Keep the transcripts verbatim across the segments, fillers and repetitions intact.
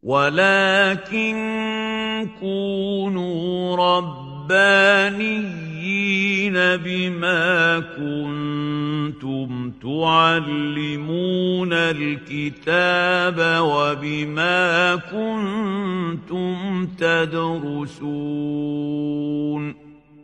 ولكن كونوا ربانيين بما كنتم تعلمون الكتاب وبما كنتم تدرسون.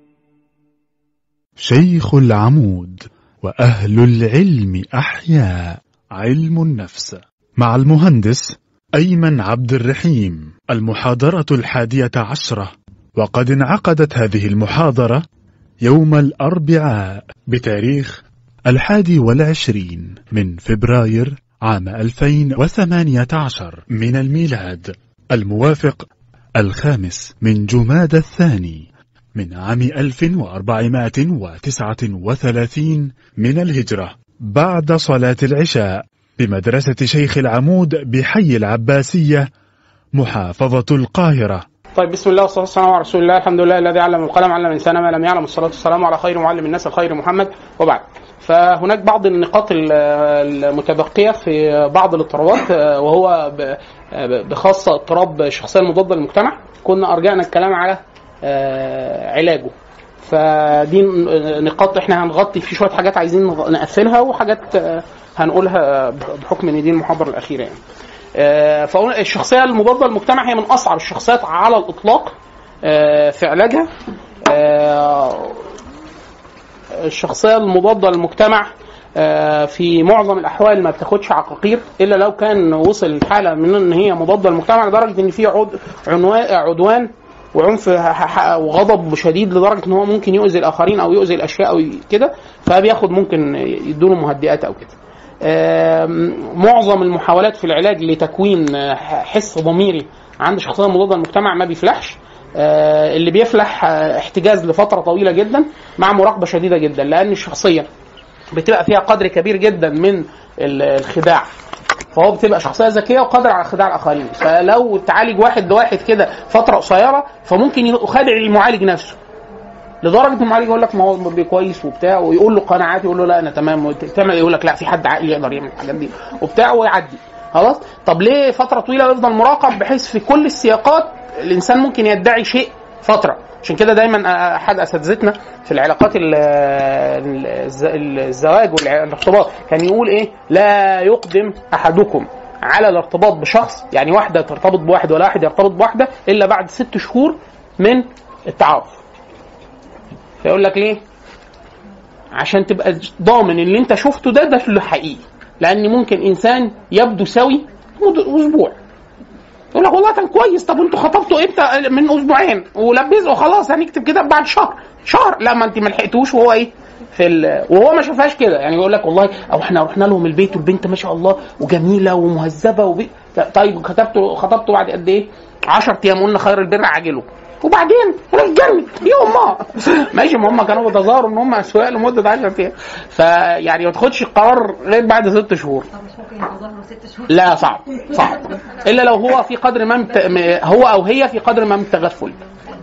شيخ العمود وأهل العلم أحياء، علم النفس، مع المهندس أيمن عبد الرحيم. المحاضرة الحادية عشرة، وقد انعقدت هذه المحاضرة يوم الأربعاء بتاريخ الحادي والعشرين من فبراير عام ألفين وثمانية عشر من الميلاد، الموافق الخامس من جمادى الثاني من عام ألف وأربعمائة وتسعة وثلاثين من الهجرة، بعد صلاة العشاء بمدرسة شيخ العمود بحي العباسية، محافظة القاهرة. طيب، بسم الله والصلاة والسلام على رسول الله. الحمد لله الذي علم القلم علم الإنسان ما لم يعلم، الصلاة والسلام على خير معلم الناس الخير محمد. وبعد، فهناك بعض النقاط المتبقية في بعض الاضطرابات، وهو بخاصة اضطراب الشخصية المضادة للمجتمع. كنا أرجعنا الكلام على علاجه، فدي نقاط احنا هنغطي في شوية حاجات عايزين نقفلها، وحاجات هنقولها بحكم ان دي المحاضرة الأخيرة يعني. فالشخصية المضادة للمجتمع هي من أصعب الشخصيات على الإطلاق في علاجها. الشخصية المضادة للمجتمع في معظم الأحوال ما بتاخدش عقاقير إلا لو كان وصل الحالة من ان هي مضادة للمجتمع لدرجة ان في عدوان وعنف وغضب شديد لدرجة ان هو ممكن يؤذي الآخرين أو يؤذي الأشياء أو كده، فبياخد ممكن يدوله مهدئات أو كده. معظم المحاولات في العلاج لتكوين حس ضميري عند شخصية مضادة للمجتمع ما بيفلحش. اللي بيفلح احتجاز لفترة طويلة جدا مع مراقبة شديدة جدا، لأن الشخصية بتبقى فيها قدر كبير جدا من الخداع، فهو بتبقى شخصية ذكية وقادر على خداع الآخرين. فلو تعالج واحد لواحد كده فترة قصيرة فممكن يخدع المعالج نفسه لدرجه المعالج يقول لك ما هو كويس وبتاع، ويقول له قناعات، يقول له لا انا تمام، تعمل يقول لك لا في حد عاقل يقدر يعمل الحاجات دي وبتاع، ويعدي خلاص. طب ليه فتره طويله ويفضل مراقب بحيث في كل السياقات الانسان ممكن يدعي شيء فتره؟ عشان كده دايما احد اساتذتنا في العلاقات الزواج والارتباط كان يقول ايه: لا يقدم احدكم على الارتباط بشخص، يعني واحده ترتبط بواحد ولا واحد يرتبط بواحده، الا بعد ست شهور من التعارف. فيقول لك ليه؟ عشان تبقى ضامن اللي انت شفته ده ده اللي حقيقي، لان ممكن انسان يبدو سوي اسبوع يقول لك والله كان كويس، طب انتوا خطبتوا امتى؟ من اسبوعين، ولبس وخلاص هنكتب كده بعد شهر شهر لا ما انت ما لحقتوش وهو ايه في ال... وهو ما شافهاش كده، يعني يقول لك والله او احنا رحنا لهم البيت والبنت ما شاء الله وجميله ومهذبه وبي... طيب خطبتوا خطبتوا بعد قد ايه؟ عشرة ايام، قلنا خير البر عاجله، وبعدين رجعني يوم ما ماشي، ما هم كانوا بيتظاهروا ان هم اسواق لمده عشرة ايام، فيعني ما تاخدش القرار غير بعد ست شهور. مش ممكن يتظاهروا ست شهور؟ لا صعب صعب، الا لو هو في قدر ما مت... هو او هي في قدر ما من التغفل.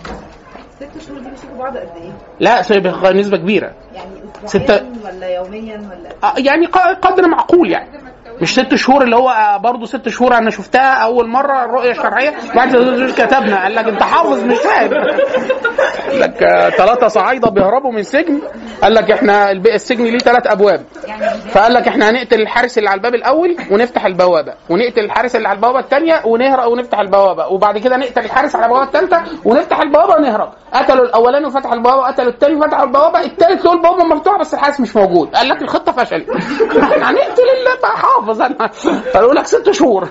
ست شهور دي بيشوفوا بعض قد ايه؟ لا نسبه كبيره، يعني ستة ولا يوميا ولا يعني قدر معقول، يعني مش ست شهور اللي هو برضو ست شهور انا شفتها اول مره الرؤيه الشرعيه بعد كتبنا قال لك انت حافظ مش فاهم، قال لك ثلاثه صعايده بيهربوا من سجن، قال لك احنا السجن ليه ثلاث ابواب، فقال لك احنا هنقتل الحارس اللي على الباب الاول ونفتح البوابه، ونقتل الحارس اللي على البوابه الثانيه ونهرب ونفتح البوابه، وبعد كده نقتل الحارس على البوابه الثالثه ونفتح البوابه ونهرب. قتلوا الاولاني وفتحوا البوابه، قتلوا الثاني وفتحوا البوابه، الثالث له البوابه مفتوحه بس الحارس مش موجود، قال لك الخطه فشلت احنا هنقتل اللي حافظ انا، قالوا لك ست شهور.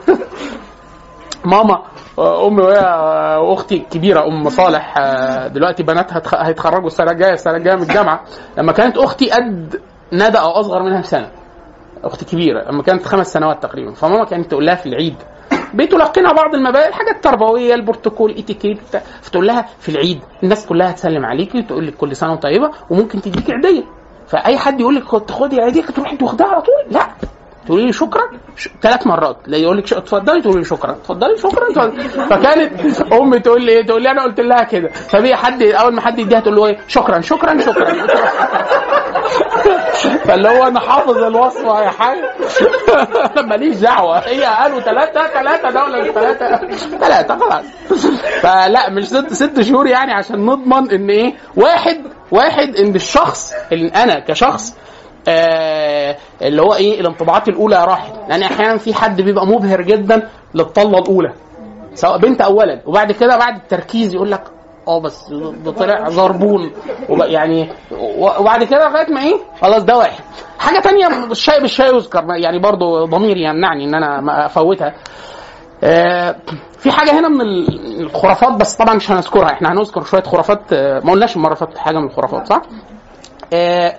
ماما امي وهي اختي الكبيره ام صالح دلوقتي بناتها هيتخرجوا السنه الجايه السنه الجايه من الجامعه، لما كانت اختي قد ندى او اصغر منها بسنه، اختي كبيره لما كانت خمس سنوات تقريبا، فماما كانت تقول لها في العيد بتلقنها بعض المبادئ الحاجات التربويه البروتوكول اتيكيت، فتقول لها في العيد الناس كلها تسلم عليكي وتقول لك كل سنه طيبه وممكن تديك عيديه، فاي حد يقول لك خدي عيديه تروحي تاخديها على طول، لا تقولي لي شكرا ثلاث مرات، لا يقول لك اتفضلي تقولي لي شكرا اتفضلي شكرا اتفضلي. فكانت امي تقول لي ايه، تقول لي انا قلت لها كده، فبي حد اول ما حد يديها تقول له ايه شكرا شكرا شكرا فاللي هو انا حافظ الوصفه يا حاج ماليش دعوه، هي قالوا ثلاثه ثلاثه دوله مش ثلاثه ثلاثه خلاص. فلا مش ست ست شهور يعني، عشان نضمن ان ايه واحد واحد ان الشخص اللي انا كشخص آه اللي هو ايه الانطباعات الاولى راحت. لان احيانا في حد بيبقى مبهر جدا للطله الاولى سواء بنت او ولد، وبعد كده بعد التركيز يقول لك اه بس ده طلع زربون يعني، وبعد كده لغايه ما ايه خلاص ده واحد. حاجه تانية الشاي بالشاي يذكر يعني، برضو ضميري يمنعني ان انا ما افوتها. آه في حاجه هنا من الخرافات، بس طبعا مش هنذكرها، احنا هنذكر شويه خرافات. آه ما قلناش المره اللي فاتت حاجه من الخرافات صح؟ آه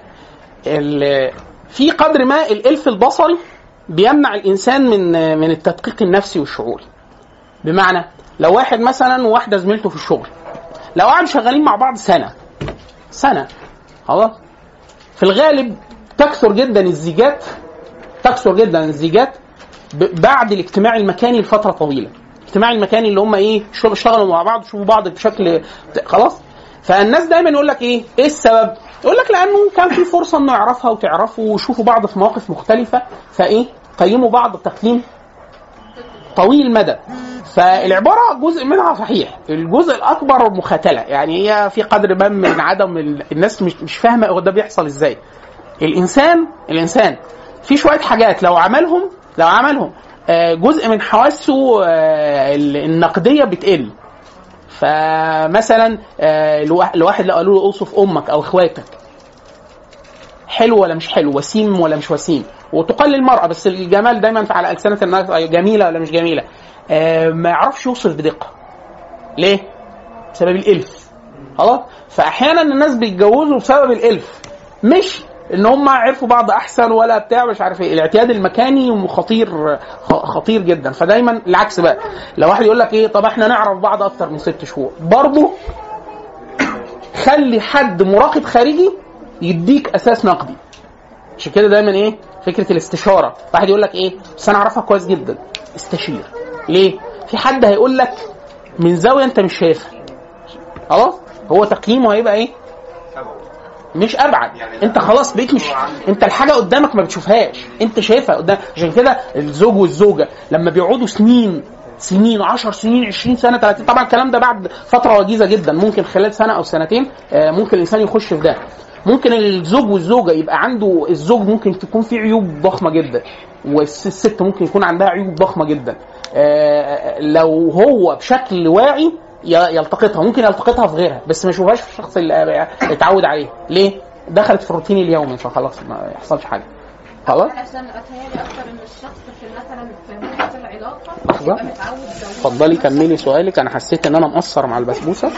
في قدر ما الالف البصري بيمنع الانسان من من التدقيق النفسي والشعوري. بمعنى لو واحد مثلا وواحده زميلته في الشغل، لو قعدوا شغالين مع بعض سنه سنه خلاص، في الغالب تكثر جدا الزيجات تكثر جدا الزيجات بعد الاجتماع المكاني لفتره طويله. الاجتماع المكاني اللي هم ايه اشتغلوا مع بعض وشوفوا بعض بشكل خلاص. فالناس دايما يقول لك ايه ايه السبب؟ يقول لك لانه كان في فرصه انه يعرفها وتعرفوا ويشوفوا بعض في مواقف مختلفه، فايه قيموا بعض تقييم طويل المدى. فالعباره جزء منها صحيح، الجزء الاكبر مخاتله، يعني هي في قدر ما من عدم الناس مش مش فاهمه هو ده بيحصل ازاي. الانسان الانسان في شويه حاجات لو عملهم لو عملهم جزء من حواسه النقديه بتقل. فمثلا الواحد لو قالوا له اوصف امك او اخواتك، حلو ولا مش حلو، وسيم ولا مش وسيم، وتقل المرأة بس الجمال دايما على ألسنة الناس جميلة ولا مش جميلة، آه ما يعرفش يوصف بدقة. ليه؟ بسبب الإلف. خلاص؟ فأحيانا الناس بيتجوزوا بسبب الإلف، مش إن هم عرفوا بعض أحسن ولا بتاع مش عارف إيه. الاعتياد المكاني خطير خطير جدا. فدايما العكس بقى، لو واحد يقول لك إيه طب إحنا نعرف بعض أكتر من ست شهور، برضه خلي حد مراقب خارجي يديك أساس نقدي. عشان كده دايما ايه فكره الاستشاره. واحد يقول لك ايه بس انا اعرفها كويس جدا، استشير. ليه؟ في حد هيقول لك من زاويه انت مش شايفها، خلاص هو تقييمه هيبقى ايه مش ابعد. انت خلاص بقيت مش انت الحاجه قدامك ما بتشوفهاش، انت شايفها قدام. عشان كده الزوج والزوجه لما بيقعدوا سنين سنين عشر سنين عشرين سنه ثلاثين، طبعا الكلام ده بعد فتره وجيزه جدا، ممكن خلال سنه او سنتين ممكن الانسان يخش في ده. ممكن الزوج والزوجه يبقى عنده الزوج ممكن تكون فيه عيوب ضخمه جدا، والست ممكن يكون عندها عيوب ضخمه جدا. آه لو هو بشكل واعي يلتقطها، ممكن يلتقطها في غيرها بس ما يشوفهاش في الشخص اللي اتعود عليه. ليه؟ دخلت في الروتين اليومي فخلاص ما يحصلش حاجه. خلاص عشان اتهيألي اكتر ان الشخص في مثلا في وقت العلاقه لحظه اتفضلي كملي سؤالك، انا حسيت ان انا مقصر مع البسبوسه.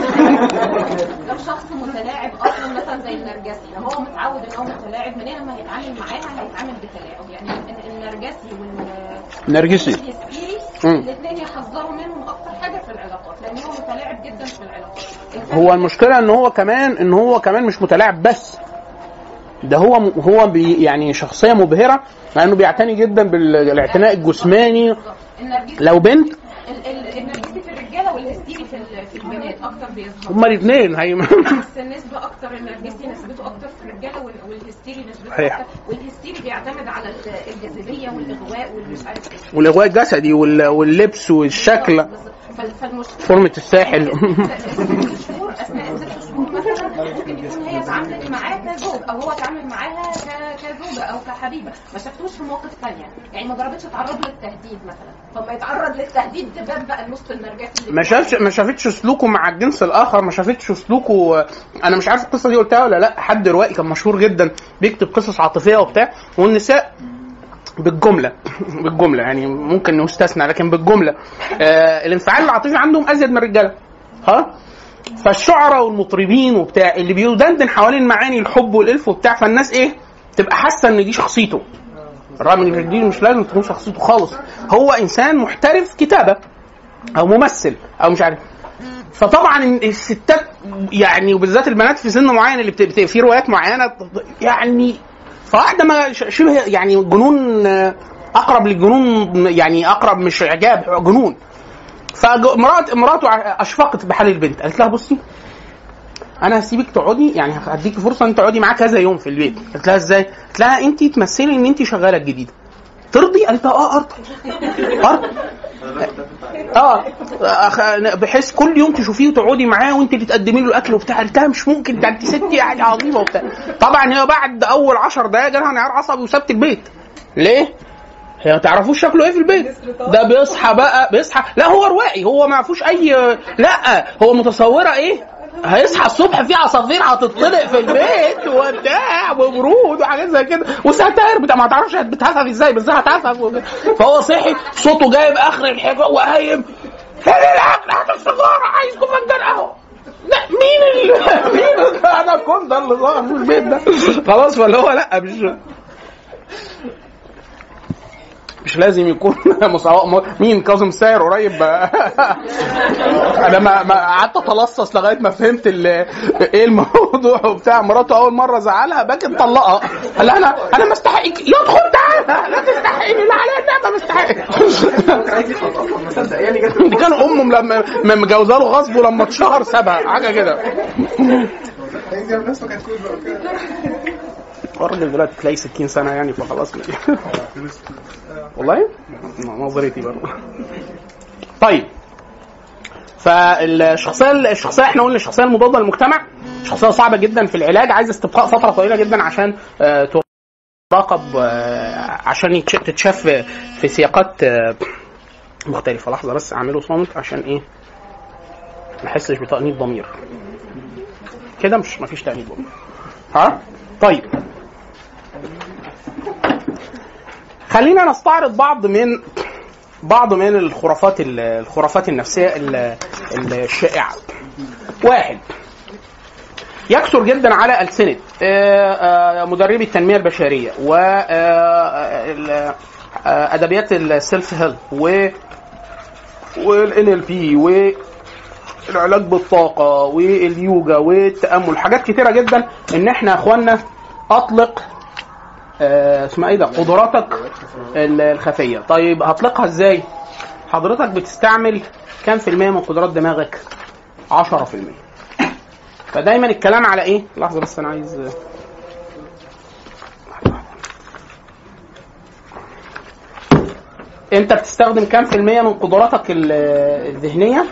لو شخص متلاعب اصلا مثلا زي النرجسي، لو هو متعود ان هو متلاعب، منين لما هيتعامل معاها هيتعامل بتلاعب. يعني النرجسي والنرجسي الاثنين يحذروا منهم اكتر حاجه في العلاقات، لان هو متلاعب جدا في العلاقات. هو المشكله ان هو كمان ان هو كمان مش متلاعب بس، ده هو هو بي يعني شخصيه مبهره، مع انه بيعتني جدا بالاعتناء الجسماني. لو بنت النرجسي في الرجاله والهستيري في البنات اكتر بيظهر. هما الاثنين هي بس النسبه اكتر النرجسي نسبته اكتر في الرجاله والهستيري نسبته اكتر. والهستيري بيعتمد على الجاذبيه والاغواء والمش عارف ايه، والاغواء الجسدي واللبس والشكل، فورمه الساحل. شهور اثناء ست شهور مثلا ممكن يكون هي اتعاملت معاه كزوج او هو اتعامل معاها كزوجه او كحبيبه، ما شافتوش في مواقف ثانيه، يعني ما جربتش تتعرض للتهديد مثلا، فما يتعرض للتهديد تبان بقى النص النرجسي. ما شافش ما شافتش سلوكه مع الجنس الاخر، ما شافتش سلوكه. انا مش عارف القصه دي قلتها ولا لا، حد روائي كان مشهور جدا بيكتب قصص عاطفيه وبتاع، والنساء بالجمله بالجمله يعني ممكن نستثنى لكن بالجمله آه الانفعال العاطفي عندهم ازيد من الرجاله. ها فالشعراء والمطربين وبتاع اللي بيدندن حوالين معاني الحب والالف وبتاع، فالناس ايه تبقى حاسه ان دي شخصيته، رغم ان دي مش لازم تكون شخصيته خالص. هو انسان محترف كتابه او ممثل او مش عارف. فطبعا الستات يعني وبالذات البنات في سن معين اللي بت... في روايات معينه يعني فواحده ما شبه يعني جنون، اقرب للجنون يعني اقرب مش اعجاب جنون. فمرات مراته اشفقت بحال البنت، قالت لها بصي انا هسيبك تقعدي، يعني هديكي فرصه ان تقعدي معاه كذا يوم في البيت. قلت لها ازاي؟ قلت لها انت تمثلي ان انت شغاله الجديده، ترضي؟ قالت اه ارضى ارضى اه بحيث كل يوم تشوفيه وتقعدي معاه وانت اللي تقدمي له الاكل وبتاع. قلت لها مش ممكن، ده انت ست يعني عظيمه وبتاع. طبعا هي بعد اول عشر دقايق جالها انهيار عصبي وسابت البيت. ليه؟ هي ما تعرفوش شكله ايه في البيت. ده بيصحى بقى بيصحى، لا هو روائي، هو ما فيهوش اي، لا هو متصوره ايه، هيصحى الصبح في عصافير هتطلق في البيت وبتاع وبرود وحاجات زي كده وستاير بتاع ما تعرفش بتهفف ازاي بس هتهفف. فهو صحي صوته جايب اخر الحجره وقايم فين الاكل، هات السيجاره، عايز فنجان قهوه. لا مين اللي مين انا كنت ده اللي ظاهر في البيت ده خلاص. ولا هو لا مش مش لازم يكون مساواة. مين كاظم الساهر قريب انا ما قعدت اتلصص لغايه ما فهمت ايه الموضوع وبتاع. مراته اول مره زعلها باجي مطلقها، قال لها انا انا ما استحقك، يدخل تعالى لا تستحقني، لا عليا ما مستحقش. دي كان امه لما مجوزه له غصب ولما اتشهر سابها حاجه كده. الراجل دلوقتي تلاقي ستين سنه يعني فخلاص والله نظريتي برضه. طيب فالشخصيه الشخصيه احنا قلنا الشخصيه المضاده للمجتمع شخصيه صعبه جدا في العلاج، عايزه استبقاء فتره طويله جدا عشان تراقب، عشان تتشاف في سياقات مختلفه. لحظه بس اعمله صامت عشان ايه ما احسش بتأنيب ضمير كده. مش مفيش تأنيب ضمير ها. طيب خلينا نستعرض بعض من بعض من الخرافات الخرافات النفسيه الشائعه. واحد يكثر جدا على ألسنة مدربي التنميه البشريه وادبيات السيلف هيلب والان ال بي والعلاج بالطاقه واليوجا والتامل، حاجات كتيره جدا ان احنا يا اخوانا اطلق اسمها ايه ده قدراتك الخفيه. طيب هطلقها ازاي؟ حضرتك بتستعمل كام في المية من قدرات دماغك؟ عشرة في المية. فدايما الكلام على ايه؟ لحظه بس انا عايز انت بتستخدم كام في المية من قدراتك الذهنيه؟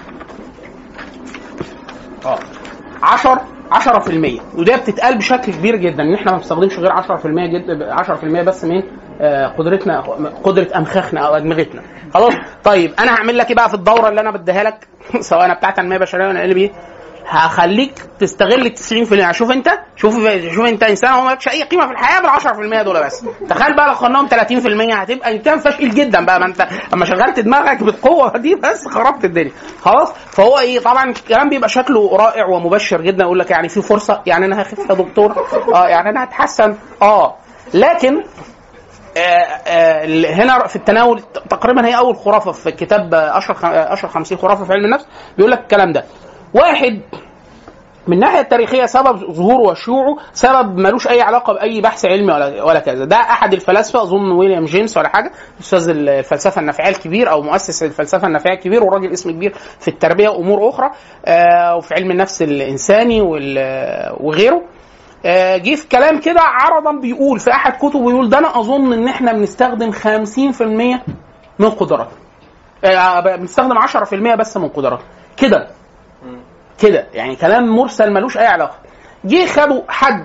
اه عشرة عشرة في المية. وده بتتقال بشكل كبير جدا ان احنا ما بنستخدمش غير عشرة في المية جد عشرة في المية بس من قدرتنا، قدره امخاخنا او ادمغتنا. خلاص طيب انا هعمل لك ايه بقى في الدوره اللي انا بديها لك سواء انا بتاعه تنميه بشريه ولا قلبي؟ هخليك تستغل ال تسعين في المية. شوف انت شوف شوف انت انسان هو مالكش اي قيمه في الحياه بال عشرة في المية دول بس. تخيل بقى لو خدناهم ثلاثين في المية هتبقى انسان فاشل جدا بقى. ما انت اما شغلت دماغك بالقوه دي بس خربت الدنيا خلاص. فهو ايه طبعا الكلام بيبقى شكله رائع ومبشر جدا، يقول لك يعني في فرصه، يعني انا هخف يا دكتور، اه يعني انا هتحسن، اه لكن آه آه هنا في التناول تقريبا هي اول خرافه في كتاب اشهر خمسين خرافه في علم النفس بيقول لك الكلام ده. واحد من الناحيه التاريخيه سبب ظهوره وشيوعه سبب ملوش اي علاقه باي بحث علمي ولا ولا كذا. ده احد الفلاسفه اظن ويليام جيمس ولا حاجه، استاذ الفلسفه النفعيه الكبير او مؤسس الفلسفه النفعيه الكبير وراجل اسم كبير في التربيه وامور اخرى آه وفي علم النفس الانساني وغيره. آه جه في كلام كده عرضا بيقول في احد كتبه بيقول ده انا اظن ان احنا بنستخدم خمسين في المية من قدراتنا، آه بنستخدم عشرة في المية بس من قدراتنا كده كده، يعني كلام مرسل ملوش اي علاقه. جه خدوا حد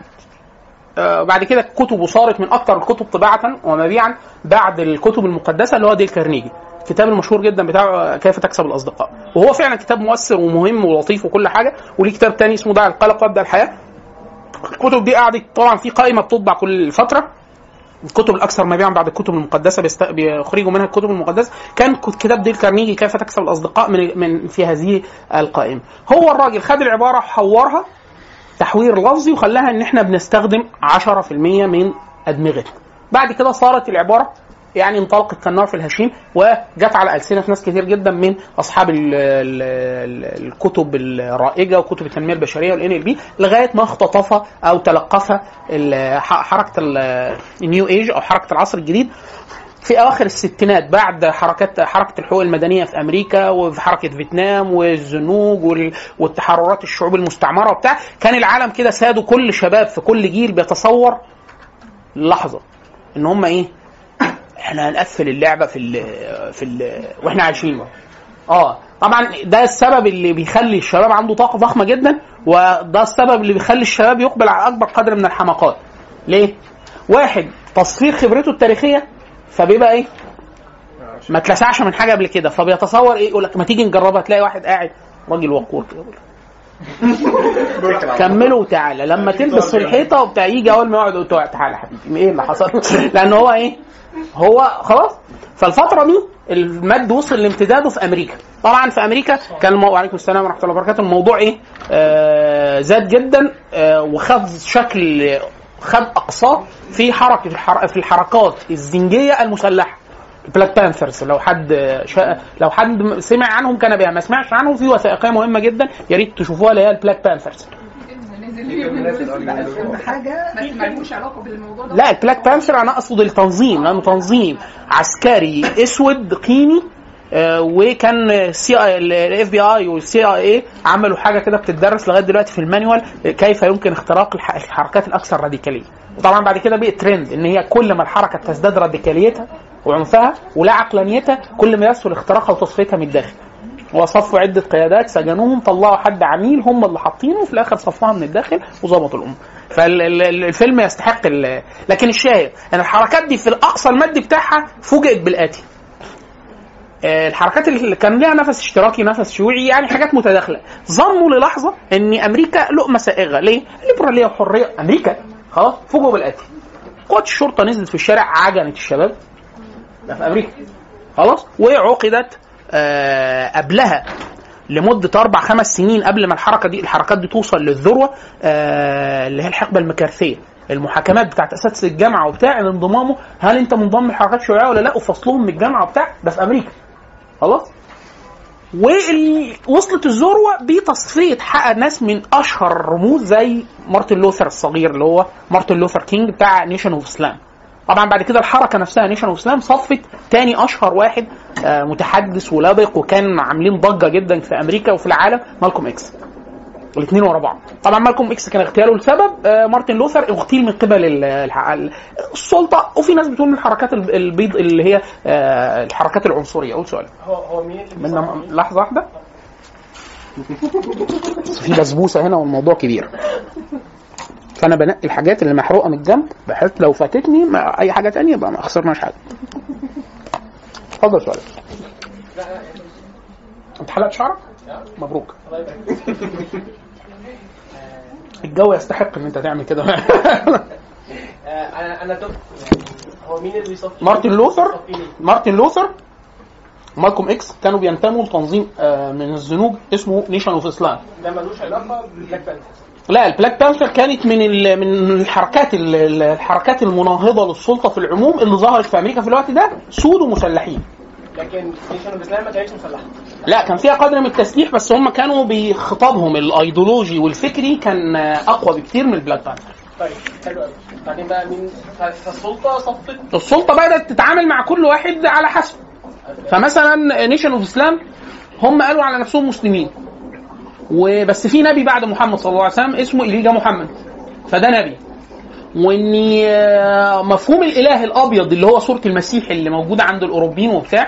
آه بعد كده كتبه صارت من اكتر الكتب طباعه ومبيعا بعد الكتب المقدسه اللي هو ديل كارنيجي، الكتاب المشهور جدا بتاع كيف تكسب الاصدقاء، وهو فعلا كتاب مؤثر ومهم ولطيف وكل حاجه. وليه كتاب تاني اسمه دع القلق وابدا الحياه. الكتب دي قعدت طبعا في قائمه بتطبع كل فتره، الكتب الاكثر مبيعا بعد الكتب المقدسه بيست... بيخرجوا منها الكتب المقدسه. كان كتاب ديل كارنيجي كيف تكسب الاصدقاء من من في هذه القائمه. هو الراجل خد العباره وحورها تحوير لفظي وخلاها ان احنا بنستخدم عشرة في المية من ادمغتنا. بعد كده صارت العباره يعني انطلقت كالنار في الهشيم وجت على ألسنة ناس كتير جدا من أصحاب ال ال ال الكتب الرائجة وكتب التنمية البشرية والإن إل بي لغاية ما اختطف أو تلقف حركة النيو ايج أو حركة العصر الجديد في اواخر الستينات بعد حركات حركه الحقوق المدنيه في امريكا وفي حركه فيتنام والزنوج والتحررات الشعوب المستعمره وبتاع، كان العالم كده سادوا كل شباب في كل جيل بيتصور لحظه ان هم ايه، احنا هنقفل اللعبه في ال في ال واحنا عايشين. اه طبعا ده السبب اللي بيخلي الشباب عنده طاقه ضخمه جدا، وده السبب اللي بيخلي الشباب يقبل على اكبر قدر من الحماقات. ليه؟ واحد تصفير خبرته التاريخيه، فبيبقى ايه، ما اتلسعش من حاجه قبل كده، فبيتصور ايه، يقول لك ما تيجي نجربها، تلاقي واحد قاعد راجل وقور كده كملوا وتعالى، لما تلبس في الحيطه وبتاع يجي اول ما يقعد يقول تعالى حبيبي ايه اللي حصل لان هو ايه، هو خلاص. فالفتره دي المد وصل لامتداده في امريكا. طبعا في امريكا كان المو... وعليكم السلام ورحمه الله وبركاته، الموضوع ايه، آه زاد جدا، آه وخد شكل، خد اقصاه في حركه الحر... في الحركات الزنجيه المسلحه، البلاك بانثرز. لو حد شا... لو حد سمع عنهم كان بيها، ما سمعش عنهم في وثائقيه مهمه جدا يا ريت تشوفوها، اللي هي البلاك بانثرز. حاجه بس مالوش علاقه بالموضوع ده. لا البلاك بانثر انا اقصد التنظيم، لانه تنظيم عسكري اسود قيمي، آه وكان السي الاف بي اي والسي اي اي عملوا حاجه كده بتدرس لغايه دلوقتي في المانيوال، كيف يمكن اختراق الحركات الاكثر راديكاليه. وطبعا بعد كده بقى ترند ان هي كل ما الحركه تزداد راديكاليتها وعنفها ولا عقلانيتها، كل ما يسهل اختراقها وتصفيتها من الداخل. وصفوا عده قيادات سجنوهم، طلعوا حد عميل هم اللي حاطينه، وفي الاخر صفوها من الداخل وظبطوا الامه. فالفيلم يستحق ال... لكن الشاهد ان الحركات دي في الاقصى المادي بتاعها فوجئت بالاتي، الحركات اللي كان لها نفس اشتراكي نفس شيوعي، يعني حاجات متداخله، ظنوا للحظه ان امريكا لقمه سائغه. ليه؟ ليبراليه وحريه امريكا. خلاص فوجئوا بالاتي، قوات الشرطه نزلت في الشارع عجنت الشباب ده في امريكا خلاص، وعقدت آه قبلها لمده اربع خمس سنين قبل ما الحركه دي الحركات دي توصل للذروه، آه اللي هي الحقبه المكارثيه، المحاكمات بتاعت اساتذه الجامعه وبتاع انضمامه، هل انت منضم لحركات شيوعيه ولا لا، وفصلهم من الجامعه وبتاع، ده في امريكا خلاص. ووصلت الذروه بتصفيه حق ناس من اشهر رموز زي مارتن لوثر الصغير، اللي هو مارتن لوثر كينج بتاع نيشن اوف اسلام. طبعا بعد كده الحركه نفسها نيشن اوف اسلام صفت تاني اشهر واحد متحدث ولابق وكان عاملين ضجه جدا في امريكا وفي العالم، مالكوم اكس. الاثنين ورا بعض. طبعا مالكوم اكس كان اغتياله لسبب، مارتن لوثر اغتيل من قبل السلطه، وفي ناس بتقول من الحركات البيض اللي هي الحركات العنصريه. اقول سؤال، هو هو مين من لحظه واحده في بسبوسه هنا والموضوع كبير، فانا بنقي الحاجات اللي محروقه من الجنب بحيث لو فاتتني ما اي حاجه تانية يبقى ما خسرناش حاجه. اتفضل سؤال. انت حلقت شعرك؟ مبروك. الجو يستحق ان انت تعمل كده. انا انا هو مين اللي بيصفي؟ مارتن لوثر. مارتن لوثر مالكوم اكس كانوا بينتموا لتنظيم من الزنوج اسمه نيشن اوف اسلام. ده ملوش علاقه بالبلاك بانثر؟ لا البلاك بانثر كانت من من الحركات الحركات المناهضه للسلطه في العموم اللي ظهرت في امريكا في الوقت ده، سود ومسلحين. لكن نيشن اوف اسلام ما كانتش مسلحه. لا كان فيها قدر من التسليح، بس هم كانوا بخطابهم الايديولوجي والفكري كان اقوى بكتير من البلاك بانثر. طيب حلو قوي. بعدين بقى مين السلطه صفت؟ السلطه بدات تتعامل مع كل واحد على حسب. فمثلا نيشن اوف اسلام هم قالوا على نفسهم مسلمين، وبس في نبي بعد محمد صلى الله عليه وسلم اسمه إليجا محمد، فده نبي. واني مفهوم الاله الابيض اللي هو صوره المسيح اللي موجوده عند الاوروبيين وبتاع،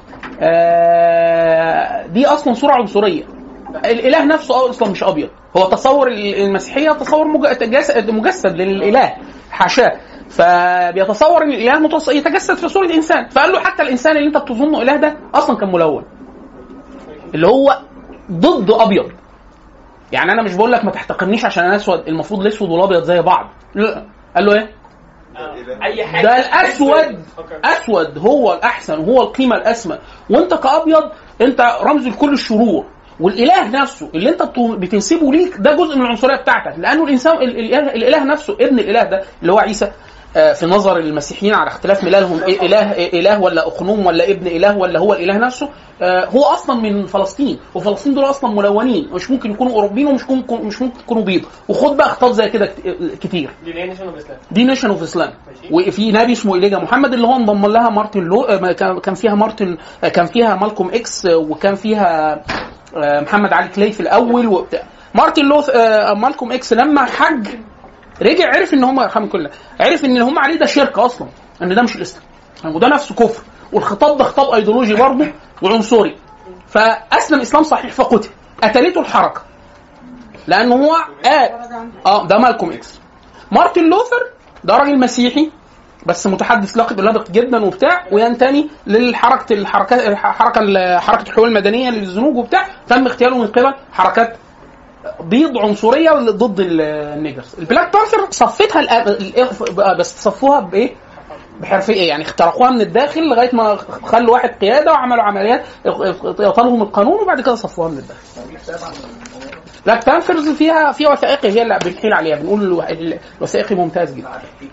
دي اصلا صوره عنصريه. الاله نفسه اصلا مش ابيض، هو تصور المسيحيه تصور مجسد للاله حاشاه، فبيتصور ان الاله يتجسد في صوره انسان، فقال له حتى الانسان اللي انت بتظنه اله ده اصلا كان ملون، اللي هو ضد ابيض. يعني انا مش بقول لك ما تحتقرنيش عشان انا اسود، المفروض الاسود والابيض زي بعض. لا قال له ايه؟ اي حاجه ده الاسود اسود هو الاحسن وهو القيمه الاسمى، وانت كابيض انت رمز لكل الشرور، والاله نفسه اللي انت بتنسبه ليك ده جزء من العنصريه بتاعتك، لانه الانسان الاله, الإله نفسه ابن الاله ده اللي هو عيسى في نظر المسيحيين على اختلاف ملالهم إيه اله إيه اله ولا اقنوم ولا ابن اله ولا هو الاله نفسه، هو اصلا من فلسطين، وفلسطين دول اصلا ملونين، مش ممكن يكونوا اوروبيين ومش ممكن مش ممكن يكونوا بيض. وخد بقى خطاب زي كده كتير. دي نيشن اوف اسلام، دي نيشن اوف اسلام. وفي نبي اسمه إليجا محمد اللي هو انضم لها مارتن لو، كان فيها مارتن، كان فيها مالكوم اكس، وكان فيها محمد علي كلاي في الاول وبتاع. مارتن لو مالكوم اكس لما حج رجع عرف ان هم يرحموا كلنا، عرف ان اللي هم عليه ده شرك اصلا، ان ده مش الاسلام وده نفسه كفر، والخطاب ده خطاب ايديولوجي برضه وعنصري. فاسلم اسلام صحيح فقتل، قتلته الحركه لانه هو آه, اه ده مالكوم اكس. مارتن لوثر ده راجل مسيحي بس متحدث لابق جدا وبتاع، وينتمي للحركه الحركات الحركه حركه الحقوق المدنيه للزنوج وبتاع. تم اغتياله من قبل حركات بيض عنصريه ضد النيجرز. البلاك بانثر صفتها بس صفوها بايه؟ بحرفيه، يعني اخترقوها من الداخل لغايه ما خلوا واحد قياده وعملوا عمليات يطالهم القانون وبعد كده صفوها من الداخل. بلاك بانثرز فيها في وثائقي هي اللي بنحيل عليها، بنقول الوثائقي ممتاز جدا.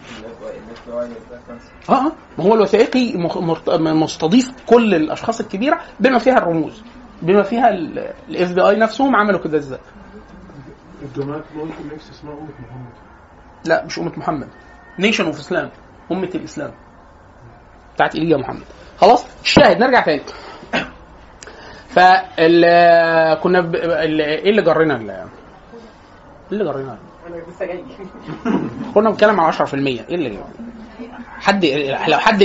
اه ما هو الوثائقي مستضيف كل الاشخاص الكبيره بما فيها الرموز، بما فيها الاف بي اي نفسهم عملوا كده ازاي. الجماعه ممكن نفس اسمها امه محمد. لا مش امه محمد، نيشن اوف اسلام، امه الاسلام بتاعت إليجا محمد. خلاص الشاهد نرجع تاني. فال كنا ب... ايه اللي جرينا ال... اللي جرينا انا لسه جاي كنا بنتكلم على عشرة في المية. ايه اللي حد لو حد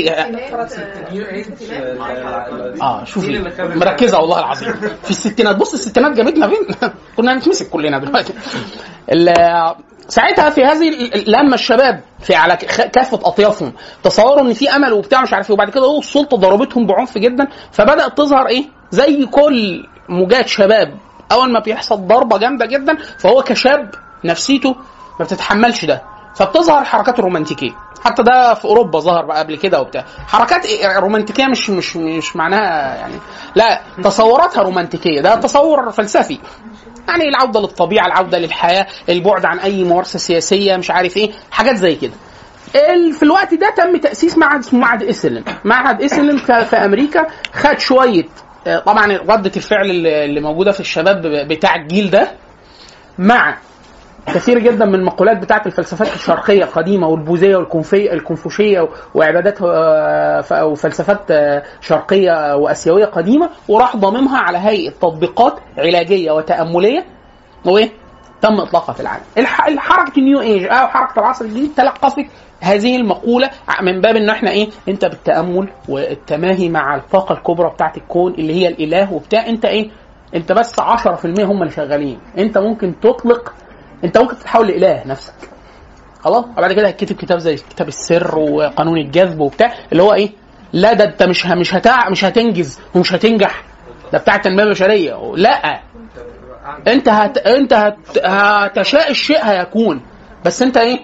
اه شوفي مركزه والله العظيم في الستينات. بص الستينات جابتنا فين. كنا نتمسك كلنا دلوقتي. ساعتها في هذه لما الشباب في على كافه اطيافهم تصوروا ان في امل وبتاع مش عارف ايه، وبعد كده السلطه ضربتهم بعنف جدا، فبدات تظهر ايه زي كل موجات شباب اول ما بيحصل ضربه جامده جدا فهو كشاب نفسيته ما بتتحملش ده، فبتظهر الحركات الرومانتيكيه. حتى ده في اوروبا ظهر بقى قبل كده وبتاع. حركات رومانتيكيه مش مش مش معناها يعني لا، تصوراتها رومانتيكيه، ده تصور فلسفي يعني العوده للطبيعه، العوده للحياه، البعد عن اي ممارسه سياسيه مش عارف ايه، حاجات زي كده. في الوقت ده تم تاسيس معهد اسمه معهد إيسلين. معهد إيسلين في امريكا خد شويه طبعا رده الفعل اللي موجوده في الشباب بتاع الجيل ده مع كثير جدا من المقولات بتاعت الفلسفات الشرقيه القديمه والبوذيه والكونفي الكونفوشيه وعبادات وفلسفات شرقيه واسيويه قديمه، وراح ضممها على هيئه تطبيقات علاجيه وتامليه وايه تم اطلاقها في العالم. الحركه النيو ايج او حركه العصر الجديد تلقفت هذه المقوله من باب انه احنا ايه، انت بالتامل والتماهي مع الطاقه الكبرى بتاعت الكون اللي هي الاله وبتاع، انت ايه، انت بس عشرة في المية هم اللي شغالين، انت ممكن تطلق، انت ممكن تتحول لاله نفسك. خلاص وبعد كده هتكتب كتاب زي كتاب السر وقانون الجذب وبتاع اللي هو ايه، لا ده انت مش مش هتع مش هتنجز ومش هتنجح، ده بتاع التنميه البشريه. لا انت هت... انت هت... هتشاء الشيء هيكون، بس انت ايه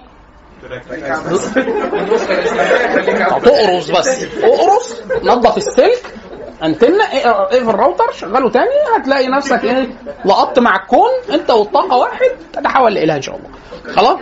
تقرص بس، اقرص نظف السلك انتنا ايه في الراوتر شغله تاني، هتلاقي نفسك ايه لقطت مع الكون انت والطاقه واحد تتحول لاله ان شاء الله. خلاص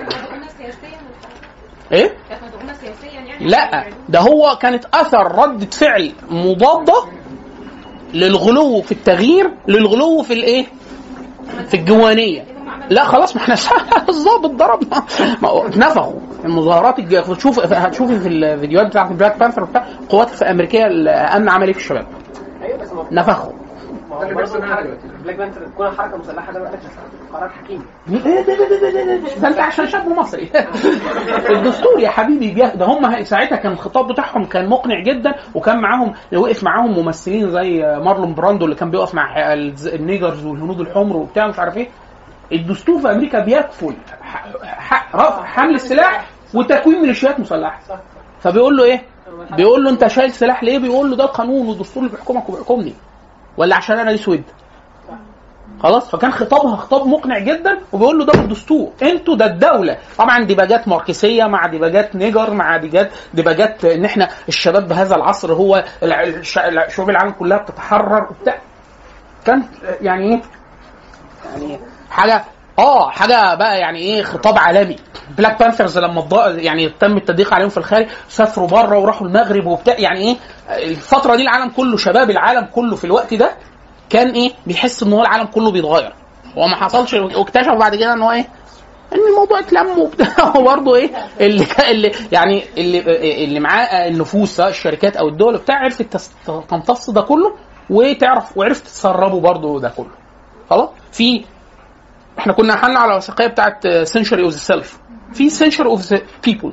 ايه لا ده هو كانت اثر ردة فعل مضاده للغلو في التغيير، للغلو في الايه في الجوانيه. لا خلاص ما احنا الضابط ضربنا نفخوا المظاهرات الج... تشوف هتشوفي في الفيديوهات بتاعت بلاك بانثر بتاع القوات الامريكيه الامن عمل ايه في الشباب، نفخوا. بلاك بانثر تكون حركه مسلحه ده بقى قرار حكيمي ده انت عشان شاب مصري. الدستور يا حبيبي ده هم ساعتها كان الخطاب بتاعهم كان مقنع جدا، وكان معاهم وقف معاهم ممثلين زي مارلون براندو اللي كان بيقف مع النيجرز والهنود الحمر وبتاع مش عارف ايه. الدستور في امريكا بيكفل رفع حمل السلاح وتكوين ميليشيات مسلحه. فبيقول له ايه، بيقول له انت شايل سلاح ليه، بيقول له ده القانون والدستور اللي بيحكمك وبيحكمني، ولا عشان انا اسود. خلاص فكان خطابها خطاب مقنع جدا، وبيقول له ده بالدستور، انتوا ده الدوله. طبعا ديباجات ماركسيه مع ديباجات نيجر مع ديباجات ديباجات ان احنا الشباب بهذا العصر هو شعوب العالم كلها بتتحرر وبتاع. كان يعني ايه يعني حاجه اه حاجه بقى يعني ايه خطاب عالمي. بلاك بانثرز لما الض... يعني تم التضييق عليهم في الخارج سافروا بره وراحوا المغرب وبتاع، يعني ايه الفتره دي العالم كله شباب العالم كله في الوقت ده كان ايه بيحس ان هو العالم كله بيتغير. هو ما حصلش واكتشف بعد كده ان هو ايه ان الموضوع اتلم وبتاع وبرضه ايه اللي اللي يعني اللي اللي معاه النفوذ سواء الشركات او الدول بتاع عرفت تمتص ده كله وتعرف وعرفت تسربه برضه ده كله. خلاص في احنا كنا حلنا على الوثائقيه بتاعت سنشري اوف ذا سيلف، في سنشري اوف ذا بيبل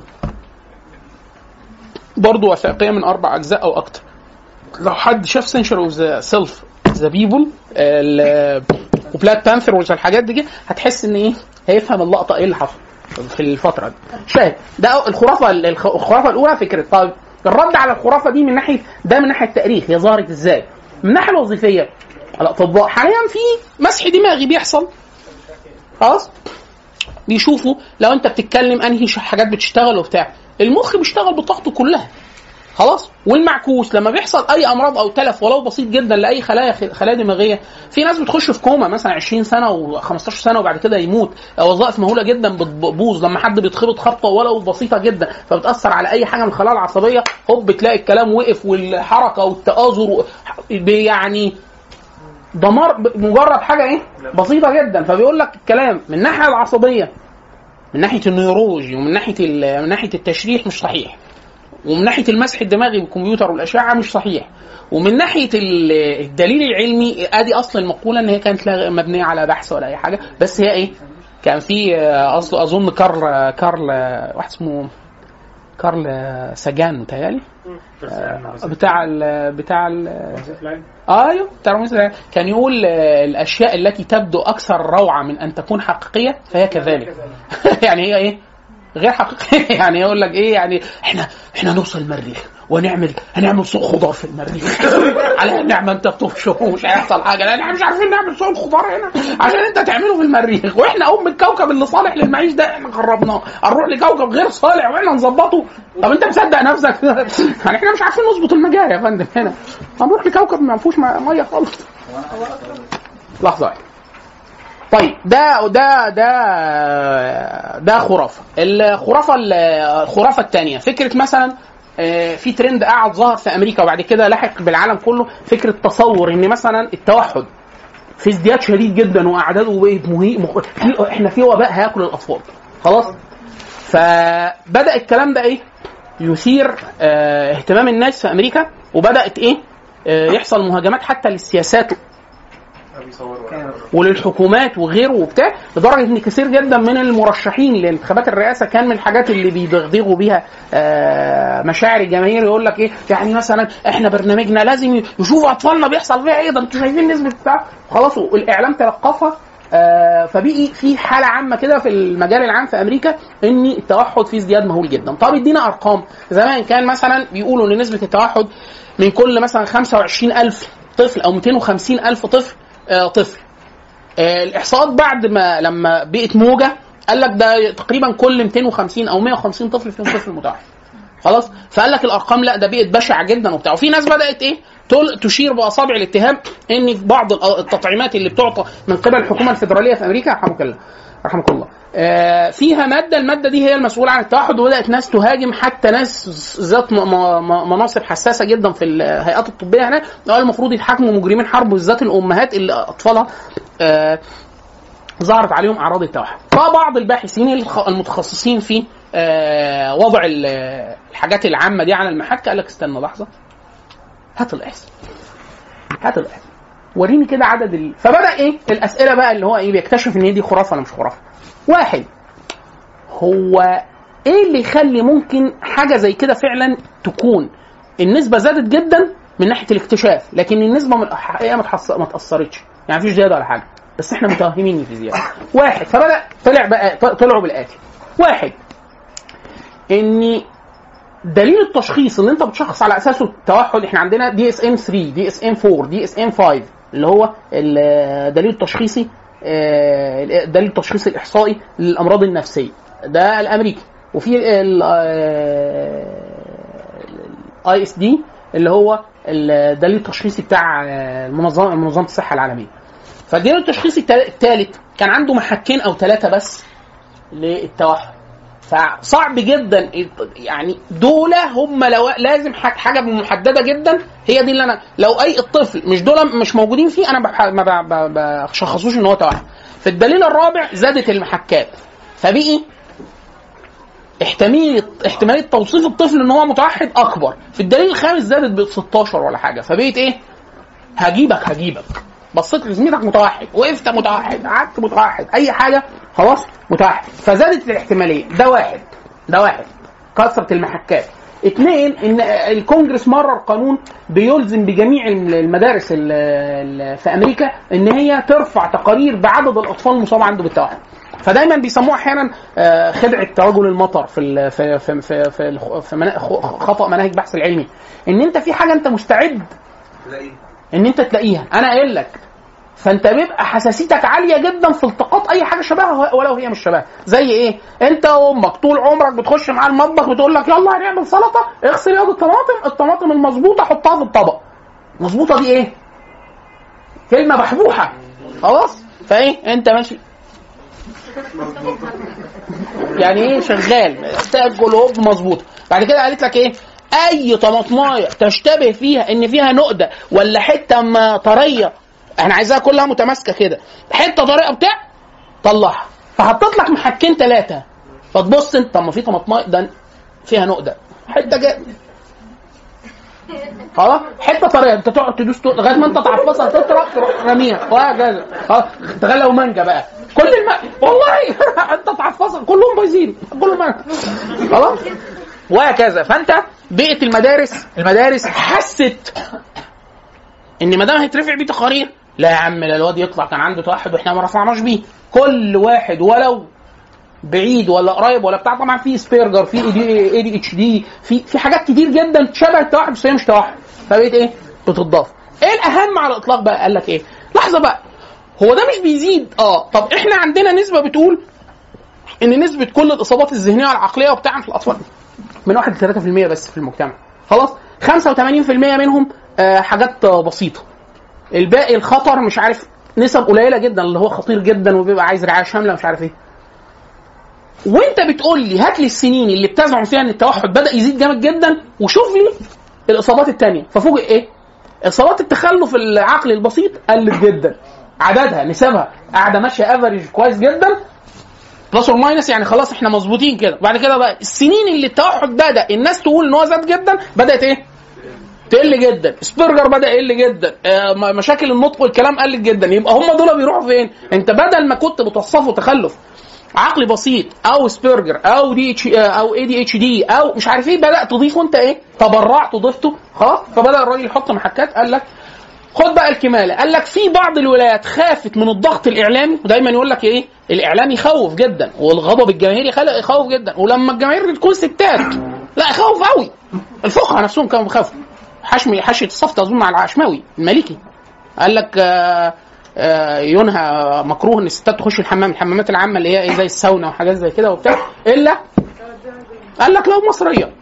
برضه وثائقيه من اربع اجزاء او اكتر. لو حد شاف سنشري اوف ذا سيلف ذا بيبل وبلاك بانثر والحاجات دي هتحس ان ايه هيفهم اللقطه ايه اللي حصل في الفتره دي. شاهد ده الخرافه الخرافه الاولى فكره. طيب الرد على الخرافه دي من ناحيه ده من ناحيه التاريخ هي ظهرت ازاي؟ من الناحيه الوظيفيه الاطباء حاليا في مسح دماغي بيحصل. خلاص بيشوفوا لو انت بتتكلم انهي حاجات بتشتغل وبتاع المخ بيشتغل بطاقته كلها. خلاص والمعكوس لما بيحصل اي امراض او تلف ولو بسيط جدا لاي خلايا خلايا دماغيه، في ناس بتخش في كوما مثلا عشرين سنه وخمستاشر سنه وبعد كده يموت. وظائف مهوله جدا بتبوظ لما حد بيتخبط خبطه ولو بسيطه جدا فبتاثر على اي حاجه من الخلايا العصبيه، هوب بتلاقي الكلام وقف والحركه والتآزر يعني دمار مجرد حاجه ايه بسيطه جدا. فبيقول لك الكلام من الناحيه العصبيه من ناحيه النيورولوجي ومن ناحيه من ناحيه التشريح مش صحيح، ومن ناحيه المسح الدماغي بالكمبيوتر والاشعه مش صحيح، ومن ناحيه الدليل العلمي ادي اصل المقوله ان هي كانت مبنيه على بحث ولا اي حاجه، بس هي ايه كان في اصل اظن كارل كارل واحد اسمه كارل ساجان متهيألي بتاع ال بتاع ال ايوه بتاع كان يقول الاشياء التي تبدو اكثر روعه من ان تكون حقيقيه فهي كذلك. يعني هي ايه غير حقيقيه. يعني يقول لك ايه يعني احنا احنا نوصل المريخ ونعمل هنعمل سوق خضار في المريخ على نعمه انت بتبشر ومش هيحصل حاجه لان احنا مش عارفين نعمل سوق خضار هنا عشان انت تعمله في المريخ، واحنا ام الكوكب اللي صالح للمعيش ده احنا خربناه هنروح لكوكب غير صالح واحنا نظبطه. طب انت مصدق نفسك؟ يعني احنا مش عارفين نظبط المجاري يا فندم هنا، هنروح لكوكب ما فيهوش ميه خالص. لحظه. طيب ده ده ده ده خرافه. الخرافه الخرافه الثانيه فكره مثلا في ترند قاعد ظهر في امريكا وبعد كده لحق بالعالم كله، فكره تصور ان مثلا التوحد في ازدياد شديد جدا واعداده بقت مهيئ احنا في وباء هياكل الاطفال. خلاص فبدا الكلام ده ايه يثير اه اهتمام الناس في امريكا، وبدات ايه اه يحصل مهاجمات حتى للسياسات وللحكومات وغيره وبتاع، لدرجه ان كثير جدا من المرشحين لانتخابات الرئاسه كان من الحاجات اللي بيدغدغوا بيها مشاعر الجماهير. يقول لك ايه يعني مثلا احنا برنامجنا لازم يشوفوا اطفالنا بيحصل فيها ايه، ده انتوا شايفين نسبه بتاع خلاص الاعلام تلقفها. فبقي في حاله عامه كده في المجال العام في امريكا ان التوحد فيه ازدياد مهول جدا. طب ادينا ارقام. زمان كان مثلا بيقولوا ان نسبه التوحد من كل مثلا خمسة وعشرين ألف طفل او مئتين وخمسين ألف طفل آه طفل. آه الاحصاءات بعد ما لما بقت موجه قال لك ده تقريبا كل مئتين وخمسين او مئة وخمسين طفل فيهم طفل متوحد. خلاص فقال لك الارقام لا ده بقت بشعه جدا وبتاع. وفي ناس بدات ايه تشير باصابع الاتهام ان بعض التطعيمات اللي بتعطى من قبل الحكومه الفيدراليه في امريكا رحمك الله رحمك الله آه فيها ماده الماده دي هي المسؤوله عن التوحد، وبدات ناس تهاجم حتى ناس ذات مناصب حساسه جدا في الهيئات الطبيه هنا قال المفروض يتحاكموا مجرمين حرب، بالذات الامهات اللي اطفالها آه ظهرت عليهم اعراض التوحد. فبعض الباحثين المتخصصين في آه وضع الحاجات العامه دي على المحك قال لك استنى لحظه هات الاحصاء هات الاحصاء وريني كده عدد ال... فبدا ايه الاسئله بقى اللي هو ايه بيكتشف ان دي خرافه ولا مش خرافه. واحد هو ايه اللي يخلي ممكن حاجه زي كده فعلا تكون النسبه زادت جدا من ناحيه الاكتشاف لكن النسبه من الحقيقه ما ما اتاثرتش، يعني مفيش زياده ولا حاجه بس احنا متوهمين في زياده. واحد فبدا طلع بقى طلعوا بالاتي. واحد ان دليل التشخيص اللي انت بتشخص على اساسه التوحد احنا عندنا دي اس ام ثلاثة دي اس ام أربعة دي اس ام خمسة اللي هو الدليل التشخيصي الدليل التشخيصي الاحصائي للامراض النفسيه ده الامريكي، وفي الاي اس دي اللي هو الدليل التشخيصي بتاع المنظمه منظمه الصحه العالميه. فادينا التشخيص الثالث كان عنده محكين او ثلاثه بس للتوحد. فصعب جدا يعني دول هم لو لازم حاجه محدده جدا، هي دي اللي انا لو اي الطفل مش دول مش موجودين فيه انا ما بشخصوش ان هو توحد. في الدليل الرابع زادت المحكات، فبقي احتماليه احتماليه توصيف الطفل ان هو متوحد اكبر. في الدليل الخامس زادت ب ستاشر ولا حاجه، فبقيت ايه هجيبك هجيبك بصيت لزميلك متوحد، وقفت متوحد، قعدت متوحد، اي حاجه خلاص متوحد. فزادت الاحتماليه. ده واحد ده واحد كثره المحكات. اثنين ان الكونجرس مرر قانون بيلزم بجميع المدارس في امريكا ان هي ترفع تقارير بعدد الاطفال المصاب عنده بالتوحد. فدايما بيسموها احيانا خدعه رجل المطر في في في في, في, في خطا مناهج البحث العلمي، ان انت في حاجه انت مستعد ان انت تلاقيها انا قايل لك، فانت بيبقى حساسيتك عاليه جدا في التقاط اي حاجه شبهها ولو هي مش شبهها. زي ايه؟ انت وامك طول عمرك بتخش مع المطبخ بتقول لك يلا هنعمل سلطه، اغسل ياض الطماطم، الطماطم المظبوطه حطها في الطبق. مظبوطه دي ايه؟ كلمه بحبوحه خلاص. فايه انت ماشي يعني ايه شغال تاكل هوب مظبوطه. بعد كده قالت لك ايه؟ اي طماطمايه تشتبه فيها ان فيها نقده ولا حته ما طريه، احنا عايزاها كلها متماسكه كده، حته طريقه بتاع طلعها. فحطيت لك محكين ثلاثه، فتبص انت طب ما في طماطمايه ده فيها نقده، حته جايه خلاص، حته طريقه انت تقعد تدوس لغايه ما انت تعفصها تطرق تروح رميها وهكذا. خلاص تغلى ومانجا بقى كل الم... والله انت تعفصها كلهم بايظين كلهم مانجا خلاص وهكذا. فانت بقت المدارس المدارس حست ان ما دام هيترفع بيه تقارير، لا يا عم لا الواد يطلع كان عنده توحد واحنا ما رفعناش بيه. كل واحد ولو بعيد ولا قريب ولا بتاع، طبعا في سبيرجر، في اي دي اتش دي، في في حاجات كتير جدا شبه التوحد بس هي مش توحد، فبقيت ايه بتضاف. ايه الاهم على الاطلاق بقى؟ قال لك ايه؟ لحظه بقى، هو ده مش بيزيد؟ اه طب احنا عندنا نسبه بتقول ان نسبه كل الاصابات الذهنيه والعقليه وبتاع في الاطفال من واحد لثلاثة في المية بس في المجتمع. خلاص خمسة وثمانين في المية منهم آه حاجات آه بسيطه، الباقي الخطر مش عارف نسب قليله جدا اللي هو خطير جدا وبيبقى عايز رعايه شامله مش عارف ايه. وانت بتقول لي هات لي السنين اللي بتزعم فيها ان التوحد بدا يزيد جامد جدا وشوف لي الاصابات الثانيه، ففوجئ ايه؟ اصابات التخلف العقلي البسيط قلت جدا، عددها نسبها قاعده ماشيه افريج كويس جدا بلس اور ماينس، يعني خلاص احنا مظبوطين كده. بعد كده بقى السنين اللي التوحد بدا الناس تقول ان هو زاد جدا بدات ايه؟ تقل جدا. سبيرجر بدا يقل جدا، آه مشاكل النطق والكلام قلت جدا. يبقى هم دول بيروحوا فين؟ انت بدل ما كنت بتوصفه تخلف عقلي بسيط او سبيرجر او دي اتش او اي دي اتش دي او مش عارف ايه، بدات تضيفه انت ايه؟ تبرعت وضفته خلاص. فبدا الراجل يحط محكات، قال لك خد بقى الكماله، قال لك في بعض الولايات خافت من الضغط الاعلامي، ودايما يقول لك ايه؟ الاعلام يخوف جدا والغضب الجماهيري يخوف جدا، ولما الجماهير تكون ستات لا يخوف قوي. الفقهاء نفسهم كانوا بيخافوا. حشمي حاشيه الصفت اظن على العشماوي المالكي قال لك آآ آآ ينهى مكروه ان الستات تخش الحمام، الحمامات العامه اللي هي زي الساونا وحاجات زي كده وبتاع، الا قال لك لو مصريه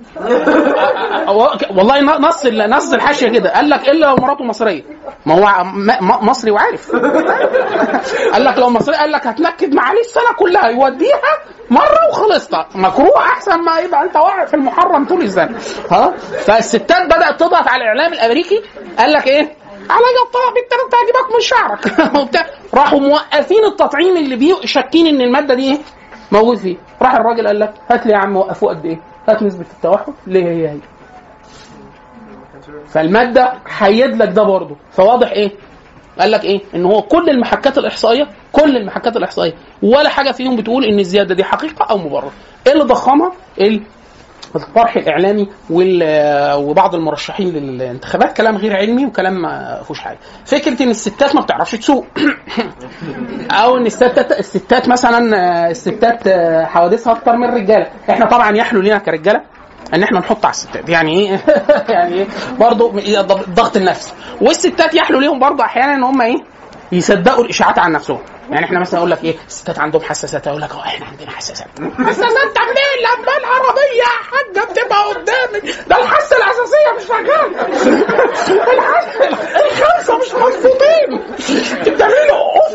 والله نص نص الحاشيه كده، قال لك الا لو مراته مصريه. ما هو مصري وعارف قال لك لو مصريه قال لك هتنكد معاليه السنه كلها، يوديها مره وخلصت. مكروه احسن ما يبقى انت واقع في المحرم طول السنه. ها فالستات بدات تضغط على الاعلام الامريكي، قال لك ايه؟ على الطلاق بالتالي تعجبك من شعرك وبتاع. راحوا موقفين التطعيم اللي بيه شاكين ان الماده دي ايه موجود فيه. راح الراجل قال لك هات لي يا عم وقفوه قد ايه؟ هات نسبه التوحد ليه هي هي. فالماده حيد لك ده برضه. فواضح ايه؟ قال لك ايه؟ ان هو كل المحكات الاحصائيه كل المحكات الاحصائيه ولا حاجه فيهم بتقول ان الزياده دي حقيقه او مبرر. ايه اللي ضخمها؟ الطرح الاعلامي وبعض المرشحين للانتخابات، كلام غير علمي وكلام ما فيهوش حاجه. فكره ان الستات ما بتعرفش تسوق او ان الستات الستات مثلا الستات حوادثها اكتر من الرجاله. احنا طبعا يحلو لينا كرجاله ان احنا نحط على الستات يعني ايه يعني ايه برضه الضغط النفسي، والستات يحلو ليهم برضه احيانا ان هم ايه يصدقوا الاشاعات عن نفسهم. يعني احنا مثلا اقول لك ايه الستات عندهم حساسات، اقول لك اه احنا عندنا حساسات. حساسات منين لما العربيه يا حاجه بتبقى قدامي؟ ده الحاسه الاساسيه مش شغاله الخمسه مش مظبوطين، بتعملي له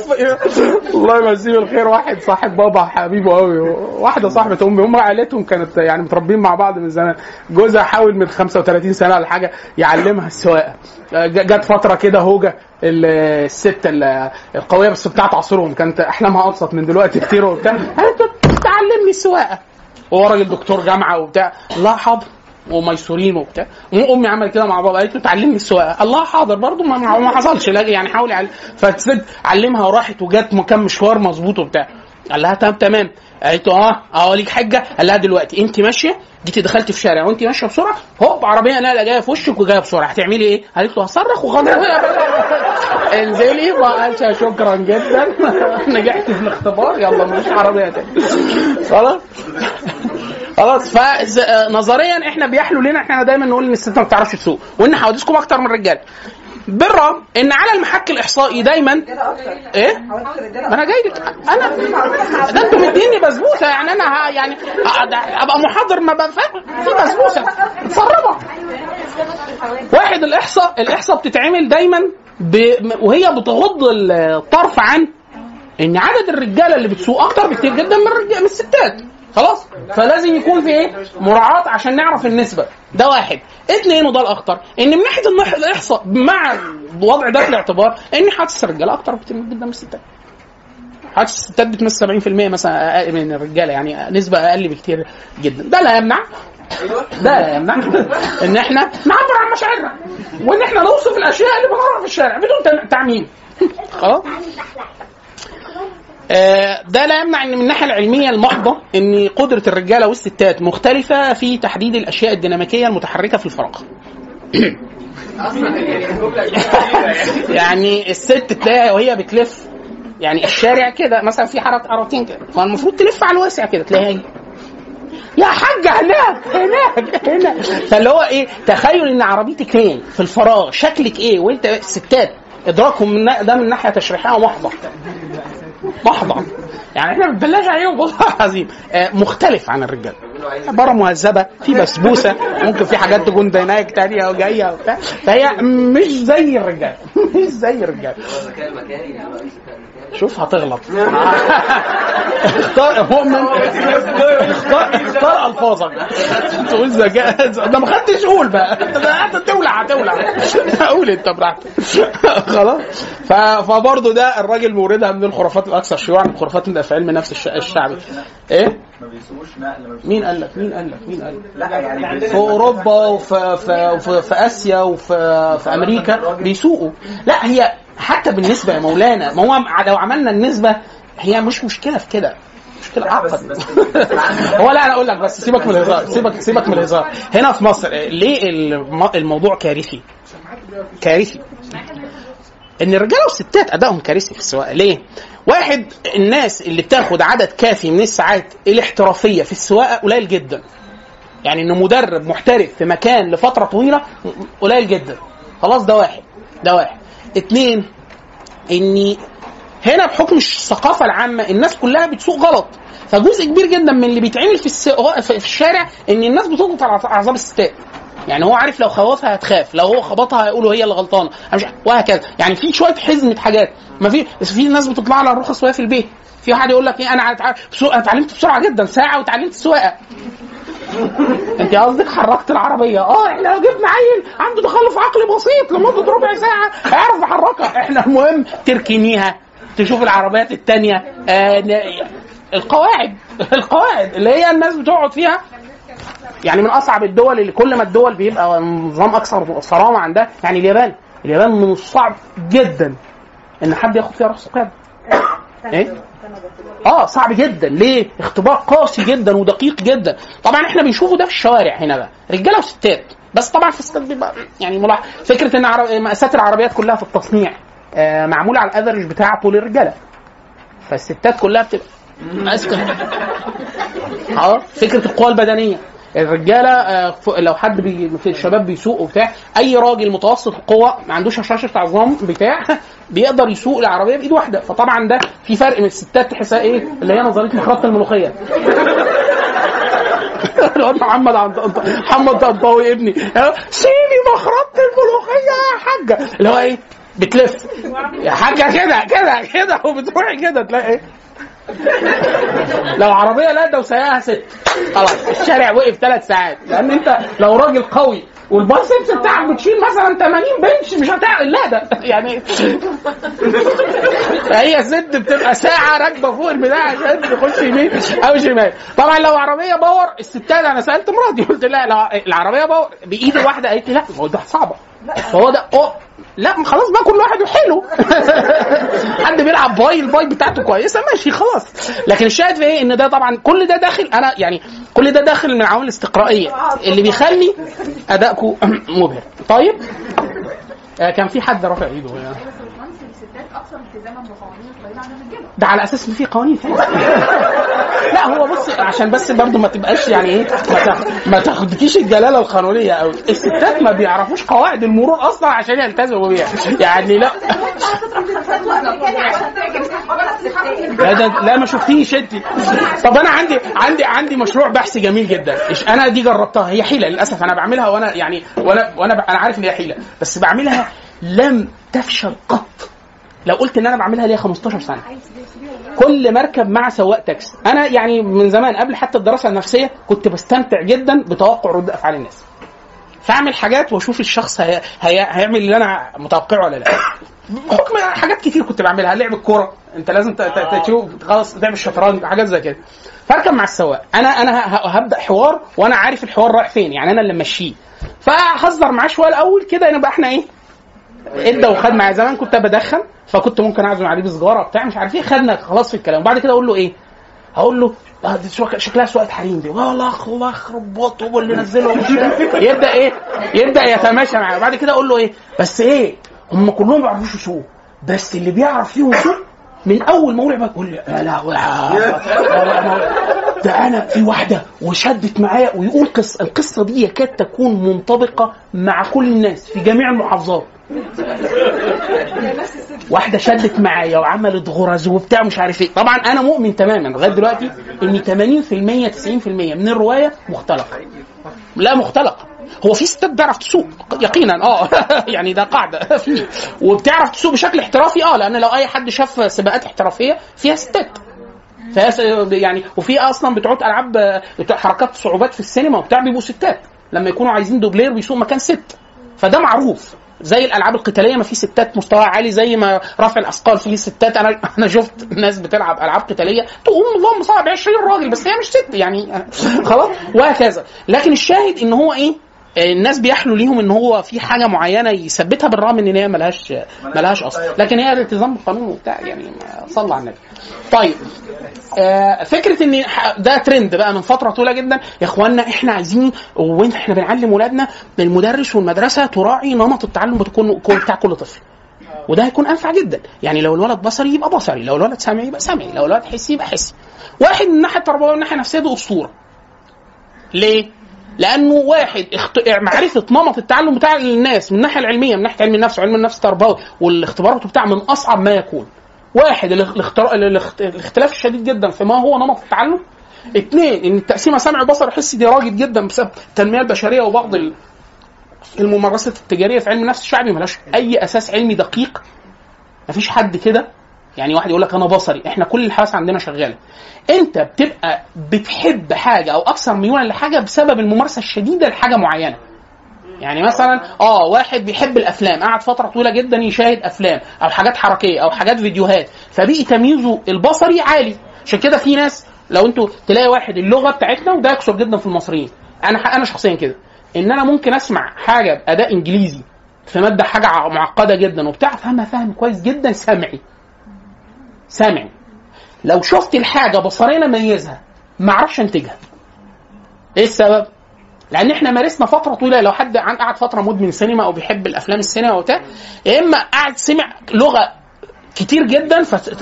الله يمسيه بالخير، واحد صاحب بابا حبيبه قوي، واحده صاحبه امي، هم عائلتهم كانت يعني متربين مع بعض من زمان. جوزها حاول من خمسة وثلاثين سنه ولا حاجه يعلمها السواقه. جت فتره كده هوجه الست القويه بس بتاعت عصرهم، كانت احلامها ابسط من دلوقتي كتير وبتاع، قالت تعلمني السواقه، وهو راجل دكتور جامعه وبتاع. الله حاضر، وميسورين وبتاع. امي عملت كده مع بابا، قالت له تعلمني السواقه. الله حاضر برضه، ما, ما حصلش يعني، حاول يعلم. فالست علمها وراحت وجت مكان مشوار مظبوط وبتاع. قال لها تمام تمام. قالت له اه اه ليك حاجه. قال لها دلوقتي انت ماشيه، جيتي دخلتي في شارع وانت ماشيه بسرعه، هوب عربيه نقله جايه في وشك وجايه بسرعه، هتعملي ايه؟ قالت له هصرخ وغنى. انزلي. ما قالش شكرا جدا نجحت في الاختبار، يلا مش عربيه تاني. خلاص خلاص. فنظريا احنا بيحلو لنا احنا دايما نقول ان الست ما بتعرفش تسوق، وان حوادثكم اكتر من الرجاله، بالرغم ان على المحك الاحصائي دايما ايه. ما انا جاي لك انا، ده انتوا مديني بسبوسه يعني، انا يعني ابقى محاضر ما بفهم في بسبوسه متسربه. واحد الاحصاء الاحصاء بتتعمل دايما ب... وهي بتغض الطرف عن ان عدد الرجاله اللي بتسوق اكتر بكتير جدا من الرجاله من الستات. خلاص، فلازم يكون في ايه مراعاه عشان نعرف النسبه. ده واحد. اثنين، وده الاخطر، ان من ناحيه الاحصاء مع الوضع ده في الاعتبار ان حادث الرجاله اكتر بكتير جدا من الستات. حادث الستات بتمثل سبعين في المية مثلا اقل من الرجاله، يعني نسبه اقل بكتير جدا. ده لا يمنع ده لا يمنع ان احنا نعبر عن مشاعرنا، وان احنا نوصف الاشياء اللي بنراها في الشارع بدون تعميم. خلاص. ده لا يمنع ان من الناحيه العلميه المحضه ان قدره الرجاله والستات مختلفه في تحديد الاشياء الديناميكيه المتحركه في الفراغ. يعني الست تلاقيها وهي بتلف يعني الشارع كده مثلا في حاره قراطين كده، فالمفروض تلف على الواسع كده، تلاقيها يا حاجه هناك هناك هنا. فاللي هو ايه، تخيل ان عربيتك فين في الفراغ، شكلك ايه، وانت الستات ادراكهم من ده من ناحيه تشريحيه محضه محضة، يعني احنا بنبلاش عليهم والله العظيم. آه مختلف عن الرجال، عباره مهذبه، في بسبوسه، ممكن في حاجات تكون دينايك تانية وجايه وبتاع، فهي مش زي الرجال مش زي الرجال. شوف هتغلط. اختار مؤمن، اختار اختار الفاظك، تقول ذكاء ده ما خدتش. قول بقى انت تولع هتولع، قول انت براحتك. خلاص. فبرضه ده الراجل موردها من الخرافات الاكثر شيوعا، خرافات من في علم النفس الشعبي. ايه ما بيسوقوش نقل؟ مين قال لك مين قال لك مين قال لك لا يعني في اوروبا وفي في في, في اسيا وفي في امريكا بيسوقوا. لا هي حتى بالنسبه يا مولانا، ما هو لو عملنا النسبه هي مش مشكله في كده، مشكله اعقد. هو لا انا اقول لك بس سيبك من الهزار، سيبك سيبك من الهزار. هنا في مصر ليه الموضوع كارثي كارثي ان الرجاله والستات ادائهم كارثي في السواقه. ليه؟ واحد، الناس اللي بتاخد عدد كافي من الساعات الاحترافيه في السواقه قليل جدا، يعني ان مدرب محترف في مكان لفتره طويله قليل جدا. خلاص، ده واحد ده واحد اتنين، اني هنا بحكم الثقافه العامه الناس كلها بتسوق غلط، فجزء كبير جدا من اللي بيتعمل في, في الشارع ان الناس بتضغط على اعصاب الستات. يعني هو عارف لو خوفها هتخاف، لو هو خبطها هيقولوا هي اللي غلطانه، وهكذا. يعني في شويه حزمه حاجات. ما في في ناس بتطلع على الرخص وهي في البيت، في واحد يقول لك ايه انا اتعلمت بسرعه جدا ساعه وتعلمت السواقه. انت قصدك حركت العربيه؟ اه احنا لو جبنا عيل عنده تخلف عقلي بسيط لمده ربع ساعه هيعرف يحركها. احنا المهم تركنيها، تشوف العربيات التانية. آه القواعد القواعد اللي هي الناس بتقعد فيها، يعني من اصعب الدول اللي كل ما الدول بيبقى نظام اكثر صرامه عندها. يعني اليابان اليابان من الصعب جدا ان حد ياخد فيها رخصه قياده. ايه اه صعب جدا. ليه؟ اختبار قاسي جدا ودقيق جدا. طبعا احنا بنشوفه ده في الشوارع هنا بقى، رجاله وستات، بس طبعا في الستات بيبقى يعني ملاحظ فكره ان عرب... مقاسات العربيات كلها في التصنيع آه معموله على الافرج بتاع طول الرجاله، فالستات كلها بتبقى ماسكه. اه فكره القوه البدنيه، الرجاله آه لو حد بي في الشباب بيسوق وبتاع، اي راجل متوسط القوه ما عندوش هشاشه عظام بتاع بيقدر يسوق العربيه بايد واحده. فطبعا ده في فرق من الستات تحسها ايه اللي هي نظريه مخرطه الملوخيه. محمد عند محمد طنطاوي ابني سيبي مخرطه الملوخيه يا حاجه، اللي هو ايه بتلف حاجه كده كده كده وبتروحي كده تلاقي ايه. لو عربيه لا ده وسايقها ست خلاص الشارع وقف ثلاث ساعات، لان انت لو راجل قوي والبايسبس بتاعك بتشيل مثلا ثمانين بنش مش هتعمل لا ده يعني. هي ست بتبقى ساعه راكبه فوق البتاع عشان تخش يمين او شمال. طبعا لو عربيه باور الستات، انا سالت مراتي قلت لها لو العربيه باور بايد واحده قالت لي لا هو ده صعبه، فهو ده أوه. لا خلاص بقى كل واحد وحلو. حد بيلعب باي الباي بتاعته كويسه ماشي خلاص. لكن الشاهد في ايه ان ده طبعا كل ده داخل، انا يعني كل ده داخل من العوامل الاستقرائيه اللي بيخلي ادائكم مبهر. طيب آه كان في حد رافع ايده هنا ده على اساس ان في قوانين. لا هو بص عشان بس برضو ما تبقاش يعني ايه ما تاخدكيش الجلاله القانونيه قوي، الستات ما بيعرفوش قواعد المرور اصلا عشان يلتزموا بيها يعني. لا لا, لا ما شفتيش انت. طب انا عندي عندي عندي مشروع بحث جميل جدا، انا دي جربتها، هي حيله للاسف انا بعملها وانا يعني وانا وانا انا عارف ان هي حيله بس بعملها لم تفشل قط. لو قلت ان انا بعملها ليا خمستاشر سنه، كل مركب مع سواق تاكسي. انا يعني من زمان قبل حتى الدراسه النفسيه كنت بستمتع جدا بتوقع رد افعال الناس، فاعمل حاجات واشوف الشخص هي... هي... هيعمل اللي انا متوقعه ولا لا. حكم حاجات كتير كنت بعملها، لعب الكوره انت لازم تشوف خلاص، لعب الشطرنج حاجات زي كده. فاركب مع السواق، انا انا هبدا حوار وانا عارف الحوار رايح فين، يعني انا اللي ماشيه، فهزر معاه شويه الاول كده نبقى احنا ايه ادى وخد معايا. زمان كنت بدخن فكنت ممكن اعزم عليه بسجاره بتاع مش عارف ايه، خدنا خلاص في الكلام. وبعد كده اقول له ايه، هقول له اه دي شكلها سواقه حريم دي، والله الله يخرب بطه واللي نزله يبدا ايه يبدا يتماشى معايا. وبعد كده اقول له ايه بس ايه هم كلهم ما بيعرفوش يسوقوا، بس اللي بيعرف فيهم يسوق من اول ما اقول له يقول لي لا لا ده انا في واحده وشدت معايا، ويقول قصه القصه دي يكاد تكون منطبقه مع كل الناس في جميع المحافظات. واحده شدت معايا وعملت غرز وبتاع مش عارف ايه. طبعا انا مؤمن تماما لغايه دلوقتي ان ثمانين بالمية تسعين بالمية من الروايه مختلقه. لا مختلقه، هو في ستات بتعرف تسوق يقينا اه يعني ده قاعده فيه، وبتعرف تسوق بشكل احترافي اه، لان لو اي حد شاف سباقات احترافيه فيها ستات يعني، وفي اصلا بتوع العاب حركات صعوبات في السينما وبتاع بيبقوا ستات لما يكونوا عايزين دوبلير بيسوق مكان ست، فده معروف. زي الالعاب القتاليه ما في ستات مستوى عالي، زي ما رفع الاثقال فيه ستات. انا انا شفت ناس بتلعب العاب قتاليه تقوم اللهم صعب عشرين راجل بس هي مش ست يعني خلاص وهكذا. لكن الشاهد ان هو ايه الناس بيحلوا ليهم ان هو في حاجه معينه يثبتها بالرغم ان هي ملهاش ملهاش اصل، لكن هي الالتزام بالقانون وبتاع يعني صلى على النبي. طيب آه فكره ان ده ترند بقى من فتره طويله جدا يا اخوانا، احنا عايزين واحنا بنعلم ولادنا المدرس والمدرسه تراعي نمط التعلم بتكون بتاع كل طفل، وده هيكون انفع جدا. يعني لو الولد بصري يبقى بصري، لو الولد سمعي يبقى سمعي، لو الولد حسي يبقى حسي. واحد من الناحيه التربويه ومن الناحيه النفسيه دي اسطوره. ليه؟ لانه واحد اخت... معرفه نمط التعلم بتاع الناس من الناحيه العلميه، من ناحيه علم النفس وعلم النفس التربوي والاختبارات بتاع من اصعب ما يكون. واحد الاختر... الاختلاف الشديد جدا في ما هو نمط التعلم. اثنين ان التقسيمه سمعي بصري حسي دي راجل جدا بسبب التنميه البشريه وبعض الممارسات التجاريه في علم النفس الشعبي ملهاش اي اساس علمي دقيق. مفيش حد كده يعني واحد يقول لك انا بصري، احنا كل الحواس عندنا شغاله. انت بتبقى بتحب حاجه او اكثر ميولا لحاجه بسبب الممارسه الشديده لحاجه معينه. يعني مثلا اه واحد بيحب الافلام، قعد فتره طويله جدا يشاهد افلام او حاجات حركيه او حاجات فيديوهات، فبقي تمييزه البصري عالي. عشان كده في ناس لو انتوا تلاقي واحد اللغه بتاعتنا وده يكثر جدا في المصريين، انا انا شخصيا كده ان انا ممكن اسمع حاجه باداء انجليزي في ماده حاجه معقده جدا وبتاع فهمها فهم كويس جدا سمعي سمعي. لو شفت الحاجه بصريا ميزها ما اعرفش انتجها. ايه السبب؟ لان احنا مارسنا فتره طويله. لو حد قعد فتره مدمن سينما او بيحب الافلام السينما وبتاع، يا اما قاعد سمع لغه كتير جدا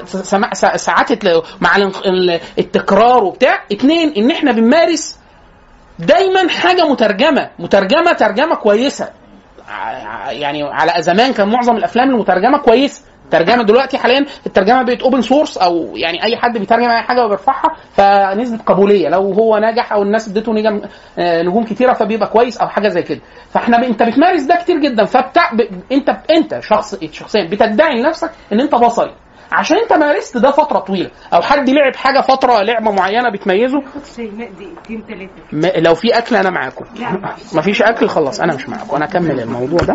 فساعات مع التكرار وبتاع. اتنين ان احنا بنمارس دايما حاجه مترجمه مترجمه ترجمه كويسه. يعني على زمان كان معظم الافلام المترجمه كويسه الترجمه دلوقتي حاليا الترجمه بقت اوبن سورس، او يعني اي حد بيترجم اي حاجه وبيرفعها، فنسبه قبوليه لو هو ناجح او الناس اديته نجم نجوم كتيره فبيبقى كويس او حاجه زي كده. فاحنا ب... انت بتمارس ده كتير جدا، فبتاع ب... انت انت شخص شخصيا بتدعي لنفسك ان انت بصري عشان انت مارست ده فتره طويله، او حد لعب حاجه فتره لعبه معينه بتميزه. م... لو في اكل انا معاكم، مفيش اكل خلاص انا مش معاكم، انا اكمل الموضوع ده.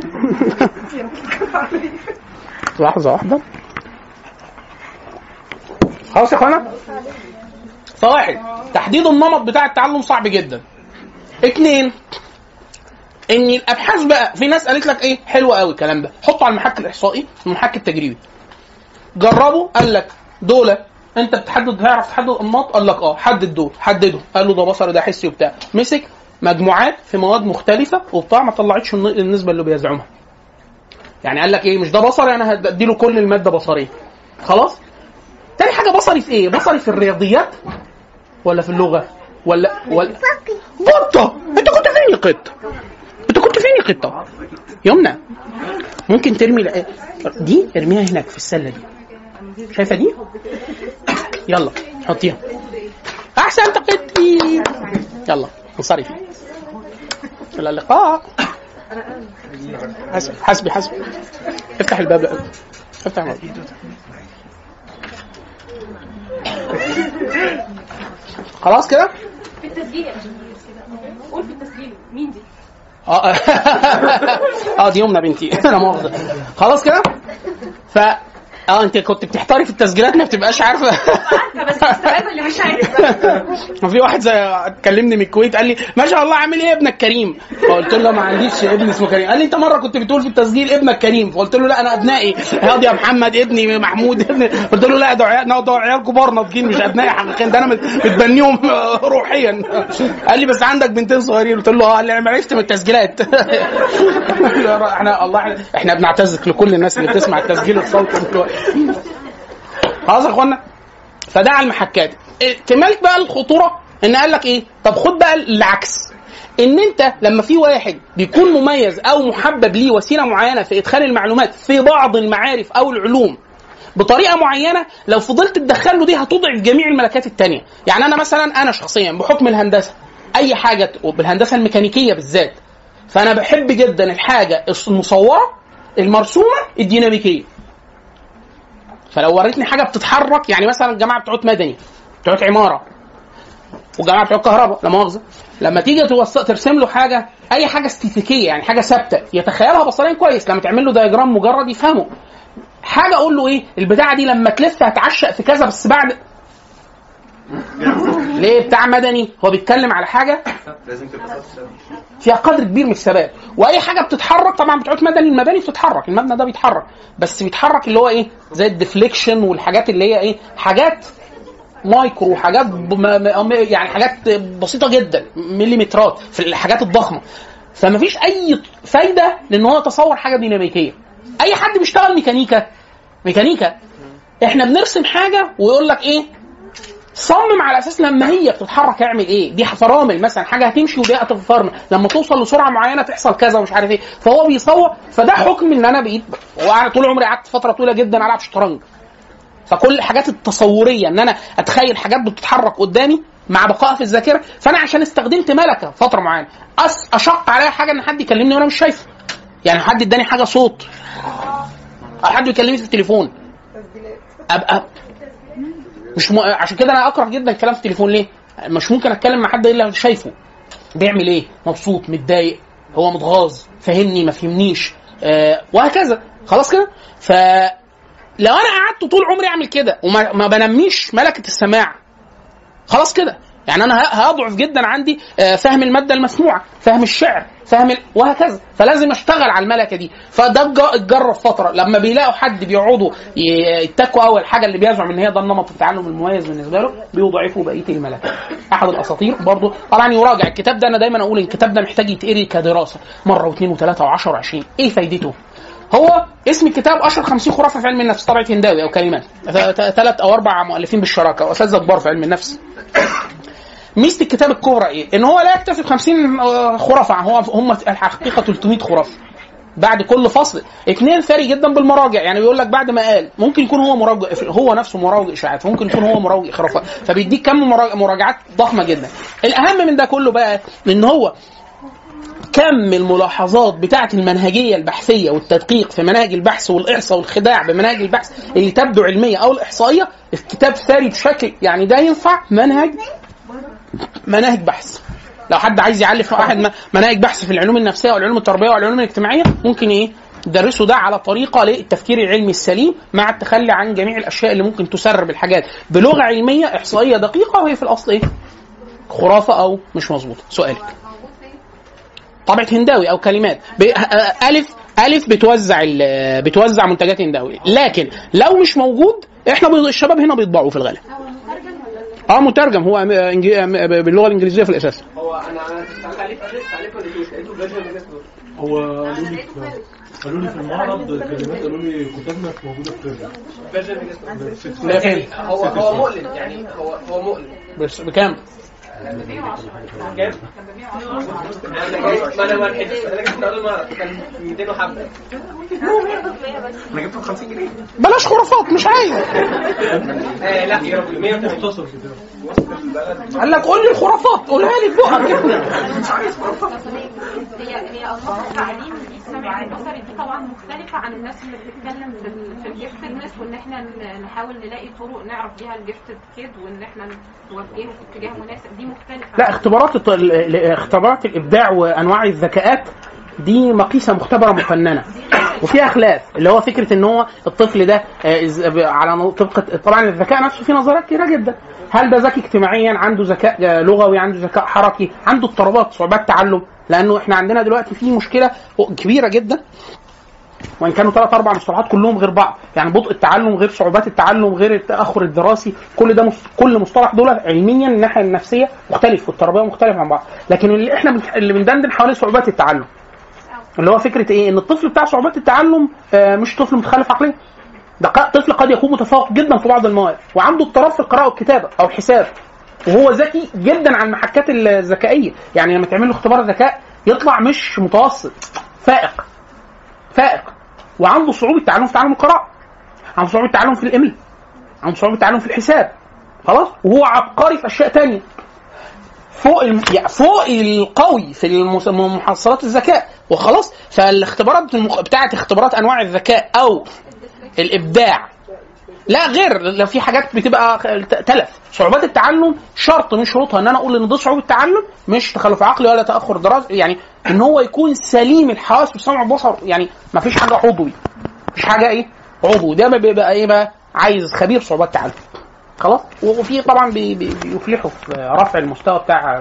لحظه واحده خلاص يا اخوانا. فواحد، تحديد النمط بتاع التعلم صعب جدا. اتنين، ان الابحاث بقى في ناس قالت لك ايه حلو قوي الكلام ده، حطه على المحك الاحصائي المحك التجريبي، جربوا قال لك دول انت بتحدد تعرف تحدد انماط، قال لك اه حدد دول، حدده قال له ده بصري ده حسي وبتاع، مسك مجموعات في مواد مختلفه وبتاع ما طلعتش النسبه اللي بيزعمها. يعني قال لك ايه مش ده بصري انا هدي له كل الماده بصريه خلاص. تاني حاجه بصري في ايه؟ بصري في الرياضيات ولا في اللغه ولا ولا قطه؟ انت كنت فين يا قطه؟ انت كنت فين يا قطه؟ يمنى ممكن ترمي لأ... دي ارميها هناك في السله دي، شايفه دي؟ يلا حطيها احسن تقطي. يلا انصرفي الى اللقاء. حسبي حسبي حسبي افتح الباب لأ. افتح الباب. خلاص كده في التسجيل قول في التسجيل مين دي؟ اه اه دي يمنى بنتي انا مؤاخذه. خلاص كده ف اه انت كنت بتحتاري في التسجيلات ما بتبقاش عارفه. بس الاستاذ اللي مش عارف. في واحد زي كلمني من الكويت قال لي ما شاء الله عامل ايه ابنك كريم، فقلت له ما عنديش ابن اسمه كريم. قال لي انت مره كنت بتقول في التسجيل ابنك كريم، فقلت له لا انا ابنائي هادي يا محمد ابني محمود ابني. قلت له لا ده ده عيال كبار ناضجين مش ابنائي حقيقيين، ده انا متبنيهم روحيا. قال لي بس عندك بنتين صغيرين، قلت له اه. قال لي انا عرفت من التسجيلات. احنا الله احنا بنعتذر لكل الناس اللي بتسمع التسجيل الصوتي. خلاص يا اخوانا، فده على المحكات. كمالك بقى الخطوره ان قال لك ايه، طب خد بقى العكس، ان انت لما في واحد بيكون مميز او محبب ليه وسيله معينه في ادخال المعلومات في بعض المعارف او العلوم بطريقه معينه، لو فضلت تدخله دي هتضعف جميع الملكات التانية. يعني انا مثلا انا شخصيا بحكم الهندسه اي حاجه بالهندسه الميكانيكيه بالذات، فانا بحب جدا الحاجه المصوره المرسومه الديناميكيه. فلو وريتني حاجه بتتحرك، يعني مثلا الجماعه بتوع مدني بتوع عماره والجماعه بتوع كهرباء لا مؤاخذه، لما تيجي توصل ترسم له حاجه اي حاجه استاتيكيه يعني حاجه ثابته يتخيلها بصريا كويس، لما تعمل له دايجرام مجرد يفهمه. حاجه اقول له ايه البتاعه دي لما تلف هتعشق في كذا بس بعد ليه بتاع مدني هو بيتكلم على حاجه فيها قدر كبير من الثبات، واي حاجه بتتحرك طبعا بتوع مدني المباني بتتحرك، المبنى ده بيتحرك بس بيتحرك اللي هو ايه زي الديفليكشن والحاجات اللي هي ايه حاجات مايكرو، حاجات يعني حاجات بسيطه جدا مليمترات في الحاجات الضخمه. فما فيش اي فايده لان هو يتصور حاجه ديناميكيه. اي حد بيشتغل ميكانيكا ميكانيكا احنا بنرسم حاجه ويقول لك ايه صمم على اساس لما هي بتتحرك اعمل ايه، دي فرامل مثلا حاجه هتمشي ودي هتفرمل لما توصل لسرعه معينه تحصل كذا ومش عارف ايه، فهو بيصور. فده حكم ان انا بقيت وانا طول عمري قعدت فتره طويله جدا العب شطرنج، فكل الحاجات التصوريه ان انا اتخيل حاجات بتتحرك قدامي مع بقائها في الذاكره. فانا عشان استخدمت ملكه فتره معينه اشق عليا حاجه ان حد يكلمني وانا مش شايفه، يعني حد اداني حاجه صوت او حد يكلمني في التليفون ابقى مش م... عشان كده انا اكره جدا الكلام في التليفون. ليه؟ مش ممكن اتكلم مع حد الا شايفه بيعمل ايه، مبسوط متضايق هو متغاظ فهمني ما فهمنيش آه وهكذا. خلاص كده. فلو انا قعدت طول عمري اعمل كده وما ما بنميش ملكه السماع خلاص كده يعني انا هضعف جدا عندي فهم الماده المسموعه، فهم الشعر، فهم ال... وهكذا. فلازم اشتغل على الملكه دي. فده اتجرب فتره لما بيلاقوا حد بيقعدوا يتكوا اول حاجه اللي بيزعم ان هي ده النمط التعلم المميز بالنسبه له بيضعفوا بقيه الملكه. احد الاساطير برضو طبعا يراجع الكتاب ده. انا دايما اقول الكتاب ده محتاج يتقري كدراسه مره واثنين وثلاثه وعشرة وعشرين. ايه فايدته؟ هو اسم الكتاب اشهر خمسين خرافه في علم النفس، طبعه هنداوي او كلمات، ثلاث او اربع مؤلفين بالشراكه واساتذه كبار في علم النفس. ميزه الكتاب الكبرى ايه؟ ان هو لا يكتفي ب خمسين خرافه، هو هم الحقيقه ثلاثمائة خرافه بعد كل فصل. اثنين ثري جدا بالمراجع، يعني بيقول لك بعد ما قال ممكن يكون هو مراجع هو نفسه مراجع اشاعات، ممكن يكون هو مراجع خرافات، فبيديك كم مراجعات ضخمه جدا. الاهم من ده كله بقى ان هو كم الملاحظات بتاعه المنهجيه البحثيه والتدقيق في مناهج البحث والاحصاء والخداع بمناهج البحث اللي تبدو علميه او الاحصائيه. الكتاب ثري بشكل يعني ده ينفع منهج مناهج بحث. لو حد عايز يعلف واحد مناهج بحث في العلوم النفسيه والعلوم التربيه والعلوم الاجتماعيه ممكن ايه يدرسوا ده على طريقه للتفكير العلمي السليم مع التخلي عن جميع الاشياء اللي ممكن تسرب الحاجات بلغه علميه احصائيه دقيقه وهي في الاصل ايه خرافه او مش مظبوطه. سؤالك طبعة هنداوي او كلمات الف الف بتوزع بتوزع منتجات هنداوي، لكن لو مش موجود احنا الشباب هنا بيطبعوا في الغالب. اه مترجم هو باللغه الانجليزيه في الاساس. هو انا تعليق تعليق لقيته فيرجن هو قالوا لي قالوا لي في المعرض كلمات، قالوا لي كتابنا موجوده في فيرجن. لا فين هو هو مؤلم يعني هو هو مؤلم بس بكام؟ كام؟ انا جاي ما انا ما لحقتش انا جبت اول مره كان مئتين وحبه انا جبته ب خمسين جنيه. بلاش خرافات مش عايز. آه لا يا رب مية مختصر كده قال لك قول لي الخرافات قولها لي بقى كده. مش عايز خرافات. هي هي انماط التعليم السمعي البصري دي طبعا مختلفه عن الناس اللي بتتكلم في الجيفتدنس، وان احنا نحاول نلاقي طرق نعرف بيها الجيفتد كيد وان احنا نوجهه في اتجاه مناسب. دي مختلفه. لا اختبارات اختبارات الابداع وانواع الذكاءات دي مقيسه مختبره مفننه وفيها خلاف، اللي هو فكره ان هو الطفل ده على طبقه طبعا الذكاء نفسه في نظريات كتيره جدا. هل ده ذكي اجتماعيا، عنده ذكاء لغوي، عنده ذكاء حركي، عنده اضطرابات صعوبات تعلم؟ لانه احنا عندنا دلوقتي في مشكله كبيره جدا، وان كانوا ثلاث اربع مصطلحات كلهم غير بعض، يعني بطء التعلم غير صعوبات التعلم غير التاخر الدراسي، كل ده مص... كل مصطلح دول علميا الناحيه النفسيه مختلف والتربيه مختلف عن بعض. لكن اللي احنا بن... اللي بندندن حوالين صعوبات التعلم اللي هو فكره ايه، ان الطفل بتاع صعوبات التعلم آه مش طفل متخلف عقليا، ده طفل قد يكون متفوق جدا في بعض المواد وعنده اضطراب في القراءه والكتابه او الحساب، وهو ذكي جدا عن المحكات الذكائيه. يعني لما تعمل له اختبار ذكاء يطلع مش متوسط، فائق فائق وعنده صعوبه تعلم في تعلم القراءه، عنده صعوبه تعلم في الاملاء، عنده صعوبه تعلم في الحساب، خلاص، وهو عبقري في اشياء تانية فوق الم... يعني فوق القوي في المس... محصلات الذكاء وخلاص. فالاختبارات المخ... بتاعه اختبارات انواع الذكاء او الابداع لا غير، لو في حاجات بتبقى تلف. صعوبات التعلم شرط من شروطها ان انا اقول ان ده صعوبه تعلم مش تخلف عقلي ولا تاخر دراسي، يعني ان هو يكون سليم الحواس والسمع والبصر، يعني ما فيش حاجه عضوي، مفيش حاجه ايه عضوي، ده بيبقى ايه بقى عايز خبير صعوبات تعلم خلاص. وفي طبعا بي بي بيفلحوا في رفع المستوى بتاع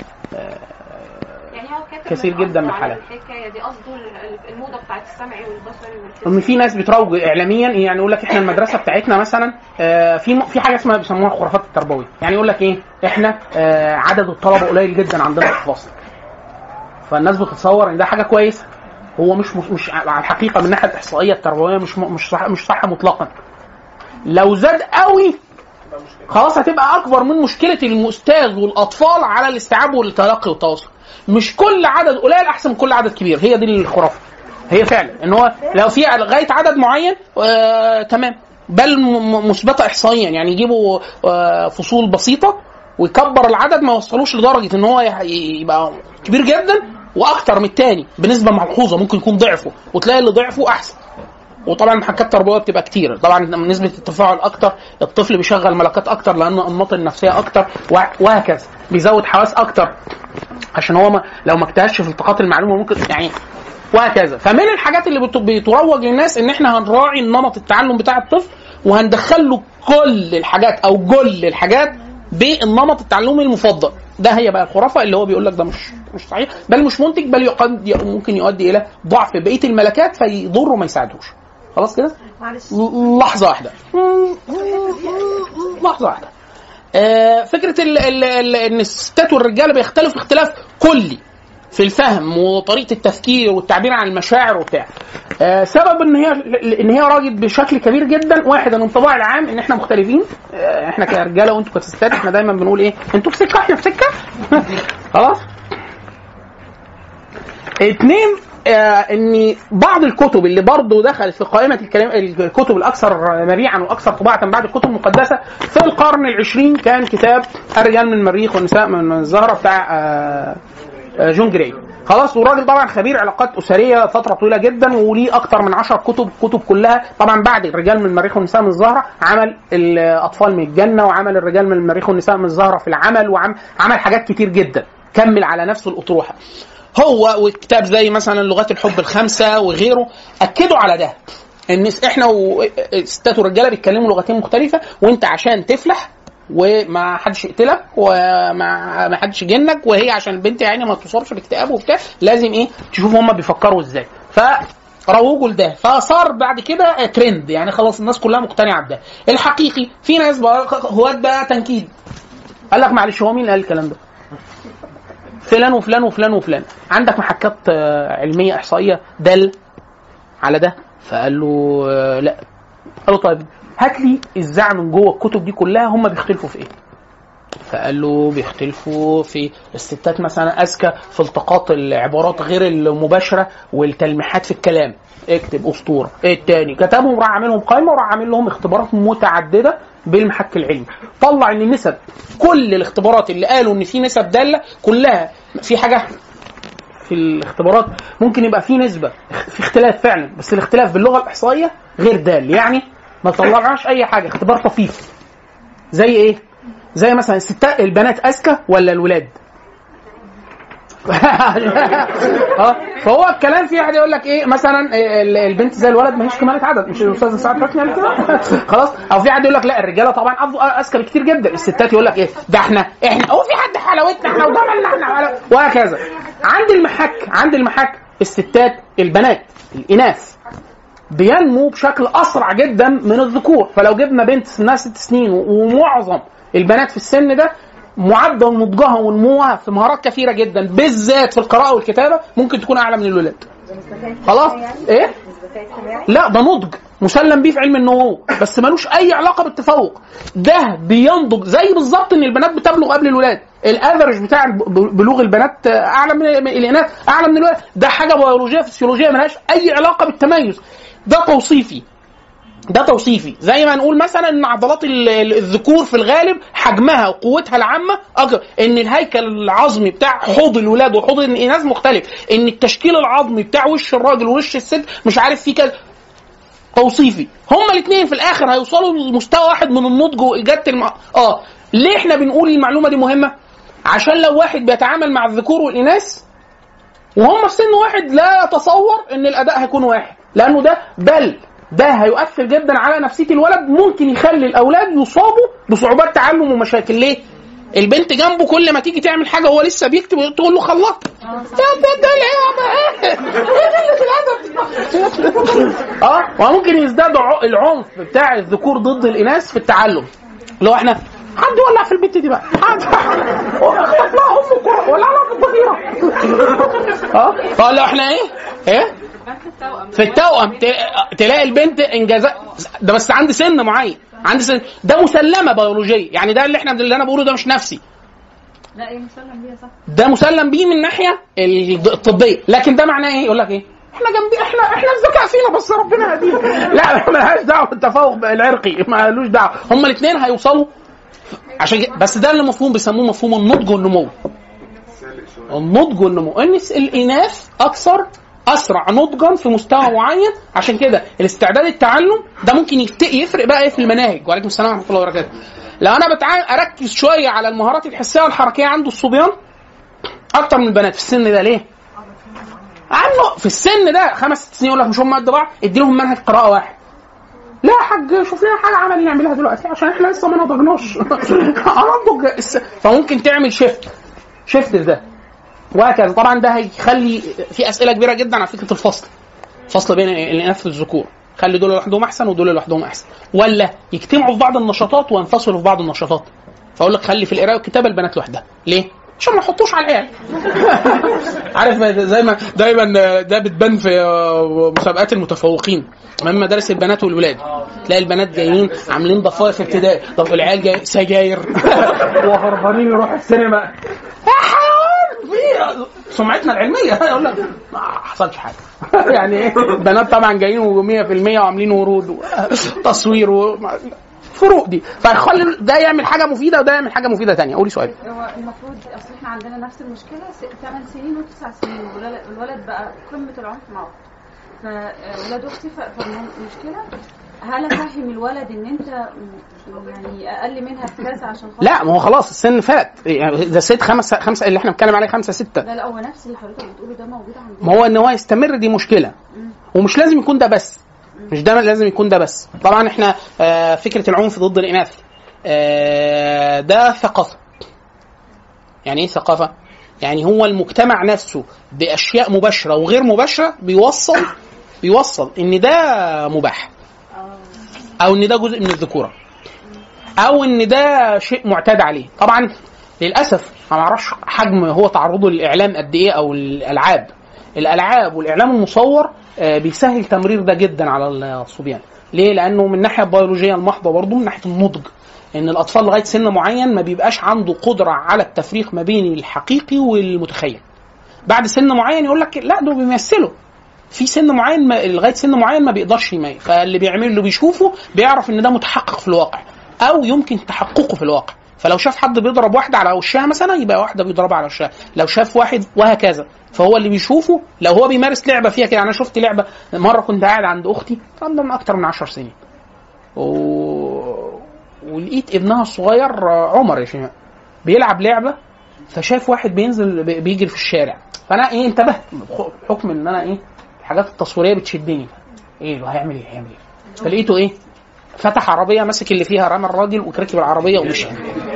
يعني هو كثير جدا من الحالات. الحكايه دي قصده الموضه بتاعت السمعي والبصري والحسي. ان في ناس بتروج اعلاميا، يعني يقول لك احنا المدرسه بتاعتنا مثلا في في حاجه اسمها بيسموها الخرافات التربويه، يعني يقول لك ايه احنا عدد الطلبه قليل جدا عندنا في الفصل، فالناس بتتصور ان ده حاجه كويسه. هو مش مش على الحقيقه من الناحيه الاحصائيه التربويه مش مش صح مش صح مطلقا. لو زاد قوي خلاص هتبقى اكبر من مشكله الاستاذ والاطفال على الاستيعاب والتلقي والتواصل. مش كل عدد قليل احسن من كل عدد كبير، هي دي الخرافه. هي فعلا ان هو لو في لغايه عدد معين آه تمام، بل مثبته احصائيا، يعني يجيبوا آه فصول بسيطه ويكبر العدد ما يوصلوش لدرجه ان هو يبقى كبير جدا واكتر من الثاني بنسبه ملحوظه، ممكن يكون ضعفه وتلاقي اللي ضعفه احسن. وطبعا محاكات تربويه بتبقى كتير، طبعا نسبه التفاعل اكتر، الطفل بيشغل ملكات اكتر لان انماط النفسيه اكتر، وهكذا بيزود حواس اكتر عشان هو ما لو ما اجتهدش في التقاط المعلومه ممكن يعني وهكذا. فمن الحاجات اللي بتروج للناس ان احنا هنراعي نمط التعلم بتاع الطفل وهندخل له كل الحاجات او كل الحاجات بالنمط التعلمي المفضل. ده هي بقى الخرافه اللي هو بيقول لك ده مش مش صحيح، بل مش منتج، بل يقد ممكن يؤدي الى ضعف بقيه الملكات فيضره وما يساعدوش. خلاص كده لحظه واحده لحظه واحده آه فكره ال ال ال ان الستات والرجاله بيختلفوا اختلاف كلي في الفهم وطريقه التفكير والتعبير عن المشاعر وبتاع. آه سبب ان هي ان هي راجل بشكل كبير جدا. واحد الانطباع العام ان احنا مختلفين، آه احنا كرجاله وانتوا كستات، احنا دايما بنقول ايه انتوا في سكه احنا في سكه خلاص. اتنين آه ان بعض الكتب اللي برضه دخلت في قائمه الكلام الكتب الاكثر مبيعا واكثر طباعه بعد الكتب المقدسه في القرن العشرين كان كتاب الرجال من المريخ والنساء من الزهره بتاع آه جون جراي. خلاص. والراجل طبعا خبير علاقات اسريه فتره طويله جدا، وليه اكتر من عشر كتب كتب كلها طبعا بعد الرجال من المريخ والنساء من الزهره. عمل الاطفال من الجنه، وعمل الرجال من المريخ والنساء من الزهره في العمل، وعمل حاجات كتير جدا، كمل على نفس الاطروحه. هو وكتاب زي مثلا لغات الحب الخمسه وغيره اكدوا على ده، ان احنا وستات والرجاله بيتكلموا لغتين مختلفه، وانت عشان تفلح وما حدش يقتلك وما ما حدش يجنك، وهي عشان البنت يعني ما تصابش باكتئاب وبتاع، لازم ايه تشوف هم بيفكروا ازاي. فروجوا لده، فصار بعد كده ترند، يعني خلاص الناس كلها مقتنعه بده. الحقيقي في ناس هوات بقى تنكيد، قال لك معلش هو مين اللي قال الكلام ده؟ فلان وفلان وفلان وفلان. عندك محكات علميه احصائيه دل على ده؟ فقال له لا. قال له طيب هات لي الزع من جوه الكتب دي كلها هم بيختلفوا في ايه؟ فقال له بيختلفوا في الستات مثلا اذكى في التقاط العبارات غير المباشره والتلميحات في الكلام، اكتب اسطوره. ايه التاني؟ كتبهم راح عاملهم قائمه وراح عامل لهم اختبارات متعدده بالمحك العلمي، طلع ان نسب كل الاختبارات اللي قالوا ان في نسب داله كلها في حاجه في الاختبارات ممكن يبقى في نسبه في اختلاف فعلا، بس الاختلاف باللغه الاحصائيه غير دال، يعني ما طلعناش اي حاجه. اختبار طفيف زي ايه؟ زي مثلا الستات البنات اذكى ولا الولاد؟ اه فهو الكلام فيه واحد يقول لك ايه مثلا البنت زي الولد ما هيش كمالة عدد، مش الاستاذ سعد فاكر يعني كده خلاص. او في حد يقول لك لا الرجاله طبعا اذكى كتير جدا، الستات يقول لك ايه ده احنا احنا هو في حد حلاوتنا احنا وجمالنا احنا وهكذا. عند المحك عند المحك الستات البنات الاناث بينمو بشكل اسرع جدا من الذكور. فلو جبنا بنت سنها ست سنين ومعظم البنات في السن ده معدل نضجها ونموها في مهارات كثيره جدا بالذات في القراءه والكتابه ممكن تكون اعلى من الولاد. خلاص ايه؟ لا ده نضج مسلم بيه في علم النمو، بس ملوش اي علاقه بالتفوق. ده بينضج زي بالظبط ان البنات بتبلغ قبل الولاد، الافرج بتاع بلوغ البنات اعلى من الاناث اعلى من الولاد. ده حاجه بيولوجيه فسيولوجيه ملهاش اي علاقه بالتميز، ده توصيفي. ده توصيفي زي ما نقول مثلا ان عضلات الذكور في الغالب حجمها وقوتها العامه اكبر، ان الهيكل العظمي بتاع حوض الولاد وحوض الاناث مختلف، ان التشكيل العظمي بتاع وش الراجل ووش الست مش عارف فيه كذا. توصيفي. هما الاثنين في الاخر هيوصلوا لمستوى واحد من النضج واجاده الم... اه ليه احنا بنقول المعلومه دي مهمه؟ عشان لو واحد بيتعامل مع الذكور والاناث وهم في سن واحد لا يتصور ان الاداء هيكون واحد، لانه ده بل ده هيؤثر جدا على نفسيه الولد، ممكن يخلي الاولاد يصابوا بصعوبات تعلم ومشاكل. ليه؟ البنت جنبه كل ما تيجي تعمل حاجه هو لسه بيكتب تقول له خلصت. اه وممكن يزداد العنف بتاع الذكور ضد الاناث في التعلم. لو احنا حد ولع في البنت دي بقى حد اخطف لها ام الكره ولا لها في الضغيره اه فلو احنا ايه ايه في التوأم تلاقي البنت انجازات ده بس عند سن معين، عند سن ده مسلمه بيولوجيه، يعني ده اللي احنا اللي انا بقوله ده مش نفسي، لا ايه مسلم بيه صح، ده مسلم بيه من الناحيه الطبيه. لكن ده معناه ايه؟ يقول لك ايه احنا جنبي احنا احنا الذكاء فينا بس ربنا يهدينا. لا مالهاش دعوه بالتفوق العرقي، مالوش دعوه، هما الاثنين هيوصلوا عشان بس ده اللي مفهوم بيسموه مفهوم النضج والنمو. النضج والنمو ان الاناث اكثر اسرع نضجا في مستوى معين، عشان كده الاستعداد التعلم ده ممكن يفرق بقى ايه في المناهج. وعليكم السلام ورحمه الله وبركاته. لو انا بتعامل اركز شويه على المهارات الحسيه والحركيه عند الصبيان اكتر من البنات في السن ده. ليه؟ عنه في السن ده خمس ست سنين يقول لك مش هم قد بعض، ادي لهم منهج قراءه واحد. لا يا حاج شوف لنا حاجه عمليه نعملها دلوقتي عشان احنا لسه ما نضجناش. انضج فممكن تعمل شيفت شيفت ده وهكذا. طبعا ده هيخلي في اسئله كبيره جدا على فكره الفصل، فصل بين الاناث والذكور، خلي دول لوحدهم احسن ودول لوحدهم احسن، ولا يجتمعوا في بعض النشاطات وينفصلوا في بعض النشاطات. فاقول لك خلي في القراءه والكتابه البنات لوحدها. ليه؟ عشان ما يحطوش على العيال. عارف زي ما دايما ده بتبان في مسابقات المتفوقين امام مدارس البنات والولاد، تلاقي البنات جايين عاملين ضفاير في ابتدائي، طب العيال جاي سجاير وهربانين يروحوا السينما. في سمعتنا العلميه يقول لك ما حصلش حاجه يعني ايه بنات طبعا جايين مية في المية وعاملين ورود وتصوير و... فروق دي فخلي ده يعمل حاجه مفيده وده يعمل حاجه مفيده ثانيه. قولي سؤال. هو المفروض اصل احنا عندنا نفس المشكله ثمان سنين وتسع سنين والولد بقى قمه العنف معه فولاد اختي فالمشكله هل افهم الولد ان انت يعني اقل منها بكذا عشان خاطر لا ما هو خلاص السن فات يعني ده ست خمسه خمسه اللي احنا بنتكلم عليه خمسه سته. لا لا هو نفس اللي حضرتك بتقوله ده موجود عندنا. ما هو ان هو يستمر دي مشكله ومش لازم يكون ده بس مش ده لازم يكون ده بس. طبعا احنا آه فكره العنف ضد الاناث آه ده ثقافه. يعني ايه ثقافه؟ يعني هو المجتمع نفسه باشياء مباشره وغير مباشره بيوصل بيوصل ان ده مباح او ان ده جزء من الذكوره او ان ده شيء معتاد عليه. طبعا للاسف ما اعرفش حجم هو تعرضه للاعلام قد ايه او الالعاب الالعاب والاعلام المصور بيسهل تمرير ده جدا على الصبيان. ليه؟ لانه من ناحيه بيولوجيه المحضه برضه من ناحيه النضج ان الاطفال لغايه سن معين ما بيبقاش عنده قدره على التفريق ما بين الحقيقي والمتخيل. بعد سن معين يقول لك لا دول بيمثلوا في سن معين لغايه سن معين ما بيقدرش يميز فاللي بيعمل اللي بيشوفه بيعرف ان ده متحقق في الواقع او يمكن تحققه في الواقع. فلو شاف حد بيضرب واحده على وشها مثلا يبقى واحده بيضربها على وشها. لو شاف واحد وهكذا فهو اللي بيشوفه. لو هو بيمارس لعبه فيها كده. انا شفت لعبه مره كنت قاعد عند اختي من اكتر من عشر سنين و... ولقيت ابنها الصغير عمر يا شيخ بيلعب لعبه فشاف واحد بينزل بيجري في الشارع فانا ايه انتبهت بحكم ان انا ايه الحاجات التصويريه بتشدني ايه هو هيعمل ايه هيعمل ايه فلقيته ايه فتح عربيه مسك اللي فيها رمى الراجل وركب العربيه ومشي.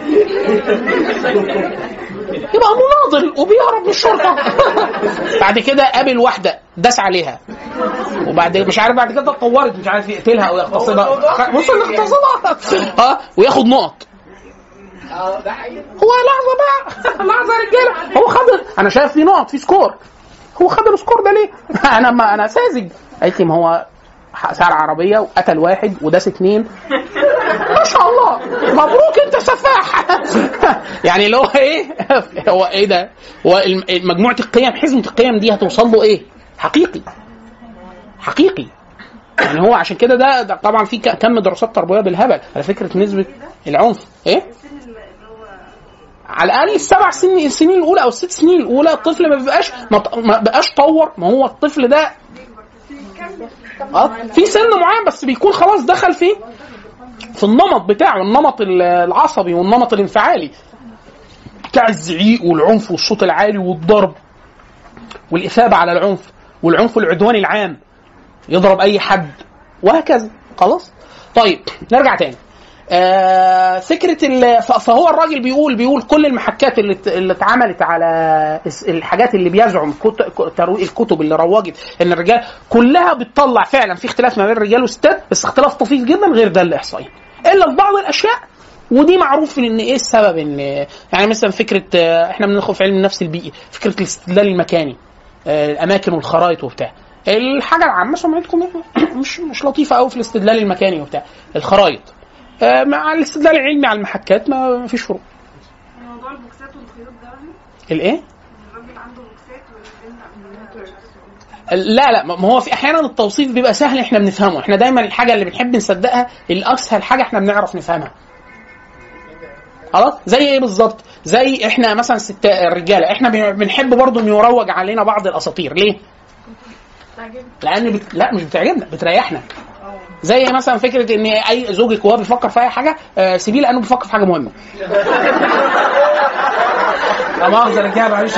يبقى مناضل وبيهرب من الشرطه. بعد كده قابل واحده داس عليها وبعد مش عارف بعد كده اتطورت مش عارف يقتلها او يغتصبها وصل يغتصبها اه وياخد نقط. هو لحظه بقى لحظه يا رجاله هو خد انا شايف في نقط في سكور هو خد السكور ده ليه؟ انا ما انا ساذج. قالت لي ما هو سعر عربيه وقتل واحد وداس اثنين ما شاء الله مبروك انت سفاح. يعني اللي هو ايه هو ايه ده هو مجموعه القيم حزمه القيم دي هتوصل له ايه حقيقي حقيقي. يعني هو عشان كده ده, ده طبعا في كم دراسات تربويه بالهبل على فكره نسبه العنف ايه على الاقل السبع سنين السنين الاولى او الست سنين الاولى الطفل ما بيبقاش ما بقاش طور. ما هو الطفل ده اه في سن معين بس بيكون خلاص دخل فيه في النمط بتاعه النمط العصبي والنمط الانفعالي بتاع الزعيق والعنف والصوت العالي والضرب والاثابه على العنف والعنف العدواني العام يضرب اي حد وهكذا. خلاص طيب نرجع تاني. آه فكره فهو الراجل بيقول بيقول كل المحكات اللي اللي اتعملت على الحاجات اللي بيزعم الكتب اللي روجت ان الرجال كلها بتطلع فعلا في اختلاف ما بين الرجال والستات بس اختلاف طفيف جدا غير ده الاحصائي الا في بعض الاشياء ودي معروف ان ايه السبب. ان يعني مثلا فكره احنا بندخل في علم النفس البيئي فكره الاستدلال المكاني الاماكن والخرائط وبتاع الحاجه العامه سمعتكم مش مش لطيفه قوي في الاستدلال المكاني وبتاع الخرائط مع الاستدلال العلمي على المحكات ما فيش فروق. موضوع البوكسات والخيوط ده الايه الراجل عنده بوكسات لا لا ما هو في احيانا التوصيف بيبقى سهل احنا بنفهمه. احنا دايما الحاجه اللي بنحب نصدقها الاسهل حاجه احنا بنعرف نفهمها. خلاص زي ايه بالظبط؟ زي احنا مثلا ست الرجاله احنا بنحب برضو ان يروج علينا بعض الاساطير. ليه؟ لان بت... لا مش بتعجبنا بتريحنا. زي مثلا فكره ان اي زوجك وهو بيفكر في اي حاجه آه سيبيه لانه بيفكر في حاجه مهمه. لا مؤاخذه رجاله معلش.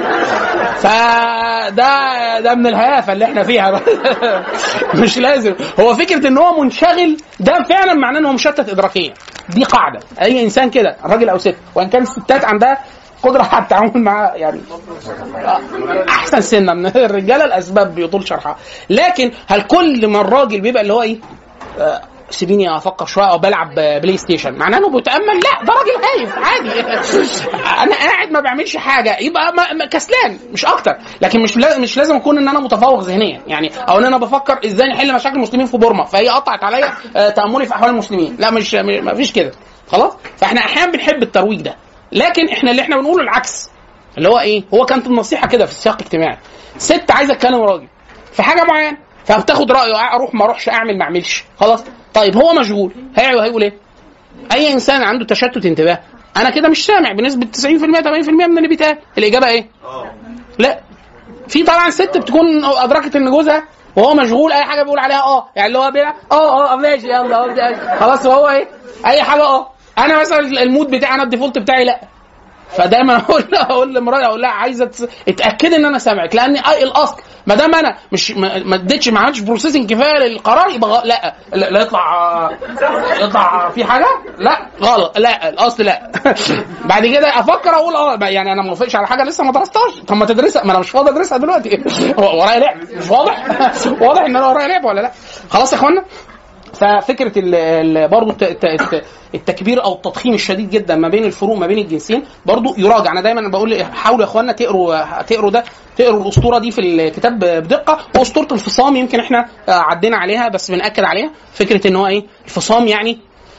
فده ده من الهيافه اللي احنا فيها. مش لازم هو فكره ان هو منشغل ده فعلا معناه ان هو مشتت ادراكيا. دي قاعده اي انسان كده راجل او ست وان كان الستات عندها قدره على التعامل مع يعني احسن سنه من الرجاله الاسباب بيطول شرحها. لكن هل كل ما الراجل بيبقى اللي هو ايه آه سيبيني افكر شويه او بلعب بلاي ستيشن معناه انه بيتامل؟ لا ده راجل هايف عادي. انا قاعد ما بعملش حاجه يبقى كسلان مش اكتر. لكن مش مش لازم اكون ان انا متفوق ذهنيا يعني او ان انا بفكر ازاي نحل مشاكل المسلمين في بورما فهي قطعت عليا تاملي في احوال المسلمين. لا مش ما فيش كده. خلاص فاحنا احيانا بنحب الترويج ده لكن احنا اللي احنا بنقوله العكس اللي هو ايه؟ هو كانت النصيحه كده في السياق الاجتماعي، ست عايزه تكلم راجل في حاجه معينه فبتاخد رايه، اروح ما اروحش، اعمل ما اعملش، خلاص. طيب هو مشغول، هيقول ايه؟ اي انسان عنده تشتت انتباه انا كده مش سامع بنسبه تسعين في المية ثمانين في المية من اللي بيتقال. الاجابه ايه؟ لا. في طبعا ست بتكون ادركت ان جوزها وهو مشغول اي حاجه بيقول عليها اه، يعني اللي هو بيلعب اه اه ماشي يلا خلاص، وهو ايه اي حاجه اه. انا مثلا المود بتاعي انا الديفولت بتاعي لا، فدايما اقول لها اقول لمراتي اقول لها عايزه اتاكدي ان انا سامعك، لان الاصل ما دام انا مش ما اديتش ما عملتش بروسيسنج كفايه للقرار يبقى لا لا يطلع يطلع في حاجه لا غلط، لا الاصل لا. بعد كده افكر اقول اه يعني انا ما موافقش على حاجه لسه ما درستهاش، طب ما تدرسها، ما انا مش فاضي ادرسها دلوقتي. ورايا لعب مش واضح؟ واضح ان انا ورايا لعب ولا لا؟ خلاص يا اخوانا. ففكره برضه التكبير او التضخيم الشديد جدا ما بين الفروق ما بين الجنسين برضه يراجع. انا دايما بقول حاولوا يا اخوانا تقروا تقروا ده تقروا الاسطوره دي في الكتاب بدقه. واسطوره الفصام يمكن احنا عدينا عليها بس بنأكد عليها، فكره ان هو ايه الفصام يعني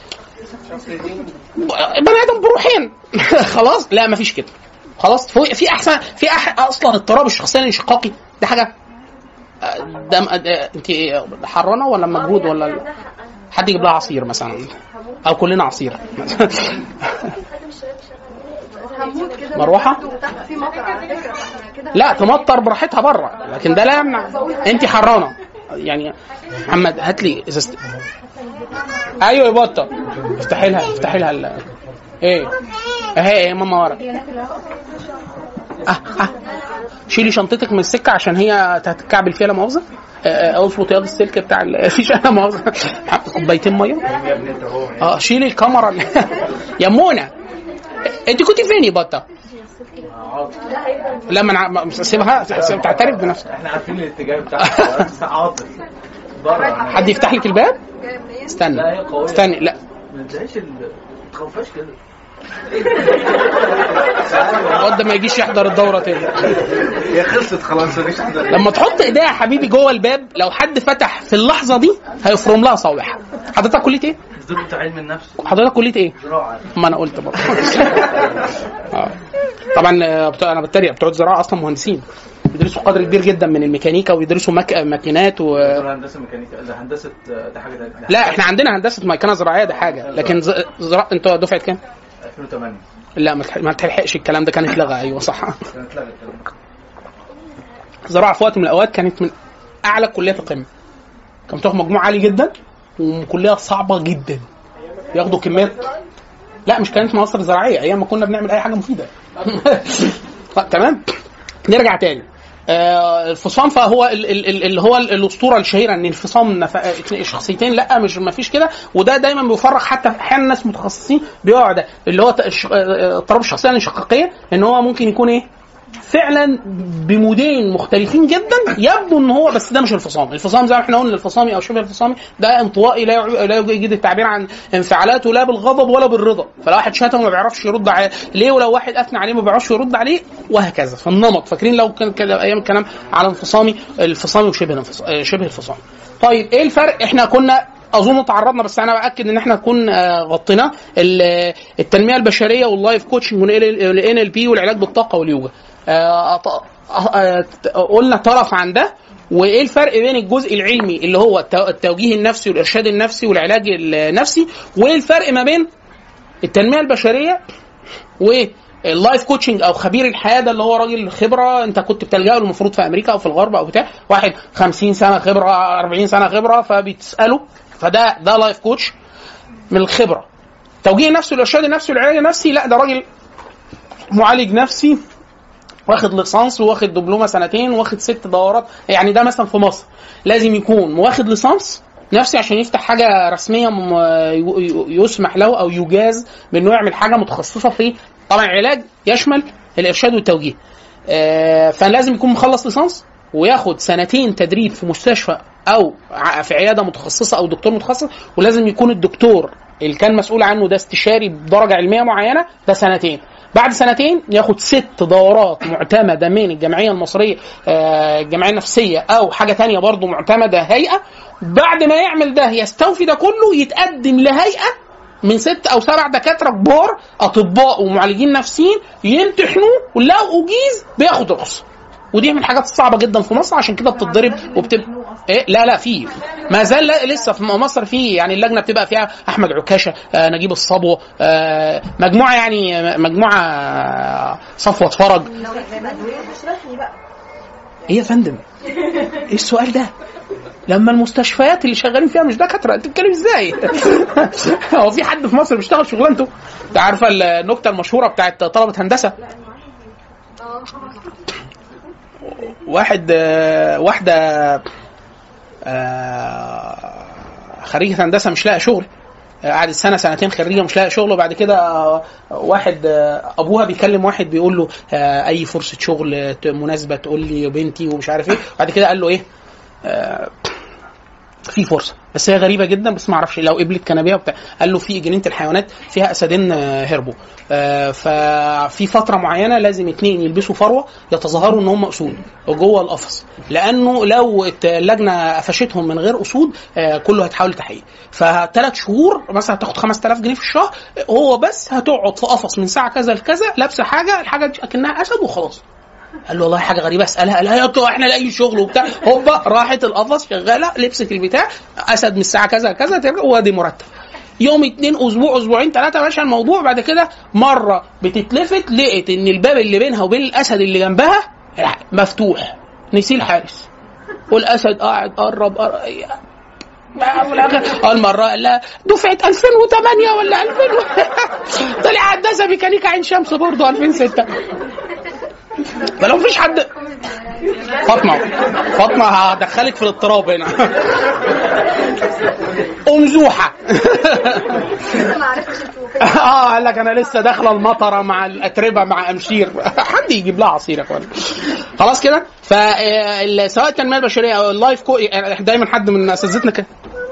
بني ادم بروحين. خلاص لا مفيش كده خلاص. في احسن في أح اصلا اضطراب الشخصيه الانشقاقي ده حاجه ده انت حرانه ولا مجهود ولا حد يجيب لها عصير مثلا او كلنا عصير. مروحه لا تمطر براحتها بره، لكن ده لا يمنع. انت حرانه يعني محمد هات لي ازازه. ايوه يا بطه افتحي لها افتحي لها ال... ايه اهي ماما ورا. اه اه شيلي شنطتك من السكه عشان هي هتتكعبل فيها لا مؤاخذه. اظبط ياض السلك بتاع مفيش انا مؤاخذه. كوبايتين ميه. اه شيلي الكاميرا. يا منى انت كنت فين يا بطه؟ لا ما سيبها تعترف بنفسك. احنا عارفين الاتجاه بتاعها. عاطف حد يفتح لك الباب. استنى استنى لا ما تلاقيش تخوفش كده. الواد ده ما يجيش يحضر الدوره تاني. هي خلصت خلاص مفيش حد. لما تحط ايديها يا حبيبي جوه الباب لو حد فتح في اللحظه دي هيفرم لها صوابعها. حضرتك كليه ايه؟ ضد علم النفس. حضرتك كليه ايه؟ زراعه. ما انا قلت برضه. طبعا انا بتريق بتوع الزراعه اصلا مهندسين بيدرسوا قدر كبير جدا من الميكانيكا ويدرسوا مك... ماكينات و هندسه ميكانيكا. ده هندسه ده حاجه ثانيه. لا احنا عندنا هندسه ميكانه زراعيه ده حاجه، لكن ز... زراعه انتوا دفعه كام؟ ألفين وثمانية. لا ما تلحقش الكلام ده كان اتلغى. ايوه صح كانت اتلغى الكلام. زراعه في وقت من الاوقات كانت من اعلى كليات القمه، كان بتاخد مجموع عالي جدا وكليه صعبه جدا ياخدوا كميات. لا مش كانت مصر زراعيه ايام ما كنا بنعمل اي حاجه مفيده. تمام نرجع تاني. آه الفصام فهو اللي هو الاسطوره الشهيره ان الفصام شخصيتين، لا مش ما فيش كده. وده دايما بيفرق حتى احيانا ناس متخصصين بيقعوا ده اللي هو اضطراب الشخصيه الانشقاقيه، ان هو ممكن يكون ايه فعلا بمودين مختلفين جدا يبدو ان هو بس ده مش الفصام. الفصام زي ما احنا قلنا الفصامي او شبه الفصامي ده انطوائي لا يجد التعبير عن انفعالاته لا بالغضب ولا بالرضا، فلو واحد شتمه ما بيعرفش يرد عليه ولو واحد اثنى عليه ما بيعرفش يرد عليه وهكذا. فالنمط فاكرين لو كان كده ايام الكلام على الفصامي الفصامي وشبه شبه الفصام. طيب ايه الفرق؟ احنا كنا اظن تعرضنا بس انا باكد ان احنا نكون غطينا التنميه البشريه واللايف كوتشنج والان ال بي والعلاج بالطاقه واليوجا. قلنا طرف عن ده. وايه الفرق بين الجزء العلمي اللي هو التوجيه النفسي والارشاد النفسي والعلاج النفسي، وايه الفرق ما بين التنميه البشريه واللايف كوتشنج او خبير الحياه ده اللي هو راجل خبره انت كنت بتلجأ له المفروض في امريكا او في الغرب او بتاع واحد خمسين سنه خبره أربعين سنه خبره فبتساله، فده ده لايف كوتش من الخبره. توجيه النفسي والارشاد النفسي والعلاج النفسي لا ده راجل معالج نفسي واخد ليسانس واخد دبلومه سنتين واخد ست دورات. يعني ده مثلا في مصر لازم يكون واخد ليسانس نفسي عشان يفتح حاجه رسميه يسمح له او يجاز بانه يعمل حاجه متخصصه في طبعا العلاج يشمل الارشاد والتوجيه. فلازم يكون مخلص ليسانس وياخد سنتين تدريب في مستشفى او في عياده متخصصه او دكتور متخصص، ولازم يكون الدكتور اللي كان مسؤول عنه ده استشاري بدرجه علميه معينه ده سنتين. بعد سنتين ياخد ست دورات معتمده من الجمعيه المصريه الجمعيه النفسيه او حاجه تانية برضو معتمده هيئه. بعد ما يعمل ده يستوفي ده كله يتقدم لهيئه من ست او سبع دكاتره كبار اطباء ومعالجين نفسيين يمتحنوا ولو اجيز بياخد رخصه. ودي من الحاجات الصعبه جدا في مصر، عشان كده بتتضرب وبتبقى إيه. لا لا في ما زال لسه في مصر في يعني اللجنه بتبقى فيها احمد عكاشه، آه نجيب الصبو، آه مجموعه يعني مجموعه آه صفوه فرج. ايه يا فندم ايه السؤال ده؟ لما المستشفيات اللي شغالين فيها مش دكاتره انت بتتكلم ازاي؟ هو في حد في مصر بيشتغل شغلانته؟ انت عارفه النكته المشهوره بتاعت طلبه هندسه؟ واحد واحده خريجه هندسه مش لاقي شغل، قعدت سنه سنتين خريجه مش لاقي شغل، وبعد كده واحد ابوها بيكلم واحد بيقول له اي فرصه شغل مناسبه تقول لي يا بنتي ومش عارف ايه. بعد كده قال له ايه في فرصه بس هي غريبه جدا بس ما اعرفش لو قبلت كنبيه وبتاع. قال له في جنينه الحيوانات فيها اسدين هربوا، ففي فتره معينه لازم اتنين يلبسوا فروه يتظاهروا ان هم اسود جوه القفص، لانه لو اللجنه قفشتهم من غير اسود كله هيتحول تحقيق. فثلاث شهور مثلا هتاخد خمسة آلاف جنيه في الشهر، هو بس هتقعد في قفص من ساعه كذا لكذا لابسه حاجه الحاجه اكنها اسد وخلاص. قال له والله حاجه غريبه اسالها، قال يا تو احنا لاقي شغل وبتاع. هوبا راحت القفص شغاله لبست البتاع اسد من الساعه كذا كذا ترجع وادي مرتب. يوم اتنين اسبوع اسبوعين ثلاثه ماشي الموضوع. بعد كده مره بتتلفت لقيت ان الباب اللي بينها وبين الاسد اللي جنبها مفتوح، نسي الحارس والاسد قاعد قرب قرب المره قال لها دفعه ألفين وثمانية ولا ألفين طلع هندسه ميكانيكا عين شمس برضه ألفين وستة. فلو مفيش حد فاطمه فاطمه هدخلك في الاضطراب هنا. امزوحه اه قال لك انا لسه داخله المطره مع الاتربه مع امشير. حد يجيب لها عصير يا اخوان. خلاص كده. فسواء التنميه البشريه او اللايف كو دايما حد من اساتذتنا كده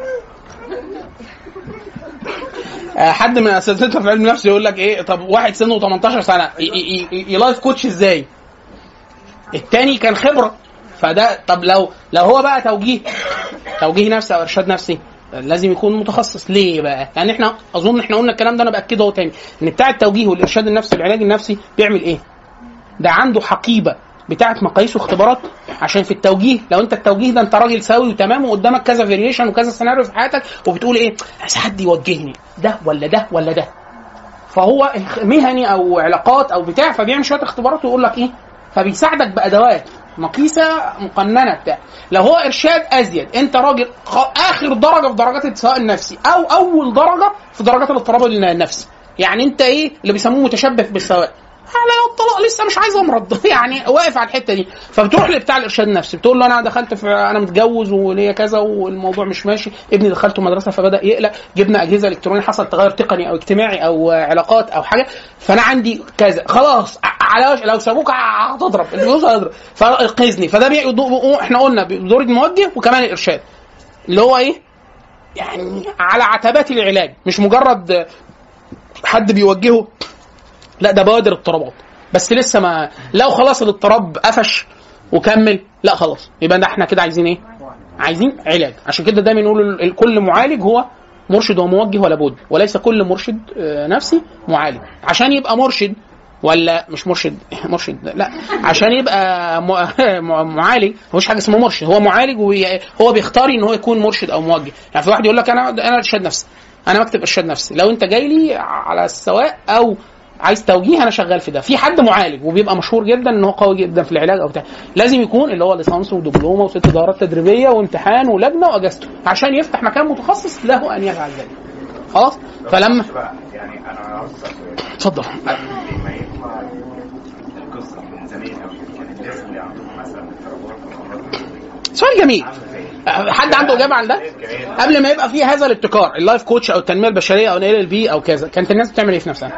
حد من اساتذتنا في علم النفس يقول لك ايه طب واحد سنه تمنتاشر سنه يلايف كوتش ازاي؟ التاني كان خبره. فده طب لو لو هو بقى توجيه توجيه نفسي او ارشاد نفسي لازم يكون متخصص. ليه بقى؟ يعني احنا اظن احنا قلنا الكلام ده انا باكده تاني ان بتاع التوجيه والارشاد النفسي والعلاج النفسي بيعمل ايه؟ ده عنده حقيبه بتاعه مقاييس واختبارات. عشان في التوجيه لو انت التوجيه ده انت راجل سوي وتمام وقدامك كذا فيريشن وكذا سيناريو في حياتك وبتقول ايه عايز حد يوجهني ده ولا ده ولا ده، فهو مهني او علاقات او بتاع فبيعمل شويه اختبارات ويقول لك ايه، فبيساعدك بادوات مقيسه مقننه بتاع. لو هو ارشاد ازيد انت راجل اخر درجه في درجات السواء النفسي او اول درجه في درجات الاضطراب النفسي، يعني انت ايه اللي بيسموه متشبث بالسواء على الطلاق لسه مش عايز امرض يعني واقف على الحته دي. فبتروح لبتاع الارشاد النفسي بتقول له انا دخلت في انا متجوز وليا كذا والموضوع مش ماشي، ابني دخلته مدرسه فبدا يقلق، جبنا اجهزه الكترونيه حصل تغير تقني او اجتماعي او علاقات او حاجه، فانا عندي كذا خلاص على لو سابوك هتضرب الفلوس هتضرب فانقذني. فده بي... احنا قلنا بدور الموجه وكمان الارشاد اللي هو ايه يعني على عتبات العلاج، مش مجرد حد بيوجهه، لا ده بوادر اضطرابات بس لسه ما لو خلاص الاضطراب قفش وكمل لا خلاص يبقى ده احنا كده عايزين ايه؟ عايزين علاج. عشان كده دايما نقول كل معالج هو مرشد وموجه ولا بد، وليس كل مرشد نفسي معالج. عشان يبقى مرشد ولا مش مرشد مرشد لا عشان يبقى معالج مفيش حاجه اسمها مرشد، هو معالج وهو بيختار ان هو يكون مرشد او موجه. يعني في واحد يقول لك انا انا ارشاد نفسي، انا مكتب ارشاد نفسي، لو انت جاي لي على السواء او عايز توجيه انا شغال في ده. في حد معالج وبيبقى مشهور جدا ان هو قوي جدا في العلاج او بتاع، لازم يكون اللي هو ليسانس ودبلومه وست دورات تدريبيه وامتحان ولجنه واجازته عشان يفتح مكان متخصص له ان يفعل ذلك. خلاص. فلما يعني انا عاوز اتفضل قبل ما يطلع القصه من زمان قوي كان الناس اللي عندهم مثلا سؤال جميل. حد عنده اجابه عن ده؟ قبل ما يبقى فيه هذا الابتكار اللايف كوتش او التنميه البشريه او ال ال بي او كذا، كانت الناس بتعمل ايه في نفسها؟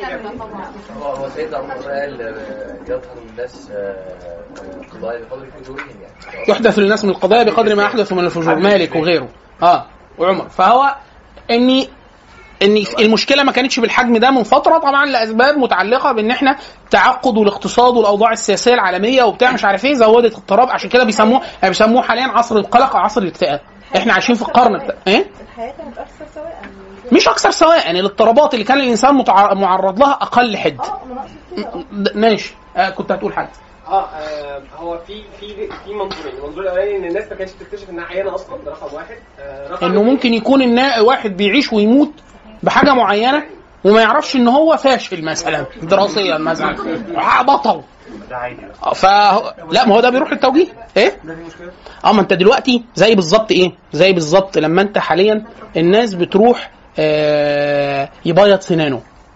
هو سيدنا عمر قال يظهر الناس قضايا بقدر فجورهم، يعني يحدث للناس من القضايا بقدر ما يحدث من الفجور، مالك وغيره اه وعمر. فهو اني ان المشكله ما كانتش بالحجم ده من فتره طبعا لاسباب متعلقه بان احنا تعقد والاقتصاد والاوضاع السياسيه العالميه وبتاع مش عارف ايه زودت اضطراب. عشان كده بيسموه يعني بيسموه حاليا عصر القلق او عصر الاكتئاب. احنا عايشين في القرن بتاع ايه الحياه كانت اكثر سواء مش اكثر سواء، يعني الاضطرابات اللي كان الانسان متع... معرض لها اقل حد. ماشي. آه كنت هتقول حاجه. اه هو في في في منظورين. المنظور الاولاني ان الناس ما كانتش بتكتشف انها عيانه اصلا، ده رقم واحد. آه رقم انه ممكن يكون ان واحد بيعيش ويموت بحاجه معينه وما يعرفش ان هو فاشل مثلا دراسيا مثلا بطل. ده عادي. ف لا ما هو ده بيروح للتوجيه. ايه ده في مشكله. اه ما انت دلوقتي زي بالظبط ايه زي بالظبط لما انت حاليا الناس بتروح آه يبيض سنانه.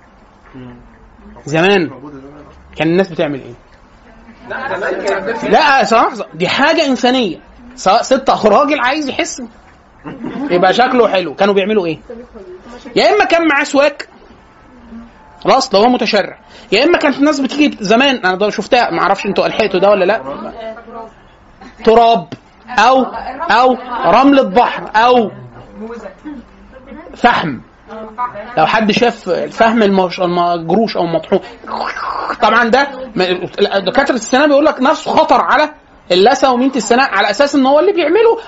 زمان كان الناس بتعمل ايه؟ لا زمان كان لا صراحه دي حاجه انسانيه، سواء ست او راجل عايز يحس يبقى شكله حلو. كانوا بيعملوا ايه؟ يا اما كان معاه سواك خلاص لو هو متشرع، يا اما كانت الناس بتيجي زمان انا ده شفتها ما اعرفش انتوا لحقتوا ده ولا لا، تراب او او رمله بحر او فحم. لو حد شاف الفحم المجروش او المطحون طبعا ده دكاتره السنان بيقول لك نفسه خطر على اللثه ومينه السنان على اساس ان هو اللي بيعمله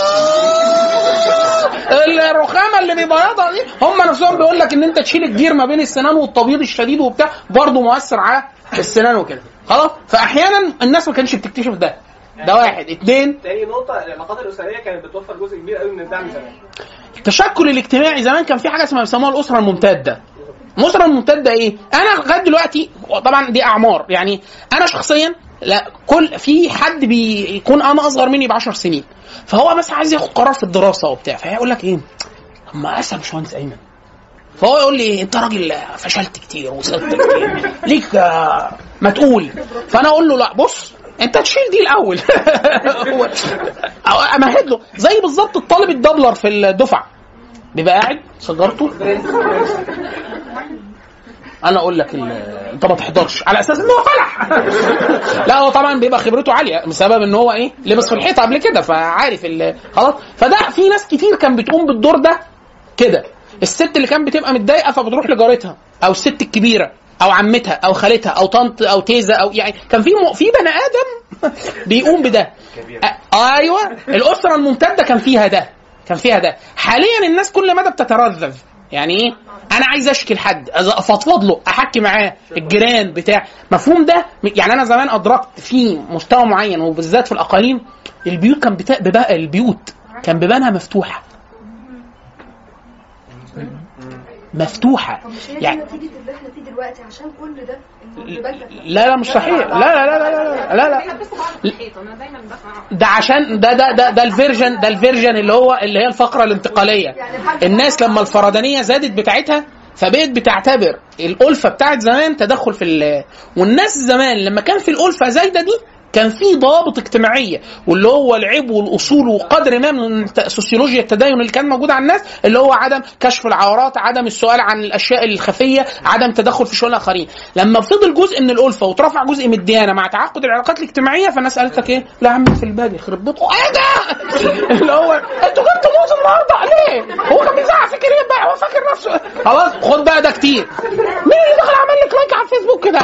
الرخامه اللي بيبيضها دي هم نفسهم بيقول لك ان انت تشيل الجير ما بين السنان والتبييض الشديد وبتاع برضه مؤثر على السنان وكده خلاص. فاحيانا الناس ما كانتش بتكتشف ده. ده واحد. اتنين تاني نقطه العلاقات الاسريه كانت بتوفر جزء كبير قوي من الدعم زمان. التشكل الاجتماعي زمان كان في حاجه اسمها بيسموها الاسره الممتده. الاسره الممتده ايه؟ انا لغايه دلوقتي طبعا دي اعمار، يعني انا شخصيا لا كل في حد بيكون انا اصغر مني ب عشر سنين فهو بس عايز ياخد قرار في الدراسه وبتاع فهيقول لك ايه؟ اما اسال باشمهندس ايمن فهو يقول لي انت راجل فشلت كتير وصلت كتير ليك ما تقول. فانا اقول له لا بص انت تشيل دي الاول امهد له زي بالظبط الطالب الدبلر في الدفعه بيبقى قاعد سجارته انا اقول لك انت ما تحضرش على اساس ان هو فلح لا هو طبعا بيبقى خبرته عاليه بسبب ان هو ايه لبس في الحيطه قبل كده فعارف خلاص. فده في ناس كتير كان بتقوم بالدور ده كده. الست اللي كانت بتبقى متضايقه فبتروح لجارتها او الست الكبيره او عمتها او خالتها او طنط او تيزه او يعني كان في م... في بني ادم بيقوم بده. أ... ايوه الاسره الممتده كان فيها ده كان فيها ده. حاليا الناس كل مدى بتترذذ. يعني ايه؟ انا عايز اشكي لحد افضفض له احكي معاه الجيران بتاع مفهوم ده. يعني انا زمان ادركت في مستوى معين وبالذات في الاقاليم البيوت كان بتا... ببقى البيوت كان بيبانها مفتوحه مفتوحه يعني نتيجه اللي احنا فيه دلوقتي عشان كل ده لا لا مش صحيح لا لا لا لا لا لا ده عشان ده ده ده ده الفيرجن ده الفيرجن اللي هو اللي هي الفقره الانتقاليه. الناس لما الفردانيه زادت بتاعتها فبقت بتعتبر الألفة بتاعت زمان تدخل في ال... والناس زمان لما كان في الألفة زايده دي كان في ضوابط اجتماعيه واللي هو العيب والاصول وقدر ما من سوسيولوجيا التدين اللي كان موجود على الناس اللي هو عدم كشف العورات عدم السؤال عن الاشياء الخفيه عدم تدخل في شؤون الاخرين. لما فضل جزء من الالفه وترفع جزء من الديانه مع تعقد العلاقات الاجتماعيه فالناس قالت لك ايه لا عم في الباقي يخرب بيتكم ايه ده اللي هو انتوا جبتوا موز النهارده ليه هو كان بيزعق فكر ايه بقى هو فاكر نفسه خلاص خد بقى ده كتير مين اللي دخل عمل لك لايك على الفيسبوك كده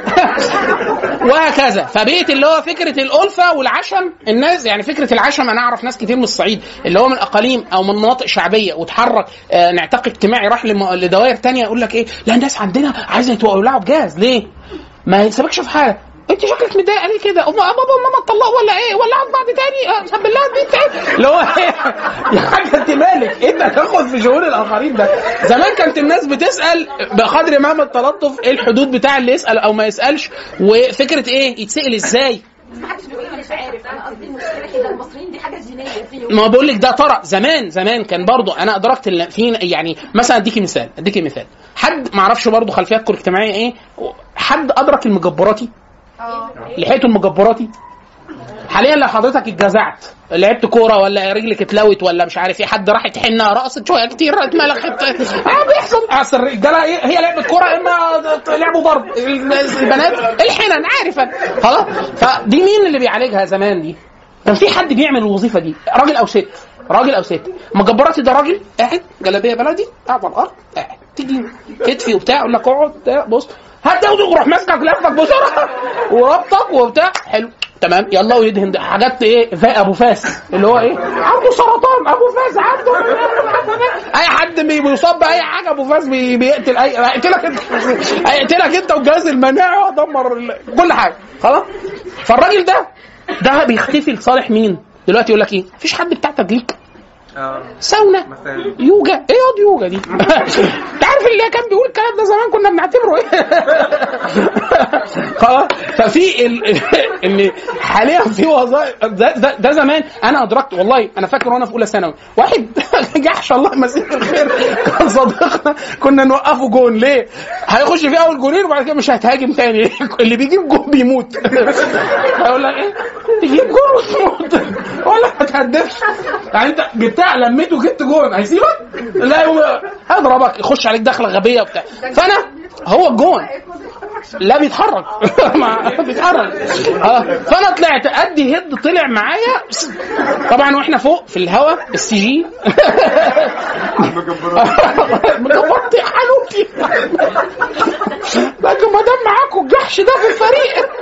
وهكذا. فبيت اللي هو فكره الالفه والعشم الناس يعني فكره العشم انا اعرف ناس كتير من الصعيد اللي هو من اقاليم او من مناطق شعبيه وتحرك آه نعتقد اجتماعي راح لدوائر تانية يقول لك ايه لا الناس عندنا عايزه يولعوا بجاز ليه ما يسبقش في حاجه انت شكلك متضايقه ليه كده بابا وماما اتطلقوا ولا ايه ولعوا بعض تاني سب الله البنت ايه اللي هو يا حاجه انت مالك انت تاخد في شؤون الاخرين ده. زمان كانت الناس بتسال بقدر ما من التلطف ايه الحدود بتاع اللي يسال او ما يسالش وفكره ايه يتسال ازاي ما حدش بيقول مش عارف. انا قصدي المشكله كده المصريين دي حاجه جينيه فيهم. ما بقول لك ده طرق زمان زمان كان برضو انا ادركت في يعني مثلا اديكي مثال اديكي مثال حد ما اعرفش برضو خلفياتكم الاجتماعيه ايه حد ادرك المجبراتي لحقتوا المجبراتي حاليا لو حضرتك اتجزعت لعبت كوره ولا رجلك اتلوت ولا مش عارف ايه حد راح يتحنها رقصت شويه كتير اتملخت اه بيحصل اصل الرجاله هي لعبه كوره اما لعبوا ضرب البنات الحنن عارفه خلاص. فدي مين اللي بيعالجها زمان دي كان في حد بيعمل الوظيفه دي راجل او ست راجل او ست. مجبراتي ده راجل قاعد جلابيه بلدي قاعد على الارض قاعد تيجي كتفي وبتاع يقول لك اقعد بص هات ده وروح ماسكك لفك بسرعه وربطك وبتاع حلو تمام يلا ويدهن حاجات ايه زي ابو فاس اللي هو ايه عنده سرطان ابو فاس عنده اي حد بيصاب باي حاجه ابو فاس بيقتل اي هيقتلك انت هيقتلك انت والجهاز المناعي ودمر كل حاجه خلاص. فالراجل ده ده بيختفي لصالح مين دلوقتي؟ يقول لك ايه مفيش حد بتاع تدليك ساونا يوجا ايه ياض يوجا دي انت عارف اللي كان بيقول الكلام ده زمان كنا بنعتبره ايه خلاص. ففي ان حاليا في وظائف ده, ده, ده زمان انا ادركت والله. انا فاكر وانا في اولى ثانوي واحد جحش الله يمسيه بالخير كان صديقنا كنا نوقفه جون ليه هيخش فيه اول جونين وبعد كده مش هيتهاجم تاني اللي بيجيب جون بيموت اقول لك ايه تجيب جون وتموت ولا ما تهدفش يعني انت بتاع لميته جبت جون هيسيبك لا هضربك يخش عليك دخله غبيه وبتاع. فانا هو الجون لا بيتحرك ما بيتحرك فانا طلعت ادي هيد طلع معايا طبعا واحنا فوق في الهواء السي جي مجبرت حالوتي لكن ما دام معاكم الجحش ده في الفريق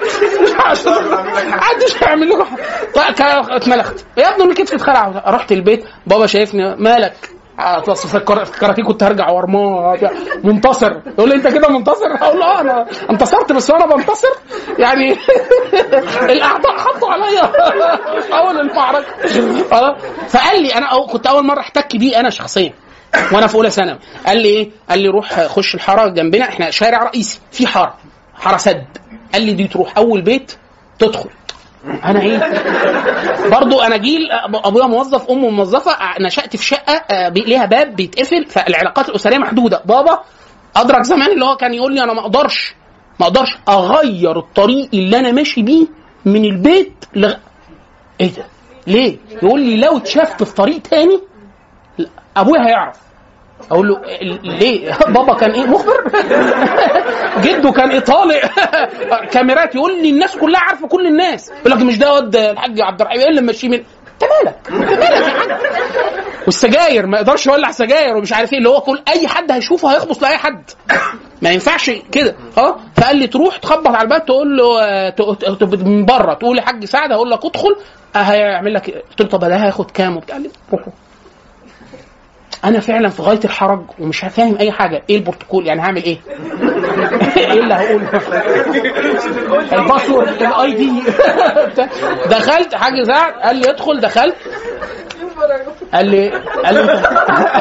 محدش هيعمل لكم اتملخت يا ابني الكتف اتخلع. رحت البيت بابا شايفني مالك اتصل في الكاراتيه كنت هرجع ورماه منتصر. يقول لي انت كده منتصر؟ اقول له انا انتصرت بس وانا بنتصر يعني الاعداء حطوا عليا اول المعركه. فقال لي انا كنت اول مره احتك بيه انا شخصيا وانا في اولى ثانوي. قال لي ايه؟ قال لي روح خش الحاره جنبنا احنا شارع رئيسي في حاره حاره سد. قال لي دي تروح اول بيت تدخل. انا ايه برضو انا جيل ابويا موظف امه موظفه نشأت في شقه ليها باب بيتقفل فالعلاقات الاسريه محدوده. بابا ادرك زمان اللي هو كان يقول لي انا ما اقدرش ما اقدرش اغير الطريق اللي انا ماشي بيه من البيت لغ... ايه ده ليه؟ يقول لي لو اتشفت في طريق تاني ابويا هيعرف. اقول له ليه؟ بابا كان ايه مخبر جده كان ايطالي كاميرات. يقول لي الناس كلها عارفه كل الناس. يقول لك مش ده واد الحاج عبد الرحيم ايه اللي ماشي من انت مالك انت مالك يا حاج. والسجاير ما يقدرش يولع سجاير ومش عارف ايه اللي هو كل اي حد هيشوفه هيخبص لاي حد ما ينفعش كده اه. فقال لي تروح تخبط على الباب تقول له من بره تقول لي حاج سعد هقول لك ادخل هيعمل لك. قلت له طب ده هياخد كام وبتاع لي روحوا. انا فعلا في غايه الحرج ومش فاهم اي حاجه. ايه البروتوكول يعني هعمل ايه؟ ايه اللي هقوله؟ الباسورد الاي دي دخلت حاجه ساعه قال لي ادخل. دخلت قال لي قال لي انت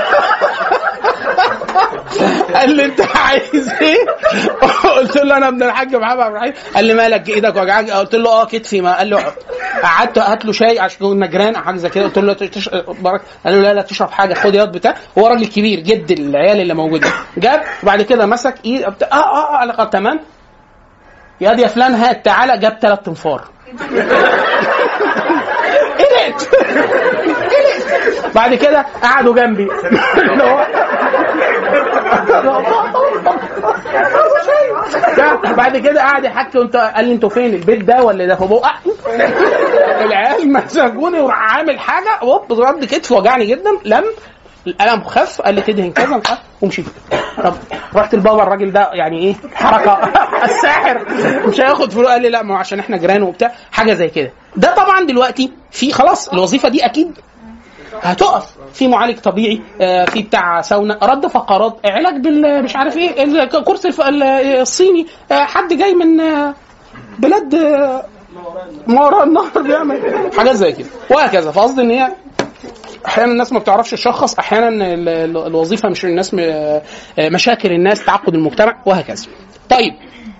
قال لي انت عايز ايه؟ قلت له انا ابن الحاج محمد عبد الرحيم. قال لي مالك ايدك وجعك؟ قلت له اه كتفي. ما قال له قعدت هات له شاي عشان كنا جيران او حاجه زي كده. قلت له تشرب؟ قال له لا لا تشرب حاجه خد ياض بتاع. هو راجل كبير جد العيال اللي موجوده. جاب وبعد كده مسك ايد اه اه اه تمام ياض يا فلان هات تعالى. جاب ثلاث تنفار قلقت قلقت. بعد كده قعدوا جنبي بعد كده قعد يحكي وانت قال لي انتوا فين البيت ده ولا ده؟ فبقى العيال مسكوني وراح عامل حاجه وب رد كتف وجعني جدا. لم الالم خف قال لي تدهن كذا ومشيت. طب رحت البابا الراجل ده يعني ايه حركه الساحر مش هياخد فلوس. قال لي لا ما عشان احنا جيران وبتاع حاجه زي كده. ده طبعا دلوقتي في خلاص الوظيفه دي اكيد هتقف. في معالج طبيعي في بتاع ساونا رد فقرات علاج بال مش عارف ايه الكورس الصيني حد جاي من بلاد ما وراء النهر بيعمل حاجات زي كده وهكذا. فقصدي ان هي احيانا الناس ما بتعرفش تشخص احيانا الوظيفه مش الناس مشاكل الناس تعقد المجتمع وهكذا. طيب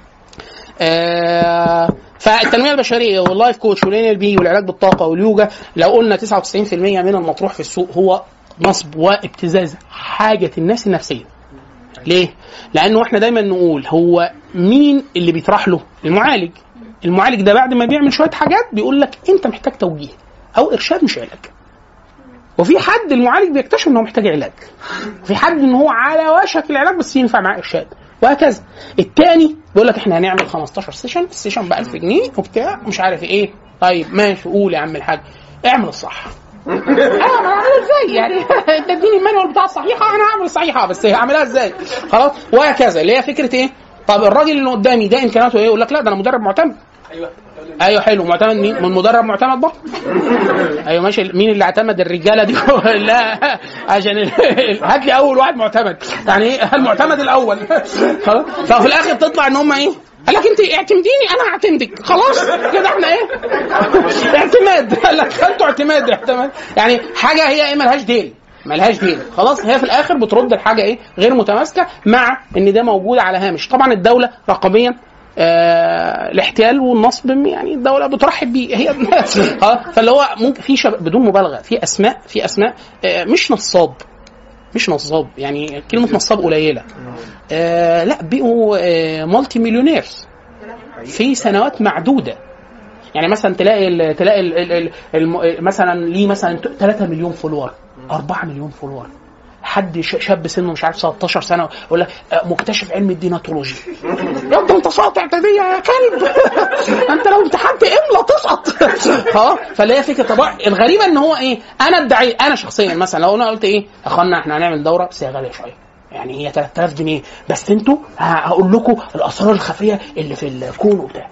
آه فالتنميه البشريه واللايف كوتش والان ال بي والعلاج بالطاقه واليوجا لو قلنا تسعة وتسعين بالمية من المطروح في السوق هو نصب وابتزاز حاجه الناس النفسيه. ليه؟ لانه احنا دايما نقول هو مين اللي بيطرح له؟ المعالج. المعالج ده بعد ما بيعمل شويه حاجات بيقول لك انت محتاج توجيه او ارشاد مش علاج. وفي حد المعالج بيكتشف انه محتاج علاج، في حد ان هو على وشك العلاج بس ينفع معاه ارشاد وهكذا. التاني بيقول لك احنا هنعمل خمستاشر سيشن، السيشن ب ألف جنيه وبتاع مش عارف ايه. طيب ماشي قول يا عم الحاج اعمل الصح. انا هعمل ازاي يعني؟ انت اديني المانيوال بتاع الصحيحه انا هعمل الصحيحه بس هعملها ازاي؟ خلاص وهكذا. اللي هي فكره ايه؟ طب الراجل اللي قدامي ده امكانياته ايه؟ يقول لك لا ده انا مدرب معتمد. ايوه ايوه حلو. معتمد مين؟ من مدرب معتمد برضه. ايوه ماشي. مين اللي اعتمد الرجاله دي؟ لا عشان هات لي اول واحد معتمد، يعني ايه المعتمد الاول؟ خلاص. ففي الاخر تطلع ان هم ايه؟ قال لك انت اعتمديني انا اعتمدك، خلاص كده احنا ايه؟ اعتماد. قال لك انتوا اعتماد اعتماد يعني حاجه هي ايه ملهاش ديل ملهاش ديل خلاص. هي في الاخر بترد الحاجه ايه غير متماسكه، مع ان ده موجود على هامش. طبعا الدوله رقميا آه الاحتيال والنصب يعني الدوله بترحب بيه هي. فاللي هو ممكن في شب... بدون مبالغه في اسماء في اسماء آه مش نصاب مش نصاب يعني كلمه نصاب قليله آه لا بقوا آه مالتي مليونيرز في سنوات معدوده. يعني مثلا تلاقي ال تلاقي ال ال ال مثلا ليه مثلا ثلاثة مليون فولور أربعة مليون فولور. حد شاب سنه مش عارف ستة عشر سنه يقول لك مكتشف علم الديناتولوجي. يا ابني انت ساقط اعتديه يا كلب. انت لو امتحنت املا تسقط. اه فاللي هي فكره. طبعا الغريبه ان هو ايه انا ادعي انا شخصيا مثلا لو انا قلت ايه يا اخوانا احنا هنعمل دوره بس هي غاليه شويه يعني هي ثلاثة آلاف جنيه بس انتوا هقول لكم الاسرار الخفيه اللي في الكون وبتاع.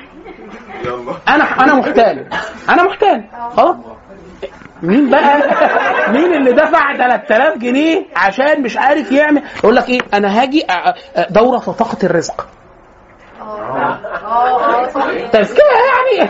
انا انا محتال انا محتال خلاص. مين بقى مين اللي دفع ثلاثة آلاف جنيه عشان مش عارف يعمل يقول لك ايه انا هاجي دوره في طاقه الرزق. اه اه تذكره يعني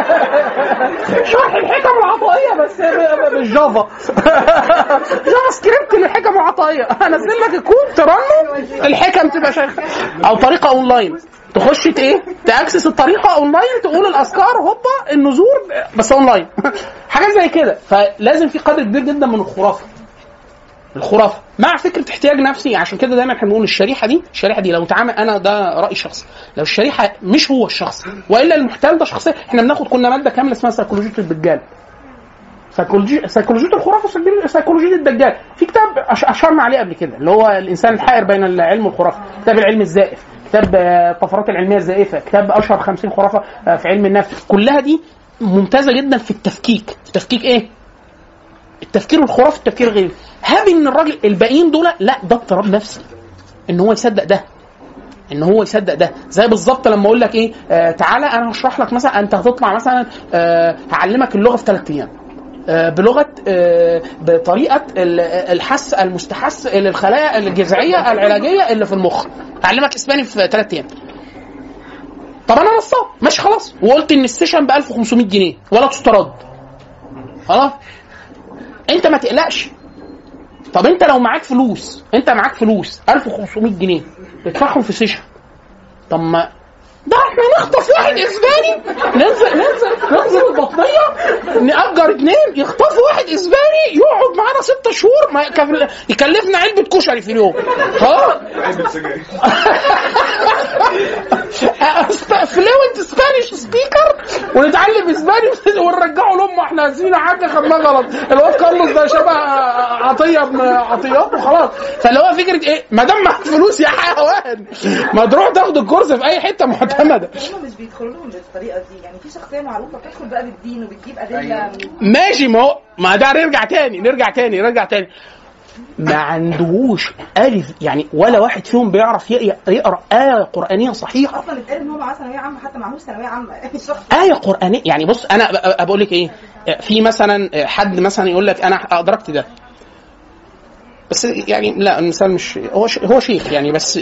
شرح الحكم العطائيه بس بالجافا. جافا سكريبت للحكم العطائيه انزل لك الكود ترنه الحكم تبقى شغاله. او طريقه اونلاين تخش ايه تاكسس الطريقه اونلاين تقول الاذكار هوبا النذور بس اونلاين. حاجه زي كده. فلازم في قدر كبير جدا من الخرافه الخرافه مع فكره احتياج نفسي. عشان كده دايما احنا بنقول الشريحه دي الشريحه دي لو تعامل انا ده راي شخصي لو الشريحه مش هو الشخص والا المحتال ده شخصيه. احنا بناخد كنا ماده كامله اسمها سيكولوجيه الدجال سيكولوجيه سيكولوجيه الخرافه سيكولوجيه الدجال. في كتاب اشرنا عليه قبل كده اللي هو الانسان الحائر بين العلم والخرافه. كتاب العلم الزائف كتاب الطفرات العلميه الزائفه كتاب اشهر خمسين خرافه في علم النفس. كلها دي ممتازه جدا في التفكيك. التفكيك ايه التفكير الخرافي التفكير غير هابي ان الراجل الباقيين دول لا ده اضطراب نفسي ان هو يصدق ده ان هو يصدق ده. زي بالظبط لما اقول لك ايه آه تعالى انا هشرح لك مثلا انت هتطلع مثلا آه هعلمك اللغه في ثلاث ايام آه بلغه آه بطريقه الحس المستحث للخلايا الجذعيه العلاجيه اللي في المخ. هعلمك اسباني في ثلاث ايام. طب انا نصاب ماشي خلاص وقلت ان السيشن ب ألف وخمسمية جنيه ولا تسترد خلاص انت ما تقلقش. طب انت لو معاك فلوس انت معاك فلوس ألف وخمسمية جنيه تدفعهم في سيشن. طب ما ده احنا نخطف واحد اسباني ننزل ننزل ننزل البطنيه نأجر اتنين يخطفوا واحد اسباني يقعد معانا ست شهور ما يكلفنا علبه كشري في اليوم خلاص. فلوينت سبانيش سبيكر ونتعلم اسباني ونرجعه لامه احنا عايزين حاجه خدناها غلط. الواد كارلوس ده شبه عطيه ابن عطيات وخلاص. فاللي هو فكره ايه ما دام معاك فلوس يا حيوان ما تروح تاخد الكورس في اي حته معتمده. هم مش بيدخلوا لهم بالطريقه دي يعني في شخصيه معروفه بتدخل بقى بالدين وبتجيب ادله ماشي. ما هو ما ده نرجع تاني نرجع تاني نرجع تاني ما عندهوش ألف يعني ولا واحد فيهم بيعرف يقرأ آية قرآنية صحيحة. أصلا اتقال إن هو معاه ثانوية عامة حتى معهوش ثانوية عامة آية قرآنية يعني. بص أنا أقول لك إيه في مثلا حد مثلا يقول لك أنا أدركت ده بس يعني لا المثال مش هو هو شيخ يعني بس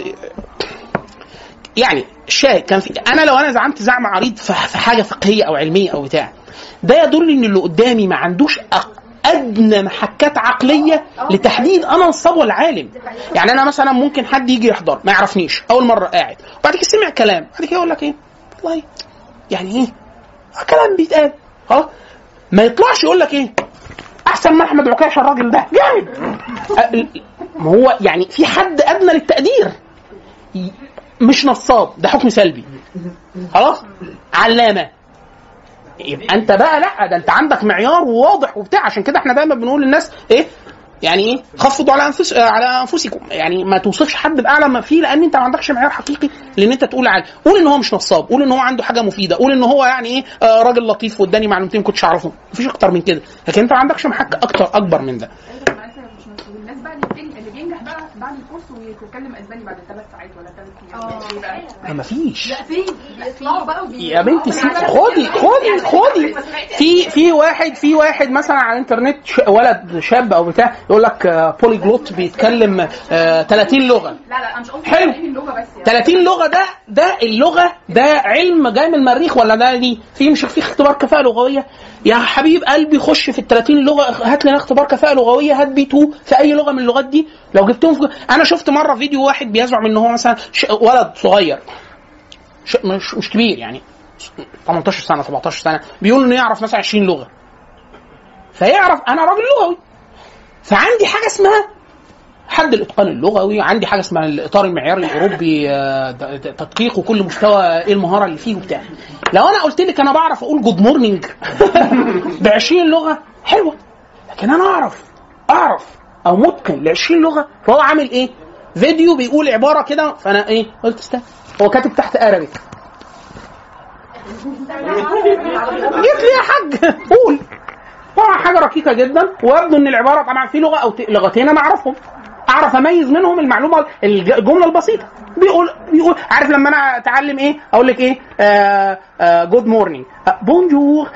يعني الشاهد كان في أنا لو أنا زعمت زعم عريض في حاجة فقهية أو علمية أو بتاع ده يدل إن اللي قدامي ما عندوش أدنى محكات عقلية لتحديد أنا نصاب ولا عالم. يعني أنا مثلا ممكن حد يجي يحضر ما يعرفنيش أول مرة قاعد وبعد كده سمع كلام بعد كده يقول لك إيه والله يعني إيه كلام بيتقال ها ما يطلعش يقول لك إيه أحسن من أحمد عكاشة الراجل ده جامد. ما هو يعني في حد أدنى للتقدير. مش نصاب ده حكم سلبي خلاص علامة. يبقى انت بقى لا ده انت عندك معيار واضح وبتاع. عشان كده احنا دايما بنقول للناس ايه يعني ايه خفضوا على انفس على انفسكم يعني ما توصفش حد باعلى ما فيه لان انت ما عندكش معيار حقيقي لان انت تقول عليه. قول ان هو مش نصاب قول ان هو عنده حاجه مفيده قول ان هو يعني ايه آه راجل لطيف واداني معلومتين كنتش اعرفهم. مفيش اكتر من كده لكن انت ما عندكش محك اكتر اكبر من ده. الناس بقى اللي بينجح بقى بعد كورس وتتكلم اسباني بعد ثلاث ساعات ولا ثلاث ايام. اه ما فيش. لا في بيطلعوا بقى يا بنتي خدي خدي خدي في في واحد في واحد مثلا على الانترنت ولد شاب او بتاع يقول لك بولي جلوت بيتكلم ثلاثين لغه. لا لا انا مش قصدي حلو اللغه بس يعني. ثلاثين لغه ده ده اللغه ده علم جاي من المريخ ولا ده دي في مش في اختبار كفاءه لغويه يا حبيب قلبي. خش في ال ثلاثين لغه هات لنا اختبار كفاءه لغويه هات بي اتنين في اي لغه من اللغات دي. لو جبتهم في... انا شفت مره فيديو واحد بيزعم ان هو مثلا ش... ولد صغير ش... مش مش كبير يعني ثمانية عشر سنه سبعتاشر سنه بيقول انه يعرف مثلا عشرين لغه. فيعرف انا راجل لغوي فعندي حاجه اسمها حد الاتقان اللغوي، عندي حاجه اسمها الاطار المعياري الاوروبي تدقيق وكل مستوى ايه المهاره اللي فيه وبتاع. لو انا قلت لك انا بعرف اقول جود مورنينج ب عشرين لغه حلوه، لكن انا اعرف اعرف او متقن ل عشرين لغه. فهو عامل ايه؟ فيديو بيقول عباره كده فانا ايه قلت استنى هو كاتب تحت ارابيك. جيت لي يا حاج قول طبعا حاجه رقيقه جدا ويبدو ان العباره طبعا في لغه او لغتين انا اعرفهم اعرف اميز منهم المعلومه الجمله البسيطه. بيقول بيقول عارف لما انا اتعلم ايه اقول لك ايه جود مورنينج بونجور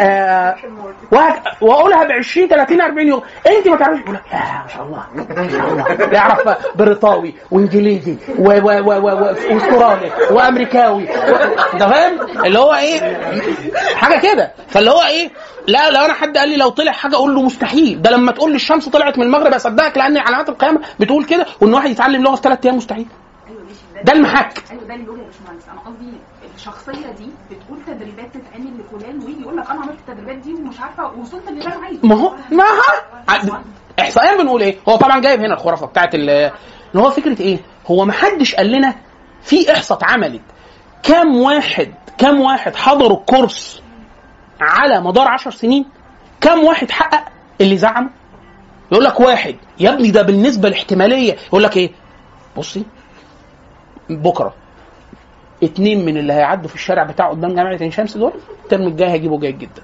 واقولها ب عشرين ثلاثين أربعين يوم. انت ما تعرفش تقول لك يا ما شاء الله ما شاء الله يعرف بريطاوي وانجليزي واسترالي وامريكاوي انت فاهم اللي هو ايه حاجه كده. فاللي هو ايه لا لو انا حد قال لي لو طلع حاجه اقول له مستحيل. ده لما تقول لي الشمس طلعت من المغرب اصدقك لان علامات القيامه بتقول كده وان واحد يتعلم لغه في ثلاث ايام مستحيل. ده المحك. ايوه ده اللغه يا باشمهندس. انا قصدي الشخصيه دي بتقول تدريبات تتعمل لفلان ويجي يقول لك انا عملت التدريبات دي ومش عارفه وصلت اللي انا عايزه. ما هو ما ها احصائيا بنقول ايه هو طبعا جايب هنا الخرافه بتاعت ان هو فكره ايه هو ما حدش قال لنا في احصاء اتعملت كام واحد كام واحد حضروا الكورس على مدار عشر سنين كام واحد حقق اللي زعمه. يقول لك واحد يا ابني ده بالنسبه لاحتماليه. يقول لك ايه بصي بكره اتنين من اللي هيعدوا في الشارع بتاعه قدام جامعه عين شمس دول الترم الجاي هيجيبوا جيد جدا.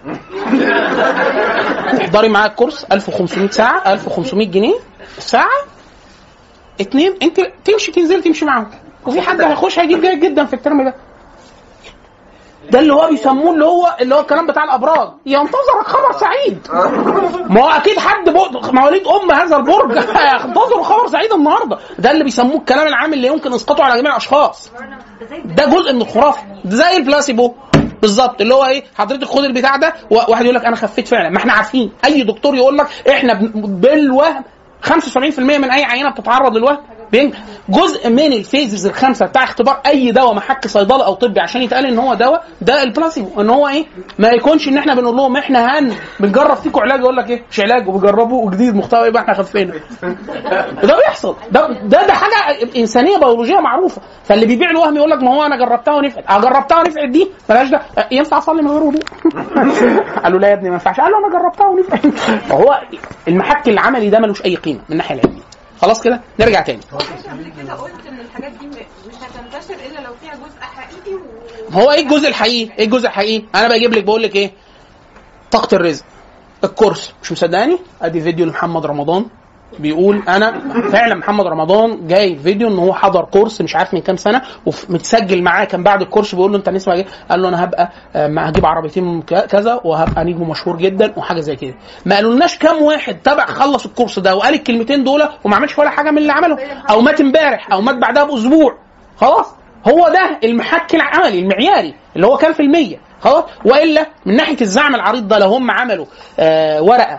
تحضري معاك الكورس ألف وخمسمية ساعه ألف وخمسمية جنيه الساعه اتنين انت تمشي تنزل تمشي معاهم وفي حد هيخش هيجيب جيد جدا في الترم ده. ده اللي هو بيسموه اللي هو اللي هو الكلام بتاع الابراج ينتظرك خبر سعيد. ما هو اكيد حد مواليد ام هذا البرج هينتظروا خبر سعيد النهارده. ده اللي بيسموه الكلام العام اللي يمكن اسقاطه على جميع الاشخاص. ده جزء من الخرافه ده زي البلاسيبو بالظبط اللي هو ايه حضرتك خد البتاع ده واحد يقول لك انا خفيت فعلا. ما احنا عارفين اي دكتور يقول لك احنا بالوهم خمسة وسبعين بالمية من اي عينه بتتعرض للوهم جزء من الفيزز الخمسه بتاع اختبار اي دواء محك صيدله او طبي عشان يتقال ان هو دواء. ده البلاسيبو ان هو ايه ما يكونش ان احنا بنقول لهم احنا هن بنجرب فيكم علاج يقول لك ايه مش علاج وبيجربوا وجديد محتوى يبقى احنا خفينا. ده بيحصل ده ده ده حاجه انسانيه بيولوجيه معروفه. فاللي بيبيع الوهم يقول لك ما هو انا جربتها ونفعت اه جربتها ونفعت دي مالهاش ده ينفع اصلي من غير وضوء. قالوا لا يا ابني ما ينفعش. قال له انا جربتها ونفعت. فهو المحك العملي ده ملوش اي قيمه من الناحيه العلميه. خلاص كده نرجع تاني. كده قلت ان الحاجات دي مش هتنتشر الا لو فيها جزء حقيقي و... هو ايه الجزء الحقيقي؟ ايه الجزء الحقيقي؟ انا بجيب لك بقول لك ايه طاقه الرزق الكورس مش مصدقاني ادي فيديو لمحمد رمضان بيقول انا فعلا محمد رمضان جاي فيديو ان هو حضر كورس مش عارف من كام سنه ومتسجل معاه كان بعد الكورس بيقول له انت نسمع ايه قال له انا هبقى هجيب عربيتين كذا وهبقى نجم مشهور جدا وحاجه زي كده. ما قالولناش كام واحد تبع خلص الكورس ده وقال الكلمتين دول وما عملش ولا حاجه من اللي عمله او مات امبارح او مات بعدها باسبوع. خلاص هو ده المحك العملي المعياري اللي هو كام في المية. خلاص والا من ناحيه الزعم العريض ده لو هم عملوا آه ورقه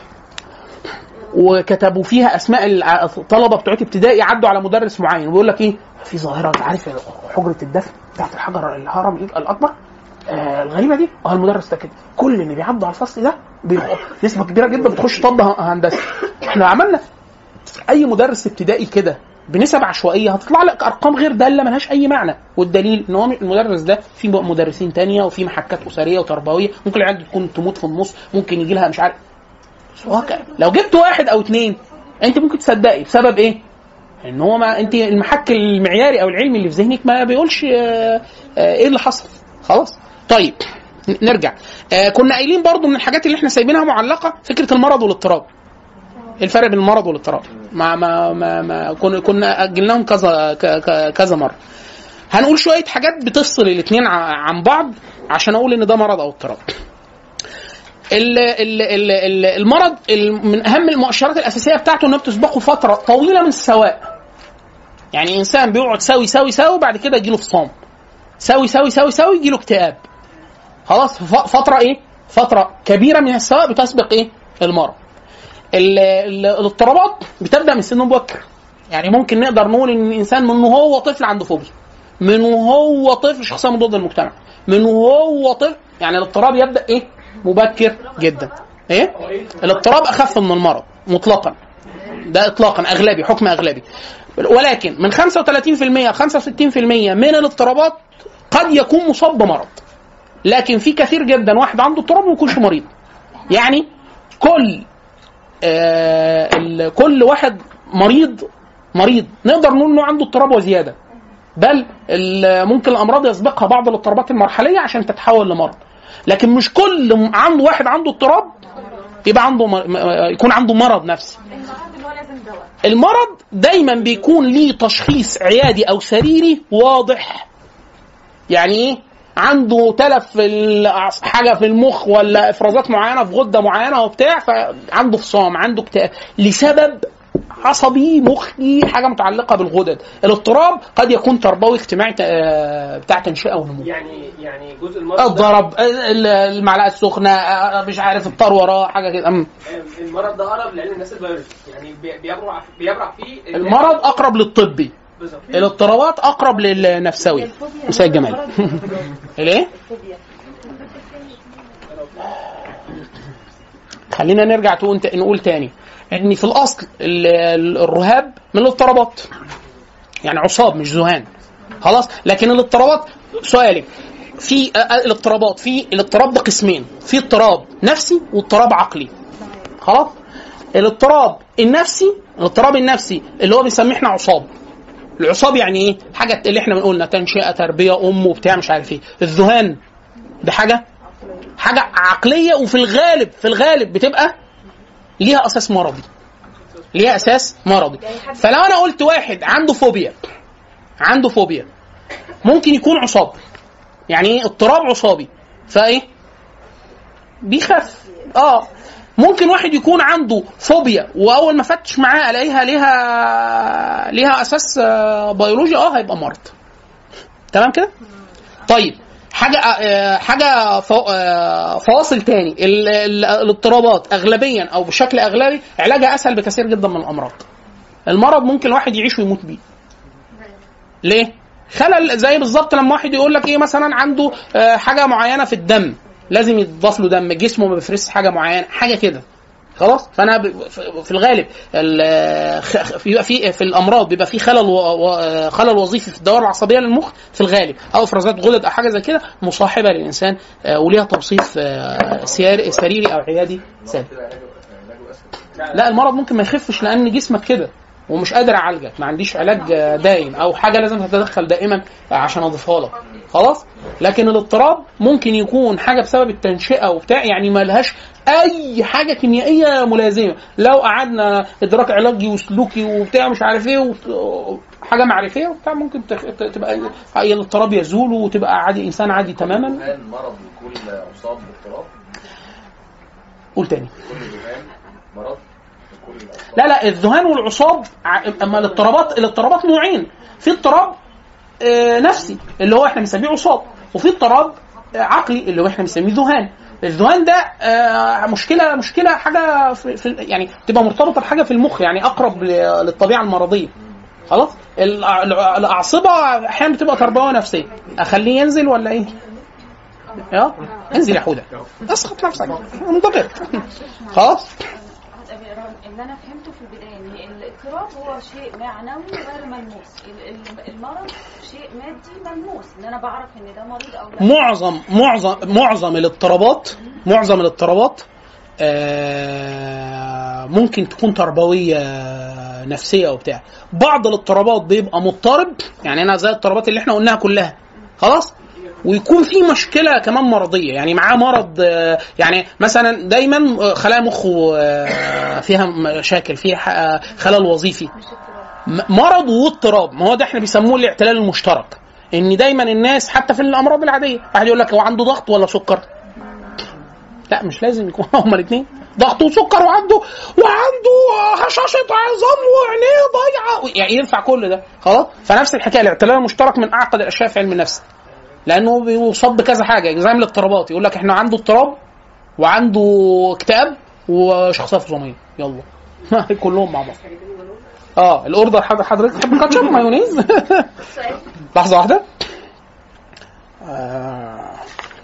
وكتبوا فيها اسماء الطلبه بتوع ابتدائي عدوا على مدرس معين وبيقول لك ايه في ظاهره عارف حجره الدفن بتاعت الحجر الهرم الاكبر آه الغريبه دي اه المدرس ده كده كل اللي بيعدوا على الفصل ده نسبه كبيره جدا بتخش طب هندسه. احنا عملنا اي مدرس ابتدائي كده بنسب عشوائيه هتطلع لك ارقام غير داله ملهاش اي معنى. والدليل ان هو المدرس ده في مدرسين تانية وفي محكات اسريه وتربويه ممكن العيال تكون تموت في النص ممكن يجي لها مش عارف. لو جبت واحد او اتنين انت ممكن تصدقي بسبب ايه ان هو ما انت المحك المعياري او العلمي اللي في ذهنك ما بيقولش اه اه ايه اللي حصل. خلاص طيب نرجع. اه كنا قايلين برضو من الحاجات اللي احنا سايبينها معلقه فكره المرض والاضطراب. الفرق بين المرض والاضطراب ما ما ما, ما كنا كنا اجلناهم كذا كذا مره. هنقول شويه حاجات بتفصل الاثنين عن بعض عشان اقول ان ده مرض او اضطراب. المرض من اهم المؤشرات الاساسيه بتاعته انه بتسبقه فتره طويله من السواء. يعني انسان بيقعد سوي سوي سوي بعد كده يجيله فصام، سوي سوي سوي سوي يجيله اكتئاب. خلاص فتره ايه؟ فتره كبيره من السواء بتسبق ايه؟ المرض. الاضطرابات بتبدا من سن مبكر. يعني ممكن نقدر نقول ان الانسان من وهو طفل عنده فوبيا، من وهو طفل شخصيه ضد المجتمع، من وهو طفل. يعني الاضطراب يبدا ايه؟ مبكر جدا. ايه؟ الاضطراب اخف من المرض مطلقا، ده اطلاقا اغلبي، حكم اغلبي. ولكن من خمسة وثلاثين بالمئة ل خمسة وستين بالمئة من الاضطرابات قد يكون مصاب بمرض، لكن في كثير جدا واحد عنده اضطراب وما يكونش مريض. يعني كل آه كل واحد مريض مريض نقدر نقول انه عنده اضطراب وزياده، بل ممكن الامراض يسبقها بعض الاضطرابات المرحليه عشان تتحول لمرض. لكن مش كل عنده واحد عنده اضطراب يبقى عنده يكون عنده مرض نفسي. المرض دايما بيكون ليه تشخيص عيادي او سريري واضح. يعني ايه؟ عنده تلف في حاجه في المخ ولا افرازات معينه في غده معينه وبتاع، فعنده فصام، عنده اكتئاب لسبب عصبي مخي، حاجه متعلقه بالغدد. الاضطراب قد يكون تربوي اجتماعي بتاع تنشئه ونمو. يعني يعني جزء المرض الضرب، المعلقه السخنه، مش عارف الطار وراه حاجه كده. المرض ده اقرب لعلم الناس البيولوجي، يعني بيبرع بيبرع فيه. المرض اقرب للطبي، الاضطرابات اقرب للنفسوي. مساء الجمال. الايه؟ خلينا نرجع نقول تاني ان في الاصل الرهاب من الاضطرابات، يعني عصاب مش ذهان. خلاص. لكن الاضطرابات سؤالك في الاضطرابات، في الاضطراب ده قسمين، في اضطراب نفسي واضطراب عقلي. خلاص. الاضطراب النفسي، الاضطراب النفسي اللي هو بنسميه احنا عصاب. العصاب يعني ايه؟ حاجه اللي احنا بنقولنا تنشئه، تربيه، ام وبتاع مش عارف ايه. الذهان ده حاجه حاجه عقليه، وفي الغالب في الغالب بتبقى ليها اساس مرضي، ليها اساس مرضي. فلو انا قلت واحد عنده فوبيا، عنده فوبيا ممكن يكون عصاب. يعني ايه؟ اضطراب عصابي، فايه بيخف. اه ممكن واحد يكون عنده فوبيا واول ما فتش معاه الاقيها ليها ليها اساس بيولوجي، اه هيبقى مرض. تمام كده؟ طيب حاجه حاجه فواصل تاني. الاضطرابات اغلبيا او بشكل اغلبي علاجها اسهل بكثير جدا من الامراض. المرض ممكن الواحد يعيش ويموت بيه. ليه؟ خلل. زي بالظبط لما واحد يقول لك ايه مثلا عنده حاجه معينه في الدم لازم يتضاف له دم، جسمه ما بيفرزش حاجه معينه، حاجه كده. خلاص. فانا في الغالب بيبقى في في الامراض بيبقى في خلل خلل وظيفي في الدوره العصبيه للمخ في الغالب، او افرازات غدد او حاجه زي كده مصاحبه للانسان وليها توصيف سريري او عيادي سابق. لا المرض ممكن ما يخفش لان جسمك كده ومش قادر اعالجك، ما عنديش علاج دائم او حاجه لازم تتدخل دائما عشان اضيفها لك. خلاص. لكن الاضطراب ممكن يكون حاجه بسبب التنشئه وبتاع، يعني ما لهاش اي حاجه كيميائيه ملازمه. لو قعدنا ادراك علاجي وسلوكي وبتاع مش عارف ايه حاجه معرفيه وبتاع ممكن تبقى الاضطراب يزول وتبقى عادي، انسان عادي تماما. المرض يكون مصاب باضطراب. قول تاني. كل مرض لا لا الذهان والعصاب. اما الاضطرابات الاضطرابات نوعين، في اضطراب آه نفسي اللي هو احنا بنسميه عصاب، وفي اضطراب آه عقلي اللي هو احنا بنسميه ذهان. الذهان ده آه مشكله مشكله حاجه في, في يعني تبقى مرتبطه بحاجه في المخ، يعني اقرب للطبيعه المرضيه. خلاص. الاعصبه احيانا بتبقى تربويه نفسيه. اخليه ينزل ولا ايه؟ اه انزل يا حوده، اسقط نفسك منتظر. خلاص. اللي انا فهمته في البدايه ان الاضطراب هو شيء معنوي غير ملموس، المرض شيء مادي ملموس، ان انا بعرف ان ده مريض او لا. معظم معظم معظم الاضطرابات معظم الاضطرابات آه ممكن تكون تربويه نفسيه وبتاع. بعض الاضطرابات بيبقى مضطرب، يعني انا زي الاضطرابات اللي احنا قلناها كلها. خلاص. ويكون في مشكله كمان مرضيه، يعني معاه مرض، يعني مثلا دايما خلايا مخه فيها مشاكل، فيها خلل وظيفي، مرض واضطراب. ما هو ده احنا بيسموه الاعتلال المشترك، ان دايما الناس حتى في الامراض العاديه واحد يقول لك هو عنده ضغط ولا سكر؟ لا مش لازم يكون هما الاثنين، ضغط وسكر وعنده وعنده هشاشه عظام وعينيه ضايعه، يعني ينفع كل ده خلاص. فنفس الحكايه الاعتلال المشترك من اعقد الاشياء في علم النفس، لانه بيصاب بكذا حاجه زي الاضطرابات. يقول لك احنا عنده اضطراب وعنده اكتئاب وشخصيه فصاميه، يلا كلهم مع بعض. اه الاوردر حضرتك تحب كاتشب مايونيز؟ لحظه واحده. آه.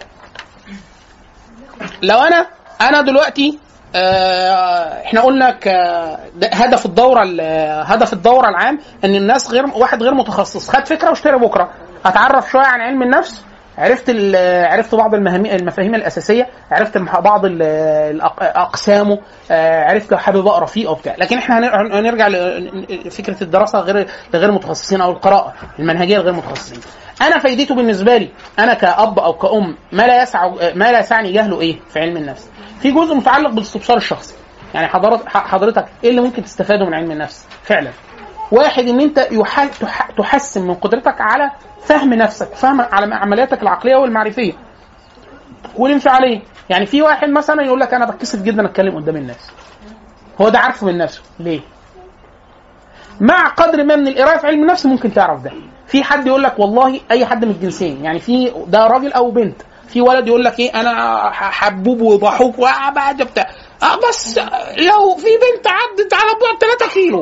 لو انا انا دلوقتي آه احنا قلنا هدف الدوره هدف الدوره العام ان الناس غير واحد غير متخصص خد فكره واشتري بكره، اتعرف شويه عن علم النفس، عرفت عرفت بعض المفاهيم الاساسيه، عرفت بعض اقسامه، عرفت حابب اقرا فيه او بتاع. لكن احنا هنرجع لفكره الدراسه غير غير متخصصين او القراءه المنهجيه غير متخصصين. انا فايدته بالنسبه لي انا كأب او كأم ما لا يسع ما لا يسعني جهله ايه في علم النفس. في جزء متعلق بالاستبصار الشخصي، يعني حضرتك حضرتك ايه اللي ممكن تستفاده من علم النفس فعلا؟ واحد ان انت تحسن من قدرتك على فهم نفسك، فهم على عملياتك العقليه والمعرفيه والانفعاليه. يعني في واحد مثلا يقول لك انا بتكسف جدا اتكلم قدام الناس، هو ده عارفه من نفسه ليه؟ مع قدر ما من القراءه في علم النفس ممكن تعرف ده. في حد يقول لك والله اي حد من الجنسين، يعني في ده راجل او بنت، في ولد يقول لك ايه انا حبوب وضحوك وبعد بتاع، اه بس لو في بنت عدت على بعد ثلاثة كيلو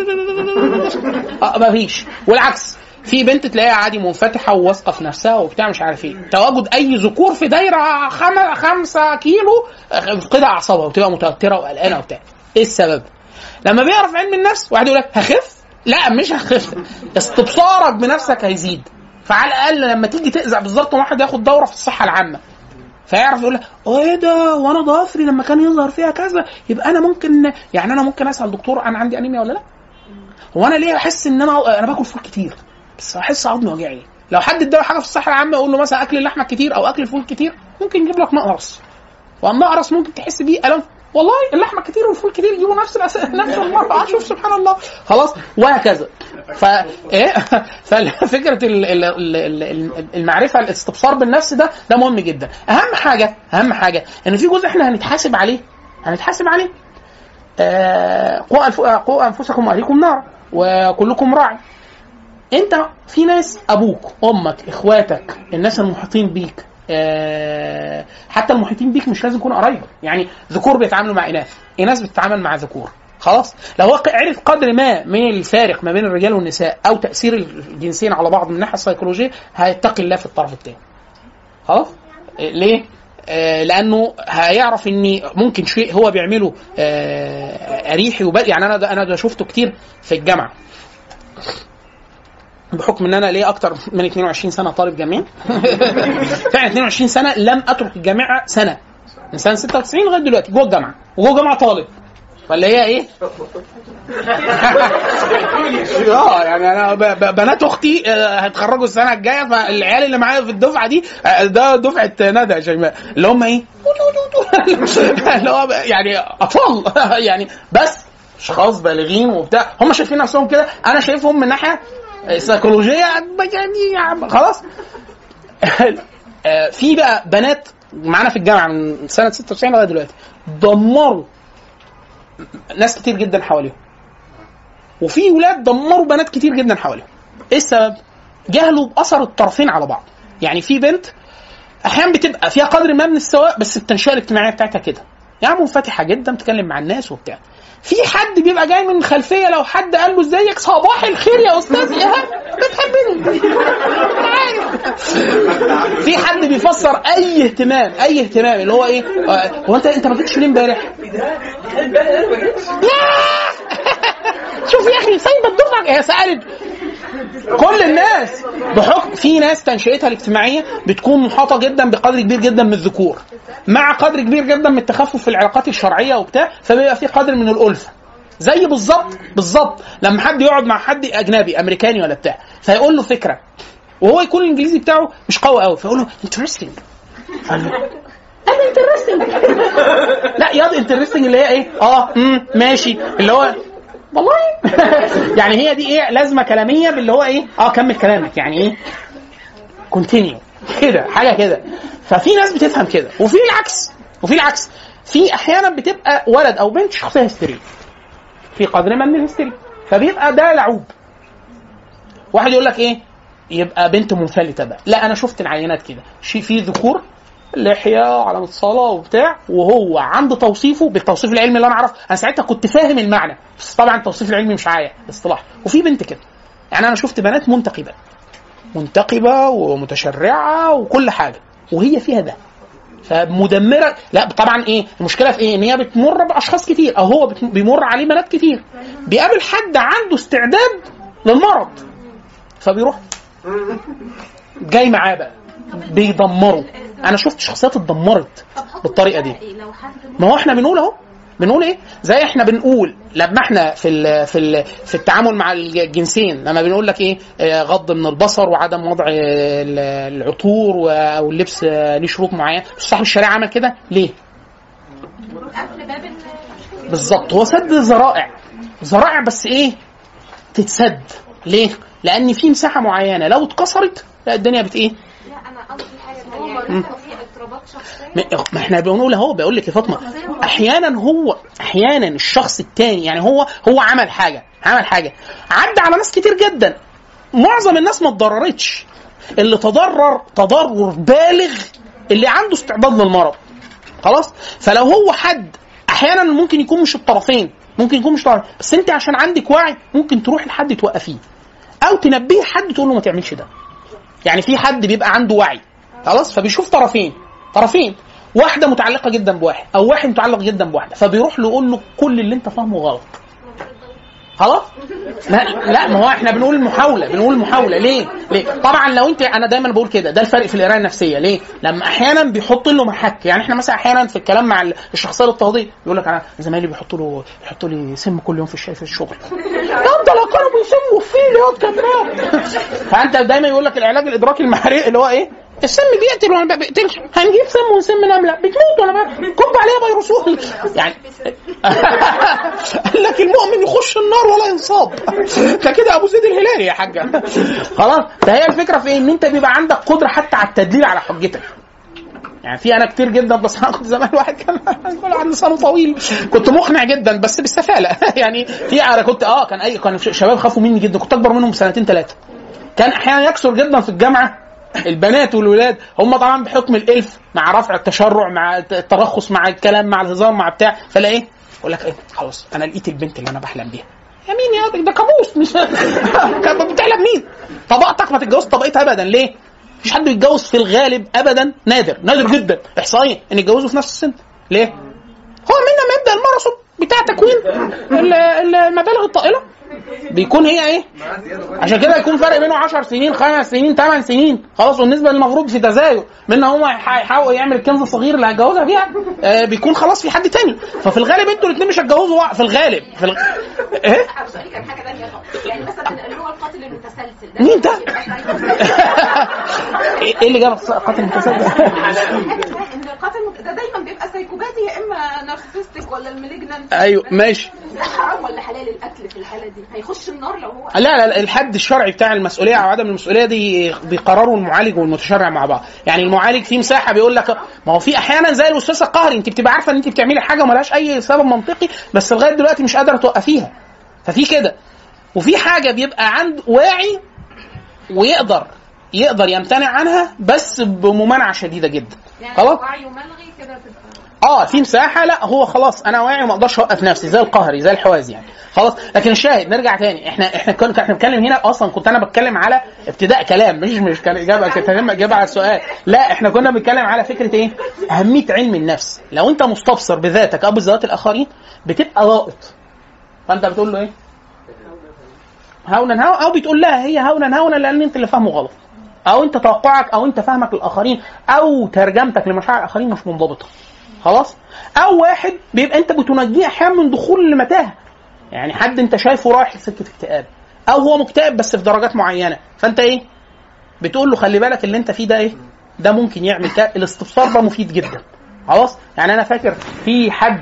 اه مفيش. والعكس، في بنت تلاقيها عادي منفتحه وواثقه في نفسها وبتاع مش عارف ايه، تواجد اي ذكور في دايره خم... خمسة كيلو كده اعصابها وتبقى متوتره وقلقانه وبتاع. ايه السبب؟ لما بيعرف علم النفس واحد يقول لك هخف، لا مش هخف، استبصارك بنفسك هيزيد. فعلى الاقل لما تيجي تأذع بالظبط واحد ياخد دوره في الصحه العامه فيعرف يقول لك ايه ده وانا ضافري لما كان يظهر فيها كذا، يبقى انا ممكن يعني انا ممكن اسال دكتور انا عندي انيميا ولا لا؟ هو انا ليه احس ان انا انا باكل فول كتير بس احس عظمي وجعي؟ لو حد اداله حاجه في الصحه العامه يقول له مثلا اكل اللحمه كتير او اكل الفول كتير ممكن يجيب لك نقرس، والنقرس ممكن تحس بيه الم، والله اللحمه كتير والفول كتير يجيبوا نفس الأس... نفس المرض. شوف سبحان الله خلاص وهكذا. ف ايه ففكره المعرفه الاستبصار بالنفس ده ده مهم جدا. اهم حاجه اهم حاجه ان في جزء احنا هنتحاسب عليه هنتحاسب عليه آه... قوا انفسكم واهليكم نارا وكلكم راعي. انت في ناس ابوك امك اخواتك الناس المحيطين بيك أه حتى المحيطين بيك مش لازم يكونوا قرايبك، يعني ذكور بيتعاملوا مع اناث، اناث بتتعامل مع ذكور، خلاص لو هو عرف قدر ما من الفارق ما بين الرجال والنساء او تاثير الجنسين على بعض من الناحيه السيكولوجيه هيتقي الله في الطرف الثاني. خلاص ليه؟ آه لانه هيعرف ان ممكن شيء هو بيعمله آه اريحي وبقى. يعني انا ده انا ده شفته كتير في الجامعه بحكم ان انا ليه اكتر من اثنين وعشرين سنه طالب جامعي. فعلا اثنين وعشرين سنه لم اترك الجامعه سنه، من سنه ستة وتسعين لغايه دلوقتي جوه الجامعه، وجوه الجامعه طالب ولا هي ايه؟ اه يعني انا بنات اختي هيتخرجوا السنه الجايه، فالعيال اللي معايا في الدفعه دي ده دفعه ندى يا شيماء اللي هم ايه؟ اللي هو يعني اطفال يعني بس اشخاص بالغين وبتاع، هم شايفين نفسهم كده، انا شايفهم من ناحيه سيكولوجيه يعني خلاص. في بقى بنات معانا في الجامعه من سنه ستة وتسعين لغايه دلوقتي دمروا ناس كتير جدا حواليهم، وفي ولاد دمروا بنات كتير جدا حواليهم. ايه السبب؟ جهلوا باثر الطرفين على بعض. يعني في بنت احيانا بتبقى فيها قدر ما من السواء بس التنشئه الاجتماعيه بتاعتها كده، يعني منفتحه جدا بتتكلم مع الناس وبتاع. في حد بيبقى جاي من خلفيه لو حد قال له ازيك صباح الخير يا استاذ ايهاب بتحبني. في حد بيفسر اي اهتمام اي اهتمام اللي هو ايه آه هو انت انت ما جيتش ليه امبارح؟ شوف يا اخي سايبه الدفعه هي سالت كل الناس بحكم في ناس تنشئتها الاجتماعيه بتكون محاطه جدا بقدر كبير جدا من الذكور مع قدر كبير جدا من التخفف في العلاقات الشرعيه وبتاع، فبيبقى في قدر من الالفه. زي بالظبط بالظبط لما حد يقعد مع حد اجنبي امريكاني ولا بتاع فيقول له فكره وهو يكون الانجليزي بتاعه مش قوي قوي، فاقول له انترستنج، انا انترستنج لا ياض انترستنج اللي هي ايه اه امم ماشي اللي هو والله يعني هي دي ايه لازمه كلاميه باللي هو ايه اه كمل كلامك يعني ايه كونتينيو كده حاجه كده. ففي ناس بتفهم كده وفي العكس وفي العكس في احيانا بتبقى ولد او بنت شخصيه هستيريه في قدر ما من الهستيريا، فبيبقى ده لعوب. واحد يقول لك ايه يبقى بنت منفلته بقى، لا انا شفت العينات كده شيء في ذكور لحيه علامه صلاه وبتاع وهو عنده توصيفه بالتوصيف العلمي اللي انا اعرفه، انا ساعتها كنت فاهم المعنى بس طبعا التوصيف العلمي مش عايا اصطلاح. وفي بنت كده يعني انا شفت بنات منتقبه منتقبه ومتشرعه وكل حاجه وهي فيها ده فمدمره. لا طبعا ايه المشكله في ايه ان هي بتمر باشخاص كتير او هو بيمر عليه بنات كتير، بيقابل حد عنده استعداد للمرض فبيروح جاي معاه بقى بيدمره. انا شفت شخصيات اتدمرت بالطريقه دي. ما هو احنا بنقول اهو بنقول ايه زي احنا بنقول لما احنا في ال في ال في التعامل مع الجنسين لما بنقول لك ايه غض من البصر وعدم وضع العطور او اللبس ليه شروط معينه. صاحب الشريعه عمل كده ليه بالظبط؟ هو سد ذرائع ذرائع بس ايه تتسد ليه؟ لان في مساحه معينه لو اتكسرت لا الدنيا بت ايه. لا انا قصدي حاجه ثانيه في اضطرابات شخصيه. ما احنا بنقول اهو بقول لك يا فاطمه احيانا هو احيانا الشخص الثاني يعني هو هو عمل حاجه عمل حاجه عدى على ناس كتير جدا معظم الناس ما اتضررتش، اللي تضرر تضرر بالغ اللي عنده استعداد للمرض خلاص. فلو هو حد احيانا ممكن يكون مش الطرفين ممكن يكون مش طرف بس انت عشان عندك وعي ممكن تروح لحد توقفيه او تنبيه حد تقول له ما تعملش ده. يعني في حد بيبقى عنده وعي خلاص فبيشوف طرفين طرفين واحده متعلقه جدا بواحد او واحد متعلق جدا بواحده فبيروح له يقول له كل اللي انت فاهمه غلط خلاص. لا لا ما هو احنا بنقول المحاوله بنقول المحاوله ليه ليه طبعا لو انت انا دايما بقول كده ده الفرق في القرايه النفسيه ليه لما احيانا بيحط له محك. يعني احنا مثلا احيانا في الكلام مع الشخصيه الاضطهاديه يقول لك انا زمايلي بيحطوا له بيحطوا لي سم كل يوم في الشاي في الشغل انت لو كانوا بيسموا فيه يا كمان. فانت دايما يقول لك العلاج الادراكي المحرق اللي هو ايه السم بيقتل وانا ما بقتلش هنجيب سم ونسم نمله بتموت وانا كب عليها فيروسول يعني قال لك المؤمن يخش النار ولا ينصاب ده كده ابو زيد الهلالي يا حاجه خلاص. فهي الفكره في ايه ان انت بيبقى عندك قدره حتى على التدليل على حجتك. يعني في انا كتير جدا بس انا كنت زمان واحد كان عنده لسانه طويل كنت مقنع جدا بس بالسفاله يعني في انا كنت اه كان اي كان شباب خافوا مني جدا كنت اكبر منهم بسنتين ثلاثه. كان احيانا يكسر جدا في الجامعه البنات والولاد هم طبعا بحكم الالف مع رفع التشرع مع الترخص مع الكلام مع الهزار مع بتاع فلا ايه يقول لك ايه خلاص انا لقيت البنت اللي انا بحلم بيها. يا مين يا ده كابوس مش بتحلم مين طبقتك ما تتجوز طبقتها ابدا. ليه مفيش حد يتجوز في الغالب ابدا نادر نادر جدا احصائيا ان يتجوزوا في نفس السن. ليه هو منا ما يبدا الماراثون بتاع تكوين المبالغ الطائله بيكون هي ايه عشان كده يكون فرق بينه عشر سنين خمس سنين ثمان سنين خلاص. والنسبه المفروض في تزايد من هو هيحاول يعمل الكنز الصغير اللي هيتجوزها فيها آه بيكون خلاص في حد تاني. ففي الغالب انتوا الاثنين مش هتجوزوا في الغالب في الغ... ايه كان حاجه ثانيه يعني مثلا اللي هو القاتل المتسلسل ده مين ده ايه اللي جاب القاتل المتسلسل ان القاتل ده دايما بيبقى سايكوباتي يا اما نارسيستيك ولا المالجنانت. ايوه ماشي حرام ولا حلال الاكل في الحاله دي هيخش النار لو هو لا لا الحد الشرعي بتاع المسؤوليه او عدم المسؤوليه دي بيقرروا المعالج والمتشرع مع بعض. يعني المعالج في مساحه بيقول لك ما هو في احيانا زي الوسواس القهري انت بتبقى عارفه ان انت بتعملي حاجه ومالهاش اي سبب منطقي بس لغايه دلوقتي مش قادره توقفيها ففي كده. وفي حاجه بيبقى عنده واعي ويقدر يقدر يمتنع عنها بس بممانعه شديده جدا يعني خلاص. وعي وملغي كده تبقى اه في مساحه لا هو خلاص انا واعي وما اقدرش اوقف نفسي زي القهري زي الحواز يعني خلاص. لكن الشاهد نرجع تاني احنا احنا كنا احنا بنتكلم هنا اصلا كنت انا بتكلم على ابتداء كلام مش مش كان اجابه كانت اجابه على السؤال. لا احنا كنا بنتكلم على فكره ايه اهميه علم النفس. لو انت مستبصر بذاتك او بذات الاخرين بتبقى ضائط فانت بتقول له ايه هونا هونا او بتقول لها هي هونا هونا لان انت اللي فاهمه غلط او انت توقعك او انت فهمك للاخرين او ترجمتك لمشاعر الاخرين مش منضبطه خلاص. او واحد بيبقى انت بتنجيه احيانا من دخول المتاهه. يعني حد انت شايفه رايح لسكه اكتئاب او هو مكتئب بس في درجات معينه فانت ايه بتقول له خلي بالك اللي انت فيه ده ايه، ده ممكن يعمل كده. الاستفسار ده مفيد جدا خلاص. يعني انا فاكر في حد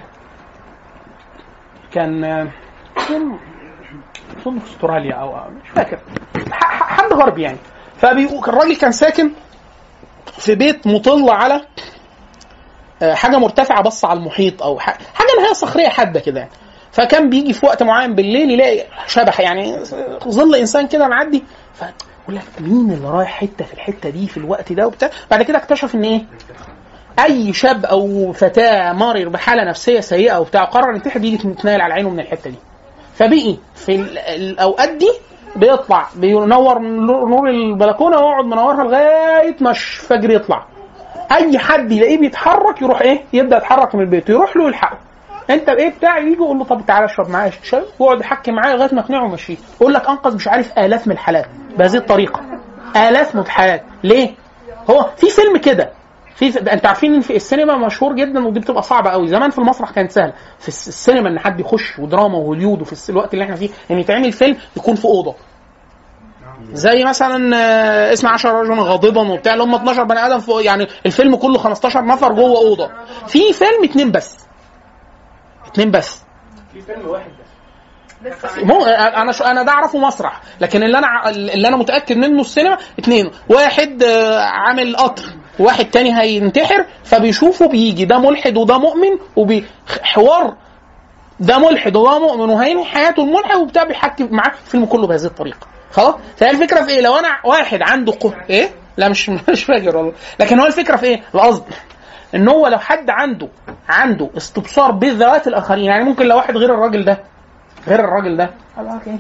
كان كان في استراليا او مش فاكر، حد غربي يعني، فالراجل كان ساكن في بيت مطل على حاجه مرتفعه بص على المحيط او حاجه اللي هي صخريه حاده كده يعني. فكان بيجي في وقت معين بالليل يلاقي شبح يعني ظل انسان كده معدي، فيقول لك مين اللي رايح حته في الحته دي في الوقت ده وبتاع. بعد كده اكتشف ان ايه، اي شاب او فتاه مرر بحاله نفسيه سيئه وبتاع قرر ينتحر بيجي يتنايل على عينه من الحته دي. فبقي في الاوقات دي بيطلع بينور نور البلكونه ويقعد منورها لغايه ما الفجر يطلع. اي حد يلاقيه بيتحرك يروح ايه، يبدا يتحرك من البيت يروح له يلحقه. انت بايه بتاعي، يجي يقول له طب تعالى اشرب معايا شاي، ويقعد يحكي معايا لغايه ما اقنعه ومشيه. يقول لك انقذ مش عارف الاف من الحالات بهذه الطريقه، الاف من الحالات. ليه؟ هو في فيلم كده في انت عارفين ان في السينما مشهور جدا ودي بتبقى صعبه قوي. زمان في المسرح كانت سهله، في السينما ان حد يخش ودراما وهوليود وفي الوقت اللي احنا فيه ان يتعمل فيلم يكون في اوضه زي مثلا اسم عشرة رجلا غاضبا وبتاع اللي هم اتناشر بني ادم فوق، يعني الفيلم كله خمستاشر نفر جوه اوضه. في فيلم اتنين بس اتنين بس في فيلم واحد بس مو انا شو انا ده اعرفه مسرح، لكن اللي انا اللي انا متاكد منه السينما اتنين، واحد عامل قطر وواحد تاني هينتحر فبيشوفه بيجي ده ملحد وده مؤمن وبحوار ده ملحد وده مؤمن وهينهي حياته الملحد وبتاع بيحكي معاه الفيلم كله بهذه الطريقه. خلاص. فهي الفكره في ايه؟ لو انا واحد عنده قه... ايه لا مش مش فاكر والله، لكن هو الفكره في ايه؟ القصد ان هو لو حد عنده عنده استبصار بذوات الاخرين، يعني ممكن لو واحد غير الراجل ده غير الراجل ده اوكي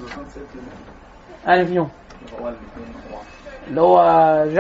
انا فيهم اللي هو جا...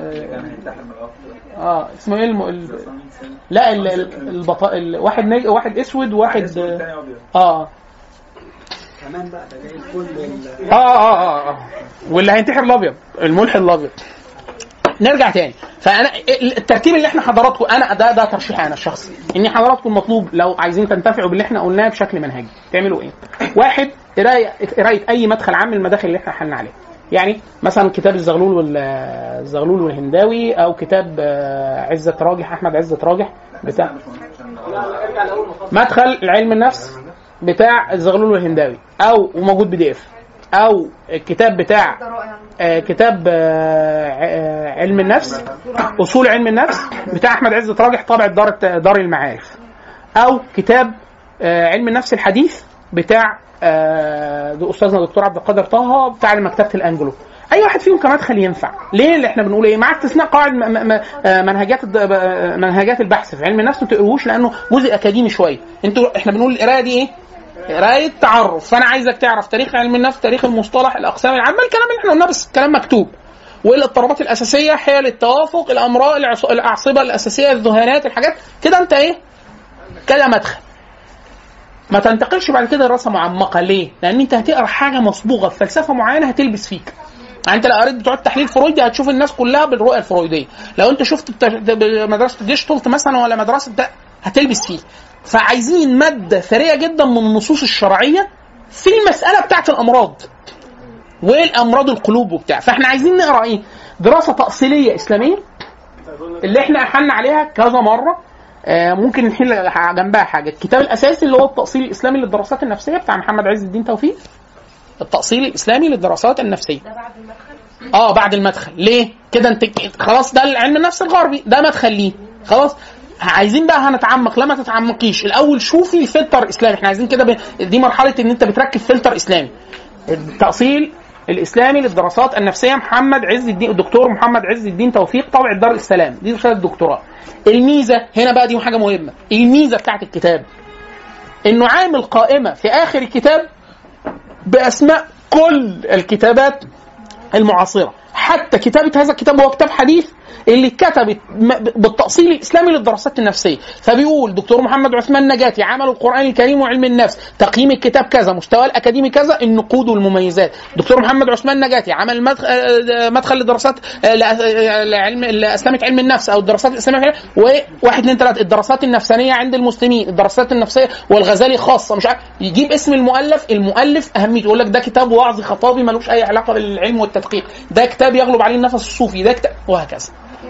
اه اسمه ايه الم... ال... لا ال... البط... ال... واحد نج... واحد اسود وواحد اه كمان بقى ده جاي كل اه اه اه واللي هينتحر الابيض الملحد الابيض. نرجع تاني. فانا الترتيب اللي احنا حضراتكم انا ده ده ترشيحي انا الشخصي ان حضراتكم مطلوب لو عايزين تنتفعوا باللي احنا قلناه بشكل منهجي تعملوا ايه؟ واحد قرايه قرايه اي مدخل عام من المداخل اللي احنا حلنا عليها، يعني مثلا كتاب الزغلول والزغلول والهنداوي او كتاب عزة راجح احمد عزة راجح بتاع مدخل علم النفس بتاع الزغلول والهنداوي او وموجود بي دي اف، او الكتاب بتاع آه كتاب آه علم النفس اصول علم النفس بتاع احمد عزة راجح طابع دار دار المعارف، او كتاب آه علم النفس الحديث بتاع آه استاذنا دكتور عبد القادر طه بتاع مكتبه الانجلو. اي واحد فيهم كمدخل ينفع. ليه اللي احنا بنقول ايه؟ مع استثناء قواعد منهجات منهجات البحث في علم النفس ما تقروش لانه جزء اكاديمي شويه. انتوا احنا بنقول القرايه دي ايه؟ قرايه تعرف. فانا عايزك تعرف تاريخ علم النفس، تاريخ المصطلح، الاقسام العامه، الكلام اللي احنا قلناه بس الكلام مكتوب، والاضطرابات الاساسيه، حيل التوافق، الامراض، الاعصبه الاساسيه، الذهانات، الحاجات كده. انت ايه كده مدخل. ما تنتقلش بعد كده دراسه معمقه. ليه؟ لان انت هتقرا حاجه مصبوغه في فلسفه معينه هتلبس فيك. يعني انت لو قريت بتوع التحليل الفرويدي هتشوف الناس كلها بالرؤيه الفرويديه، لو انت شفت مدرسه الجيشتولت مثلا ولا مدرسه ده هتلبس فيه. فعايزين ماده ثريه جدا من النصوص الشرعيه في المساله بتاعه الامراض والامراض القلوب وبتاع. فاحنا عايزين نقرا ايه؟ دراسه تاصيليه اسلاميه اللي احنا احنا عليها كذا مره. آه ممكن نحل جنبها حاجه. الكتاب الاساسي اللي هو التاصيل الاسلامي للدراسات النفسيه بتاع محمد عز الدين توفيق، التأصيل الإسلامي للدراسات النفسية. ده بعد المدخل؟ اه بعد المدخل. ليه؟ كده انت خلاص ده علم النفس الغربي ده مدخل ليه. خلاص عايزين بقى هنتعمق. لما تتعمقيش الاول شوفي فلتر اسلامي. احنا عايزين كده ب... دي مرحله ان انت بتركب فلتر اسلامي. التأصيل الاسلامي للدراسات النفسيه محمد عز الدين الدكتور محمد عز الدين توفيق طبع دار السلام، دي رساله الدكتوراه. الميزه هنا بقى دي حاجه مهمه. الميزه بتاعت الكتاب انه عامل قائمه في اخر الكتاب باسماء كل الكتابات المعاصره. حتى كتابه هذا الكتاب هو كتاب حديث اللي اتكتبت بالتأصيل الإسلامي للدراسات النفسية. فبيقول دكتور محمد عثمان نجاتي عمل القرآن الكريم وعلم النفس، تقييم الكتاب كذا، مستوى الأكاديمي كذا، النقود والمميزات. دكتور محمد عثمان نجاتي عمل مدخل لدراسات لعلم لأسلامة علم النفس أو الدراسات الإسلامية، وواحد اثنين ثلاثة الدراسات النفسانية عند المسلمين، الدراسات النفسية والغزالي خاصة، مش عارف يجيب اسم المؤلف، المؤلف أهميته، يقول لك ده كتاب وعظ خطابي ملوش أي علاقة بالعلم والتدقيق، ده كتاب يغلب عليه النفس الصوفي، ده كتاب، وهكذا.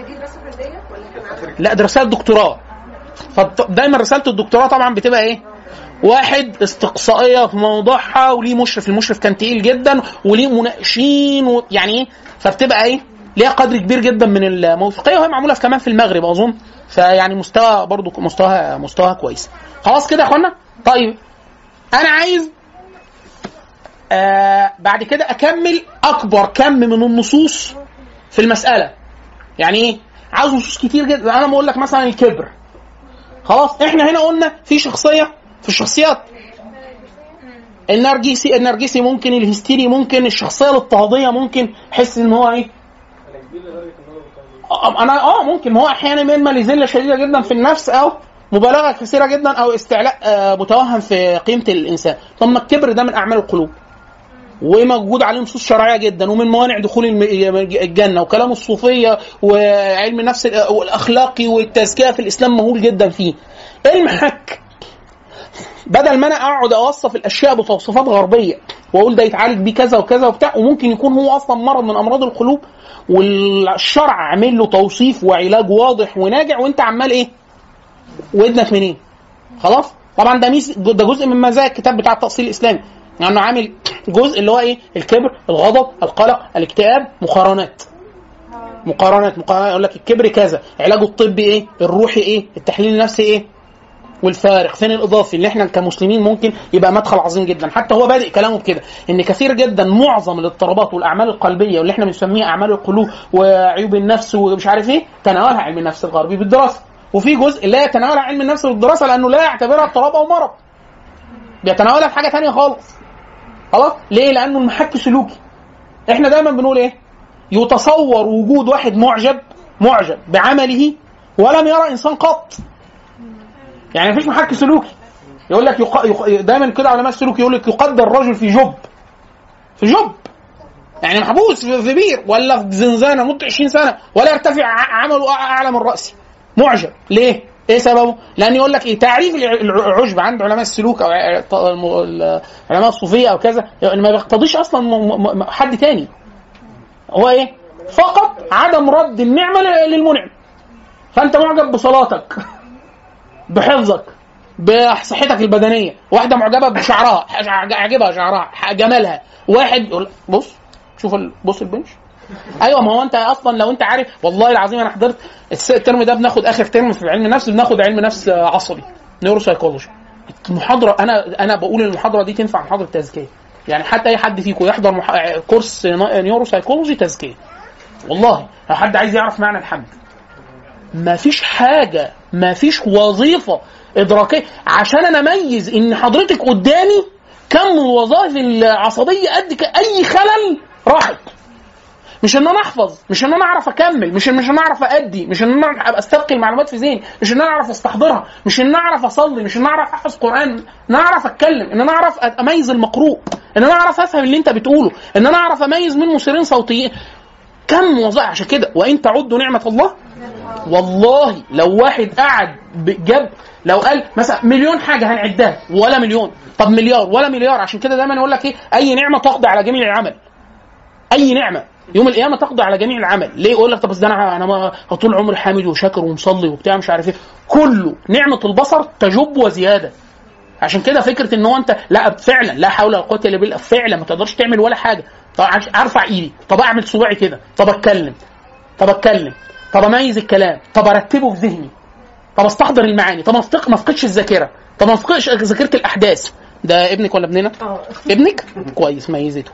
لا ده رسالة دكتوراه. فدايما رسالة الدكتوراه طبعا بتبقى ايه؟ واحد استقصائية في موضوعها وليه مشرف، المشرف كان تقيل جدا وليه مناقشين و... يعني ايه؟ فبتبقى ايه؟ ليها قدر كبير جدا من الموثوقية، وهي معمولة كمان في المغرب اظن، فيعني مستوى برضو مستوى مستوى كويس. خلاص كده يا اخوانا؟ طيب انا عايز آه بعد كده اكمل اكبر كم من النصوص في المسألة. يعني ايه؟ عاوز نصوص كتير جدا. انا بقول لك مثلا الكبر، خلاص احنا هنا قلنا في شخصيه في الشخصيات، النرجسي النرجسي ممكن، الهستيري ممكن، الشخصيه الاضطهاديه ممكن، حس ان هو ايه انا اه ممكن هو احيانا ينمى لذله شديده جدا في النفس، او مبالغه كثيره جدا، او استعلاء آه متوهم في قيمه الانسان. ثم الكبر ده من اعمال القلوب وموجود عليه نصوص شرعيه جدا، ومن موانع دخول الجنه، وكلام الصوفيه وعلم النفس والاخلاقي والتزكيه في الاسلام مهول جدا فيه. المحك بدل ما انا اقعد اوصف الاشياء بتوصيفات غربيه واقول ده يتعالج بيه كذا وكذا وبتاع، وممكن يكون هو اصلا مرض من امراض القلوب والشرع عامل له توصيف وعلاج واضح وناجع، وانت عمال ايه ودنك منين؟ خلاص طبعا ده ميز، ده جزء من مزايا الكتاب بتاع التأصيل الاسلامي، لانه يعني عامل جزء اللي هو ايه؟ الكبر، الغضب، القلق، الاكتئاب، مقارنات مقارنات مقارنات يقول لك الكبر كذا، علاجه الطبي ايه، الروحي ايه، التحليل النفسي ايه، والفارق فين الاضافي اللي احنا كمسلمين ممكن يبقى مدخل عظيم جدا. حتى هو بادئ كلامه بكده ان كثير جدا معظم الاضطرابات والاعمال القلبيه واللي احنا بنسميها اعمال القلوب وعيوب النفس ومش عارف ايه تناولها علم النفس الغربي بالدراسه، وفي جزء لا يتناولها علم النفس بالدراسه لانه لا يعتبرها اضطراب او مرض، بيتناولها في حاجه ثانيه خالص. خلاص ليه؟ لانه المحك سلوكي. احنا دايما بنقول ايه؟ يتصور وجود واحد معجب معجب بعمله ولم يرى انسان قط. يعني مفيش محك سلوكي يقول لك يق... يق... دايما كده علماء السلوك يقول لك يقدر الرجل في جب في جب يعني محبوس في بير ولا في زنزانه مده عشرين سنه ولا يرتفع عمله اعلى من راسه. معجب ليه؟ ايه سببه؟ لان يقول لك ايه تعريف العجب عند علماء السلوك او علماء الصوفيه او كذا ما بيقتضيش اصلا حد تاني، هو ايه؟ فقط عدم رد النعمه للمنعم. فانت معجب بصلاتك، بحفظك، بصحتك البدنيه، واحده معجبه بشعرها، عجبها شعرها، جمالها، واحد يقول بص شوف بص البنش. ايوه ما هو انت اصلا لو انت عارف، والله العظيم انا حضرت الترم ده بناخد اخر ترم في علم النفس، بناخد علم نفس عصبي نيورو سايكولوجي. المحاضره انا انا بقول المحاضره دي تنفع محاضره تزكيه، يعني حتى اي حد فيكم يحضر مح... كورس نيورو سايكولوجي تزكيه، والله لو حد عايز يعرف معنى الحمد. ما فيش حاجه، ما فيش وظيفه ادراكيه عشان انا اميز ان حضرتك قدامي كم من الوظائف العصبيه قد اي خلل راحت. مش ان انا احفظ، مش ان انا اعرف اكمل، مش مش ان انا اعرف ادي، مش ان انا ابقى استبقي المعلومات في ذهني، مش ان انا اعرف استحضرها، مش ان انا اعرف اصلي، مش ان انا اعرف احفظ قران، ان انا اعرف اتكلم، ان انا اعرف اميز المقروء، ان انا اعرف افهم اللي انت بتقوله، ان انا اعرف اميز من مثيرين صوتيين. كم وظائف عشان كده. وان تعدوا نعمه الله، والله لو واحد قعد بجد لو قال مثلا مليون حاجه هنعدها ولا مليون، طب مليار ولا مليار. عشان كده دايما يقول لك ايه؟ اي نعمه تقضي على جميع العمل، اي نعمه يوم القيامه تقضي على جميع العمل. ليه؟ يقول لك طب بس ده انا انا طول عمري حامد وشاكر ومصلي وبتاع مش عارف ايه. كله نعمه البصر تجب وزياده. عشان كده فكره ان هو انت لا فعلا لا حول ولا قوه الا بالله، فعلا ما تقدرش تعمل ولا حاجه. طب ارفع ايدي، طب اعمل صباعي كده، طب اتكلم طب اتكلم طب اميز الكلام، طب ارتبه في ذهني، طب استحضر المعاني، طب ما افقدش الذاكره، طب ما افقدش ذاكره الاحداث. ده ابنك ولا ابننا؟ اه ابنك كويس ميزته.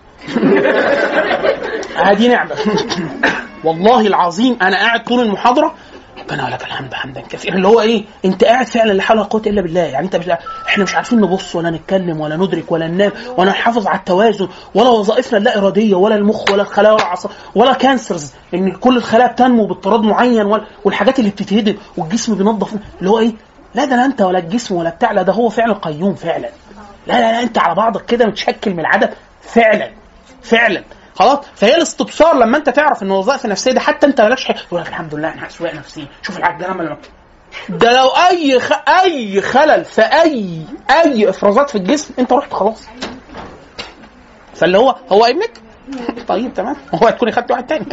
هذه نعمه. والله العظيم انا قاعد طول المحاضره ربنا لك الحمد حمدا كثيرا، اللي هو ايه، انت قاعد فعلا لا حول ولا قوه الا بالله. يعني انت مش، احنا مش عارفين نبص ولا نتكلم ولا ندرك ولا ننام ولا نحافظ على التوازن ولا وظائفنا اللا اراديه ولا المخ ولا الخلايا ولا العصب ولا كانسرز، ان كل الخلايا بتنمو باضطراد معين والحاجات اللي بتتهدم والجسم بينظف، اللي هو ايه، لا ده لا انت ولا الجسم ولا بتاع، لا ده هو فعلا قيوم فعلا. لا لا لا انت على بعضك كده متشكل من العدد فعلا فعلا. خلاص. فهي الاستبصار لما انت تعرف ان الوظائف النفسيه ده حتى انت مالكش حاجه، يقول لك الحمد لله انا اسواق نفسي. شوف العبد ده لما ده لو اي خ... اي خلل في اي اي افرازات في الجسم انت رحت خلاص. فاللي هو هو ابنك طيب تمام، هو هتكوني خدت واحد تاني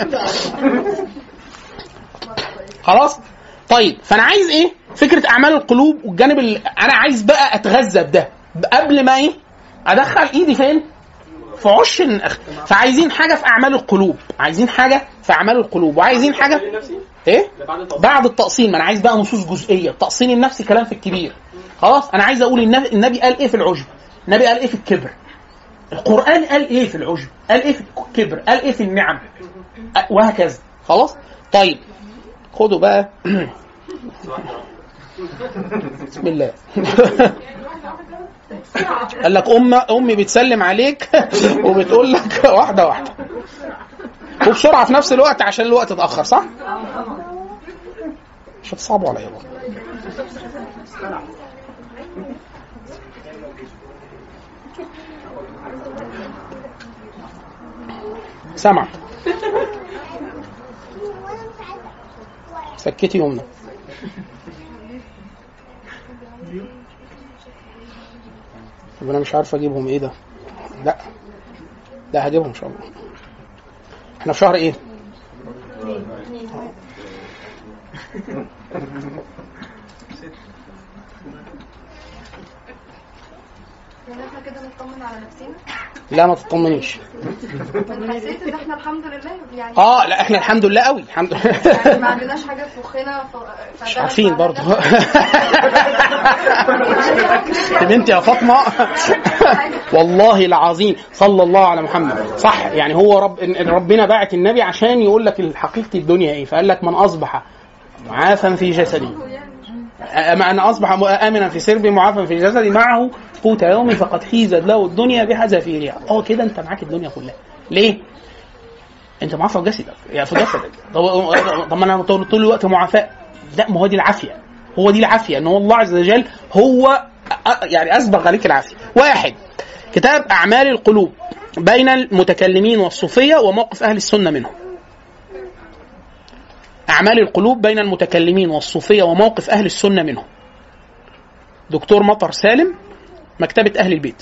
خلاص. طيب فانا عايز ايه، فكره اعمال القلوب والجانب اللي انا عايز بقى اتغذى بده قبل ما ايه ادخل ايدي فين في عش النخ. فعايزين حاجه في اعمال القلوب، عايزين حاجه في اعمال القلوب، وعايزين حاجه ايه بعد التقسيم. ما انا عايز بقى نصوص جزئيه. التقسيم النفسي كلام في الكبير. خلاص. انا عايز اقول النبي, النبي قال ايه في العجب، النبي قال ايه في الكبر، القران قال ايه في العجب، قال ايه في الكبر، قال ايه في النعم، وهكذا. خلاص. طيب خدوا بقى بسم الله قال لك أم أمي بتسلم عليك وبتقول لك واحدة واحدة وبسرعة في نفس الوقت عشان الوقت اتأخر، صح؟ مش هتصعبوا عليا بقى. سمع سكتي يومنا. طب انا مش عارف اجيبهم ايه ده. لا لا هجيبهم ان شاء الله. احنا في شهر ايه؟ احنا كده نطمن على نفسنا. لا ما تطمنيش. حسيت ان احنا الحمد لله يعني اه لا احنا الحمد لله قوي الحمد لله يعني ما عندناش حاجه في مخنا ف... مش عارفين برضه يا بنتي يا فاطمه والله العظيم صلى الله على محمد صح. يعني هو رب ربنا باعت النبي عشان يقول لك حقيقه الدنيا ايه. فقال لك من اصبح معافا في جسدي، ما أنا أصبح آمنا في سربي معافا في جسدي معه قوت يومي فقد حيزت له الدنيا بحذافيرها. اه كده انت معاك الدنيا كلها. ليه؟ انت معافى في جسدك يعني في جسدك. طب ما انا طول الوقت معافى. لا ما هو دي العافيه، هو دي العافيه ان هو الله عز وجل هو يعني اسبغ عليك العافيه. واحد كتاب اعمال القلوب بين المتكلمين والصوفيه وموقف اهل السنه منهم. أعمال القلوب بين المتكلمين والصوفية وموقف أهل السنة منهم، دكتور مطر سالم، مكتبة أهل البيت.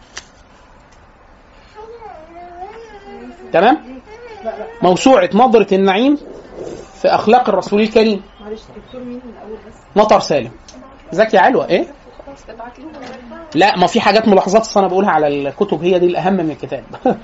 تمام. موسوعة نظرة النعيم في أخلاق الرسول الكريم. مطر سالم. ذكي علوة إيه؟ لا ما في حاجات ملاحظات أنا بقولها على الكتب، هي دي الأهم من الكتاب.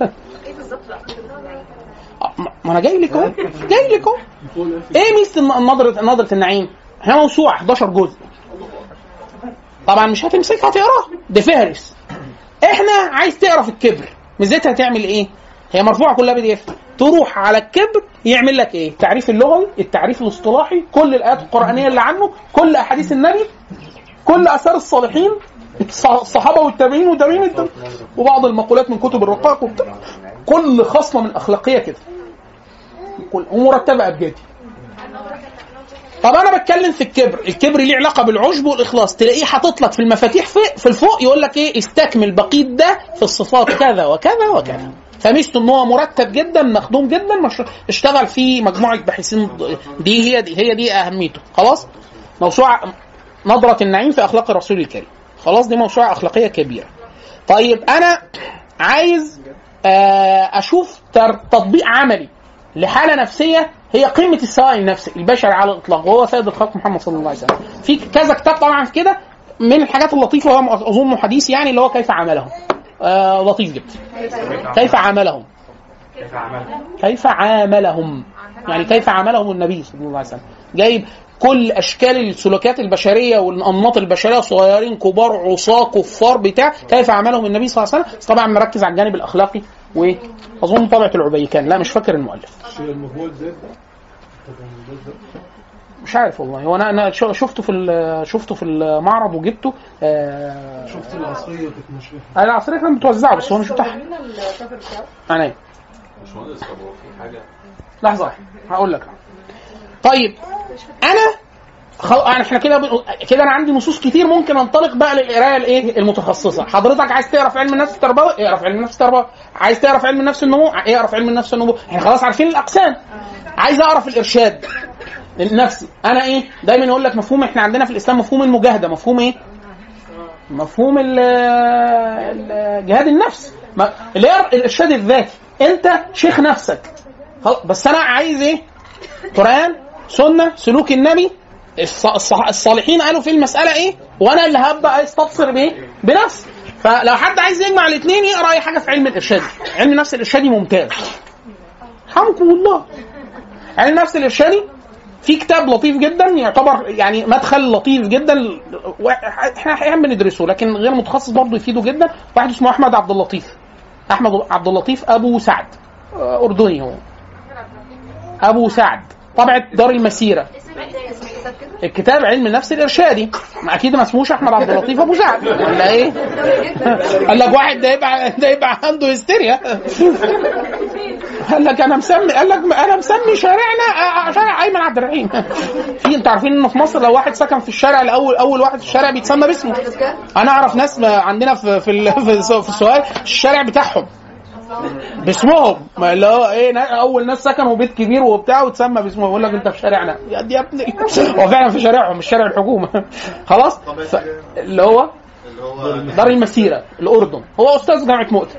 ما انا جاي لك اهو جاي لك اهو. ايه ميزه نظره نظره النعيم؟ هي موسوعه احداشر جزء. طبعا مش هتمسكها تقراها، ده فهرس. احنا عايز تقرا في الكبر ميزتها تعمل ايه؟ هي مرفوعه كلها بي دي اف. تروح على الكبر يعمل لك ايه؟ التعريف اللغوي، التعريف الاصطلاحي، كل الايات القرانيه اللي عنه، كل احاديث النبي، كل اثار الصالحين الصحابه والتابعين وتابعين التابعين، وبعض المقولات من كتب الرقاق وبتاع. كل خصله من اخلاقيه كده ومرتبه ابجدي. طب انا بتكلم في الكبر. الكبر ليه علاقه بالعجب والاخلاص. تلاقيه حاطط لك في المفاتيح في, في الفوق يقول لك ايه؟ استكمل بقيه ده في الصفات كذا وكذا وكذا. فميزته ان هو مرتب جدا، مخدوم جدا، مش اشتغل فيه مجموعه باحثين. دي هي دي هي دي اهميته. خلاص. موسوعه نظره النعيم في اخلاق الرسول الكريم. خلاص دي موسوعه اخلاقيه كبيره. طيب انا عايز اشوف تطبيق عملي لحاله نفسيه هي قمه السواء النفسي البشري على الاطلاق، وهو سيد الخلق محمد صلى الله عليه وسلم. في كذا كتاب طبعا في كده. من الحاجات اللطيفه وهو اظن حديث يعني اللي هو كيف عملهم. آه لطيف جدا. كيف عملهم كيف عاملهم يعني كيف عملهم النبي صلى الله عليه وسلم. جايب كل اشكال السلوكيات البشريه والانماط البشريه، صغيرين كبار عصاه كفار بتاع، كيف عملهم النبي صلى الله عليه وسلم. طبعا مركز على الجانب الاخلاقي، واظن طبعه العبيكان، لا مش فاكر المؤلف. مش عارف والله. هو انا انا شفته في شفته في المعرض وجبته. آه شفت العصريه كانت مشهوره. العصريه كانت متوزعه بس هو مش متاح. انا مش مهندس طب هو في حاجه لحظه هقول لك. طيب انا خل... احنا كده ب... كده انا عندي نصوص كتير ممكن انطلق بقى للقرايه الايه المتخصصه. حضرتك عايز تعرف في علم النفس التربوي اقرا في علم النفس التربوي، عايز تعرف في علم النفس النمو اقرا في علم النفس النمو. احنا خلاص عارفين الاقسام. عايز اعرف الارشاد النفسي انا ايه دايما يقول لك مفهوم احنا عندنا في الاسلام مفهوم المجاهده، مفهوم ايه مفهوم الجهاد النفس اللي هي الارشاد الذاتي. انت شيخ نفسك بس انا عايز ايه قرآن سنه سلوك النبي الصالحين قالوا في المساله ايه وانا اللي هبدا استبصر بايه بنفسي. فلو حد عايز يجمع الاثنين يقرا اي حاجه في علم الارشاد. علم النفس الارشادي ممتاز حمكم الله. علم النفس الارشادي في كتاب لطيف جدا يعتبر يعني مدخل لطيف جدا احنا احيانا بندرسه لكن غير متخصص برضه يفيده جدا. واحد اسمه احمد عبد اللطيف احمد عبد اللطيف ابو سعد اردني هو ابو سعد طبعة دار المسيرة. الكتاب علم النفس الارشادي ما اكيد ما اسموش احمد عبد اللطيف ابو سعد ولا ايه؟ قال لك واحد ده يبقى ده يبقى عنده هستيريا. قال لك انا مسمي قال لك انا مسمي شارعنا شارع ايمن عبد الرحيم. في انتوا عارفين ان في مصر لو واحد سكن في الشارع الاول اول واحد في الشارع بيتسمى باسمه. انا اعرف ناس عندنا في في في السؤال الشارع بتاعهم باسمهم اللي هو ايه اول ناس سكنوا بيت كبير وبتاع وتسمى باسمه. يقول لك انت في شارعنا يا دي يا ابني. هو فعلا في شارعهم مش شارع الحكومه. خلاص ف... اللي هو دار المسيره الاردن. هو استاذ جامعه مؤتة.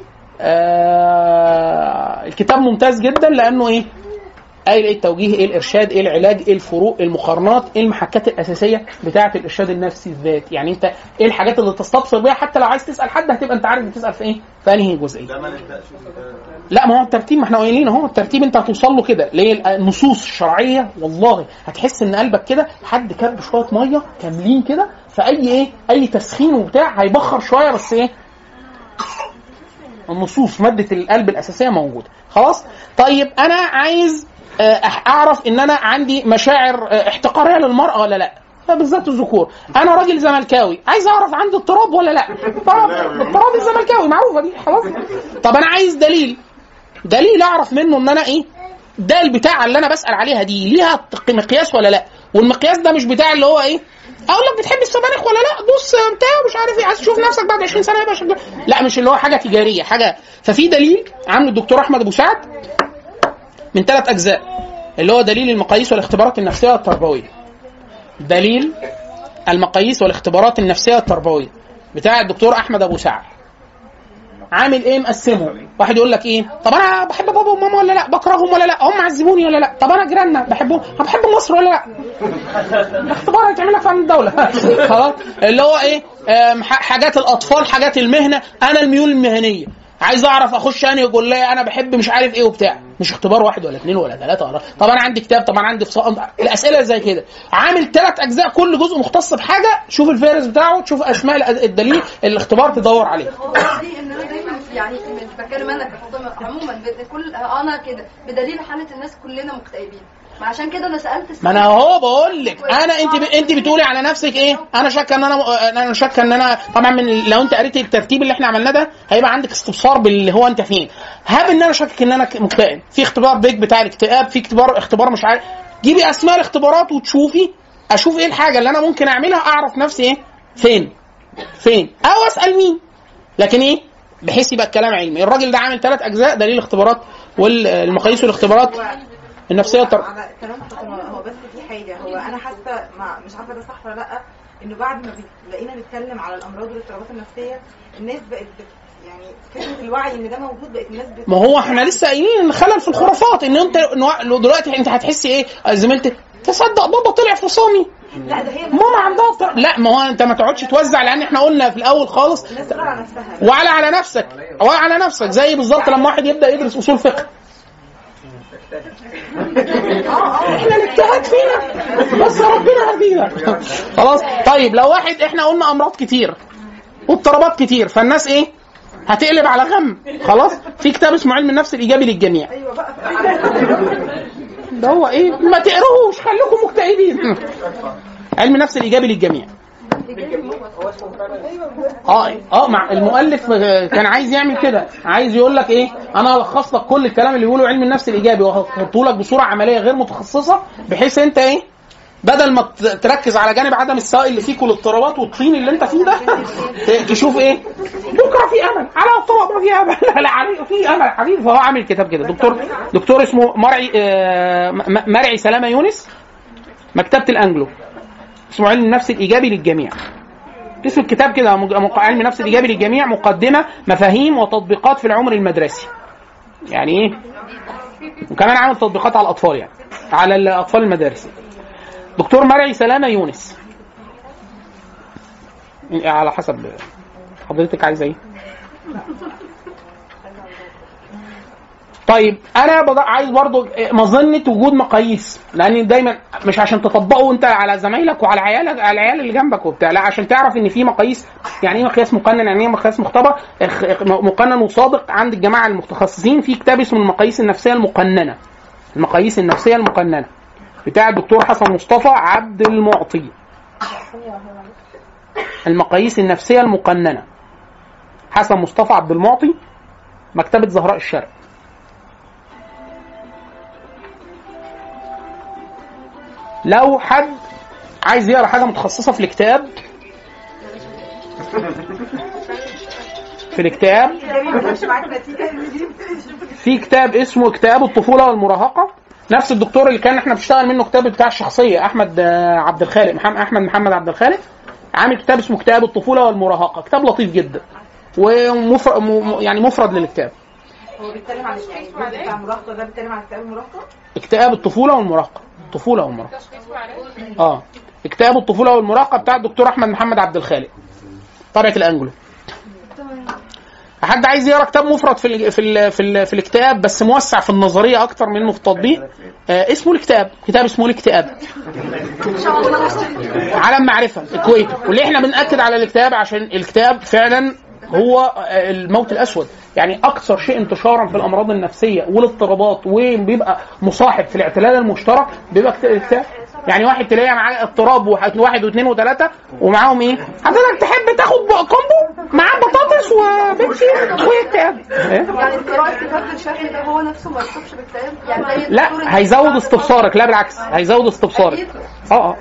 آه... الكتاب ممتاز جدا لانه ايه ايه التوجيه ايه الارشاد ايه العلاج ايه الفروق ايه المقارنات ايه المحكات الاساسيه بتاعه الارشاد النفسي الذاتي. يعني انت ايه الحاجات اللي تستبصر بيها حتى لو عايز تسال حد هتبقى انت عارف بتسال في ايه في انهي جزئيه. لا ما هو الترتيب ما احنا قايلين اهو الترتيب انت هتوصل له كده ليه النصوص الشرعيه. والله هتحس ان قلبك كده حد كب شويه ميه كاملين كده فاي ايه اي تسخين وبتاع هيبخر شويه بس ايه النصوص ماده القلب الاساسيه موجوده. خلاص طيب انا عايز اعرف ان انا عندي مشاعر احتقاريه للمراه ولا لا بالذات الذكور. انا راجل زملكاوي عايز اعرف عندي اضطراب ولا لا. اضطراب اضطراب الزملكاوي معروفه دي خلاص. طب انا عايز دليل دليل اعرف منه ان انا ايه ده البتاع اللي انا بسال عليها دي ليها مقياس ولا لا. والمقياس ده مش بتاع اللي هو ايه اقول لك بتحب السبانخ ولا لا دوس بتاع مش عارف ايه عايز تشوف نفسك بعد عشرين سنه يبقى شغال. لا مش اللي هو حاجه تجاريه حاجه. ففي دليل عامل الدكتور احمد ابو سعد من ثلاث اجزاء اللي هو دليل المقاييس والاختبارات النفسيه والتربويه. دليل المقاييس والاختبارات النفسيه والتربويه بتاع الدكتور احمد ابو سعد. عامل ايه مقسمه. واحد يقول لك ايه طب انا بحب بابا وماما ولا لا بكرههم ولا لا هم عذبوني ولا لا. طب انا جيراننا بحبهم انا بحب مصر ولا لا. الاختبار هيتعمل لك في عن الدوله. خلاص اللي هو ايه حاجات الاطفال حاجات المهنه. انا الميول المهنيه عايز اعرف اخش انا يقول لي انا بحب مش عارف ايه وبتاع. مش اختبار واحد ولا اثنين ولا ثلاثه ولا طب انا عندي كتاب طب انا عندي فصائل الاسئله زي كده. عامل ثلاث اجزاء كل جزء مختص بحاجه. شوف الفهرس بتاعه تشوف اسماء الدليل الاختبار تدور عليه. دي ان انا دايما يعني مش بتكلم انا كفاطمه عموما كل انا كده بدليل حاله الناس كلنا مكتئبين. عشان كده انا سالت ما انا هو بقول لك انا انت ب... انت بتقولي على نفسك ايه انا شاكه ان انا انا شاكه ان انا طبعا من لو انت قريتي الترتيب اللي احنا عملناه ده هيبقى عندك استبصار باللي هو انت فين. هاب ان انا شاكك ان انا مكتئب في اختبار بيج بتاع الاكتئاب في اختبار اختبار مش عارف. جيبي اسماء الاختبارات وتشوفي اشوف ايه الحاجه اللي انا ممكن اعملها اعرف نفسي ايه فين فين او اسال مين. لكن ايه بحيث يبقى الكلام علمي. الراجل ده عامل ثلاث اجزاء دليل الاختبارات والمقاييس والاختبارات النفسيه والتر... على كلام هو بس في حاجه هو انا حاسه مش عارفه ده صح ولا لا انه بعد ما بقينا نتكلم على الامراض والاضطرابات النفسيه الناس بقت يعني فكره الوعي ان ده موجود بقت الناس بت... ما هو احنا لسه قايلين ان خلل في الخرافات ان انت دلوقتي انت هتحسي ايه زميلتك تصدق بابا طلع في صامي لا ده هي ماما عندها طر... لا ما هو انت ما تقعدش توزع لان احنا قلنا في الاول خالص على نفسها وعلى على نفسك وعلى نفسك زي بالظبط لما واحد يبدا يدرس اصول فقه احنا الاجتهاد فينا بس ربنا هدينا خلاص. طيب لو واحد احنا قلنا امراض كتير واضطرابات كتير فالناس ايه هتقلب على غم. خلاص في كتاب اسمه علم النفس الايجابي للجميع ده هو ايه، ما تقروش خليكم مكتئبين. علم النفس الايجابي للجميع. اه اه مع المؤلف كان عايز يعمل كده، عايز يقول لك ايه، انا هلخص لك كل الكلام اللي بيقوله علم النفس الايجابي وهحطه لك بصوره عمليه غير متخصصه، بحيث انت ايه بدل ما تركز على جانب عدم السواء اللي فيك والاضطرابات والطين اللي انت فيه ده، تشوف ايه بكره في امل، على الطبق ما في امل، لا في امل حبيبي. فهو عامل كتاب كده، دكتور دكتور اسمه مرعي آه مرعي سلامه يونس، مكتبه الانجلو، اسمه علم النفس الايجابي للجميع. اسم الكتاب كده، علم النفس الايجابي للجميع، مقدمه مفاهيم وتطبيقات في العمر المدرسي. يعني ايه؟ وكمان عامل تطبيقات على الاطفال، يعني على الاطفال المدارس. دكتور مرعي سلامه يونس، على حسب حضرتك عايزه ايه. طيب انا عايز برضو مظنه وجود مقاييس، لان دايما مش عشان تطبقه انت على زمايلك وعلى عيالك على العيال اللي جنبك وبتاع، لا عشان تعرف ان في مقاييس. يعني ايه مقياس مقنن؟ يعني ايه مقياس مختبر مقنن وصادق عند الجماعه المتخصصين. في كتاب اسمه المقاييس النفسيه المقننه، المقاييس النفسيه المقننه بتاع الدكتور حسن مصطفى عبد المعطي. المقاييس النفسيه المقننه، حسن مصطفى عبد المعطي، مكتبه زهراء الشرق. لو حد عايز يقرا حاجه متخصصه في الكتاب، في الكتاب في كتاب اسمه كتاب الطفوله والمراهقه، نفس الدكتور اللي كان احنا بنشتغل منه كتاب بتاع الشخصيه، احمد عبد الخالق، محمد احمد محمد عبد الخالق، عامل كتاب اسمه كتاب الطفوله والمراهقه. كتاب لطيف جدا ومفرد، يعني مفرد للكتاب. هو بيتكلم عن يعني الجزء بتاع المراهقه ده، بيتكلم عن كتاب المراهقه، اكتئاب الطفوله والمراهقه، الطفوله والمراهقه. اه اكتئاب الطفوله والمراهقه بتاع الدكتور احمد محمد عبد الخالق، طبعه الانجلو. حد عايز يقرا كتاب مفرد في ال في ال في, ال في الاكتئاب بس موسع في النظريه اكتر منه في التطبيق، آه اسمه الكتاب، كتاب اسمه الاكتئاب، عالم معرفه الكويت. واللي احنا بنأكد على الاكتئاب عشان الكتاب فعلا هو الموت الاسود، يعني اكثر شيء انتشارا في الامراض النفسيه والاضطرابات وبيبقى مصاحب في الاعتلال المشترك بيبقى اكتئاب. يعني واحد تلاقيه معاه اضطراب واحد واثنين وثلاثه ومعاهم ايه؟ حضرتك تحب تاخد كومبو معاه بطاطس وبيبسي واكتئاب. يعني قراءة كتاب الشرح ده هو نفسه ما يصفش باكتئاب؟ يعني لا، هيزود استبصارك، لا بالعكس هيزود استبصارك. اه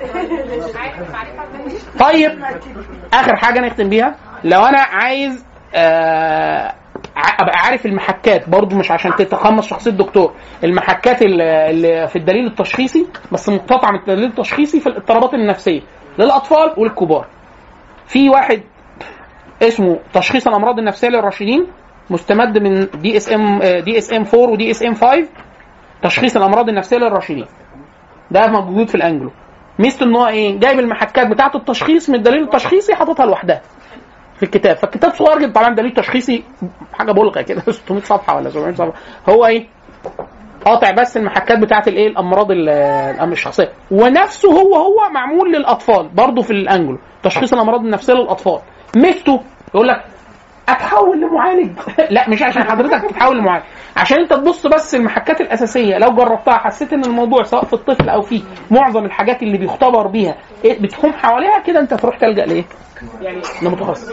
طيب اخر حاجه نختم بيها، لو انا عايز آه ابقى عارف المحكات برضو، مش عشان تتخمص شخصيه الدكتور، المحكات اللي في الدليل التشخيصي بس مقتطعه من الدليل التشخيصي في الاضطرابات النفسيه للاطفال والكبار. في واحد اسمه تشخيص الامراض النفسيه للراشدين، مستمد من دي اس ام دي اس ام أربعة ودي اس ام خمسة، تشخيص الامراض النفسيه للراشدين، ده موجود في الانجلو. ميزته ان هو ايه؟ جايب المحكات بتاعه التشخيص من الدليل التشخيصي حاططها لوحدها في الكتاب. فالكتاب صغير جدا طبعا، دليل تشخيصي حاجه بلغه كده ستمائة صفحه ولا سبعمائة صفحه. هو ايه؟ قاطع بس المحكات بتاعه الايه الامراض الشخصيه، ونفسه هو هو معمول للاطفال برضه في الانجلو، تشخيص الامراض النفسيه للاطفال. ميزته يقول لك اتحول لمعالج لا مش عشان حضرتك تتحول لمعالج، عشان انت تبص بس المحكات الاساسيه، لو جربتها حسيت ان الموضوع سواء في الطفل او في معظم الحاجات اللي بيختبر بيها إيه بتحوم حواليها كده، انت تروح تلجأ لايه؟ يعني لمتخصص.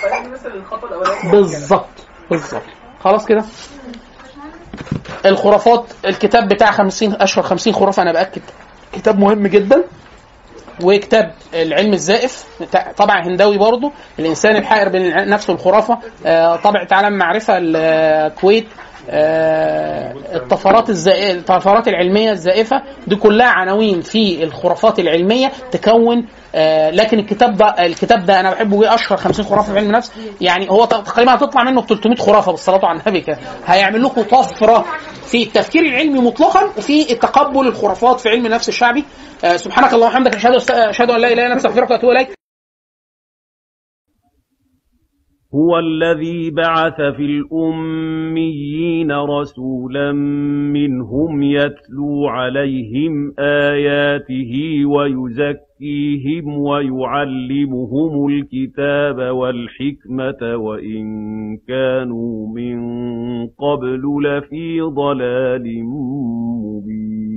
بالظبط بالظبط. خلاص كده. الخرافات، الكتاب بتاع خمسين اشهر خمسين خرافه، انا باكد كتاب مهم جدا. وكتاب العلم الزائف طبعا هنداوي برضو، الانسان الحائر بين نفسه والخرافه، طبعه عالم معرفه الكويت، الطفرات الزائفه، الطفرات العلميه الزائفه، دي كلها عناوين في الخرافات العلميه تكون. لكن الكتاب ده الكتاب ده انا بحبه، اشهر خمسين خرافه في علم النفس، يعني هو تقريبا هتطلع منه ثلاثمائة خرافه بالصلاه على النبي كده. هيعمل لكم طفره في التفكير العلمي مطلقا وفي التقبل الخرافات في علم النفس الشعبي. سبحانك اللهم وبحمدك، اشهد ان لا اله الا انت، استغفرك واتوب اليك. هو الذي بعث في الأميين رسولا منهم يتلو عليهم آياته ويزكيهم ويعلمهم الكتاب والحكمة وإن كانوا من قبل لفي ضلال مبين.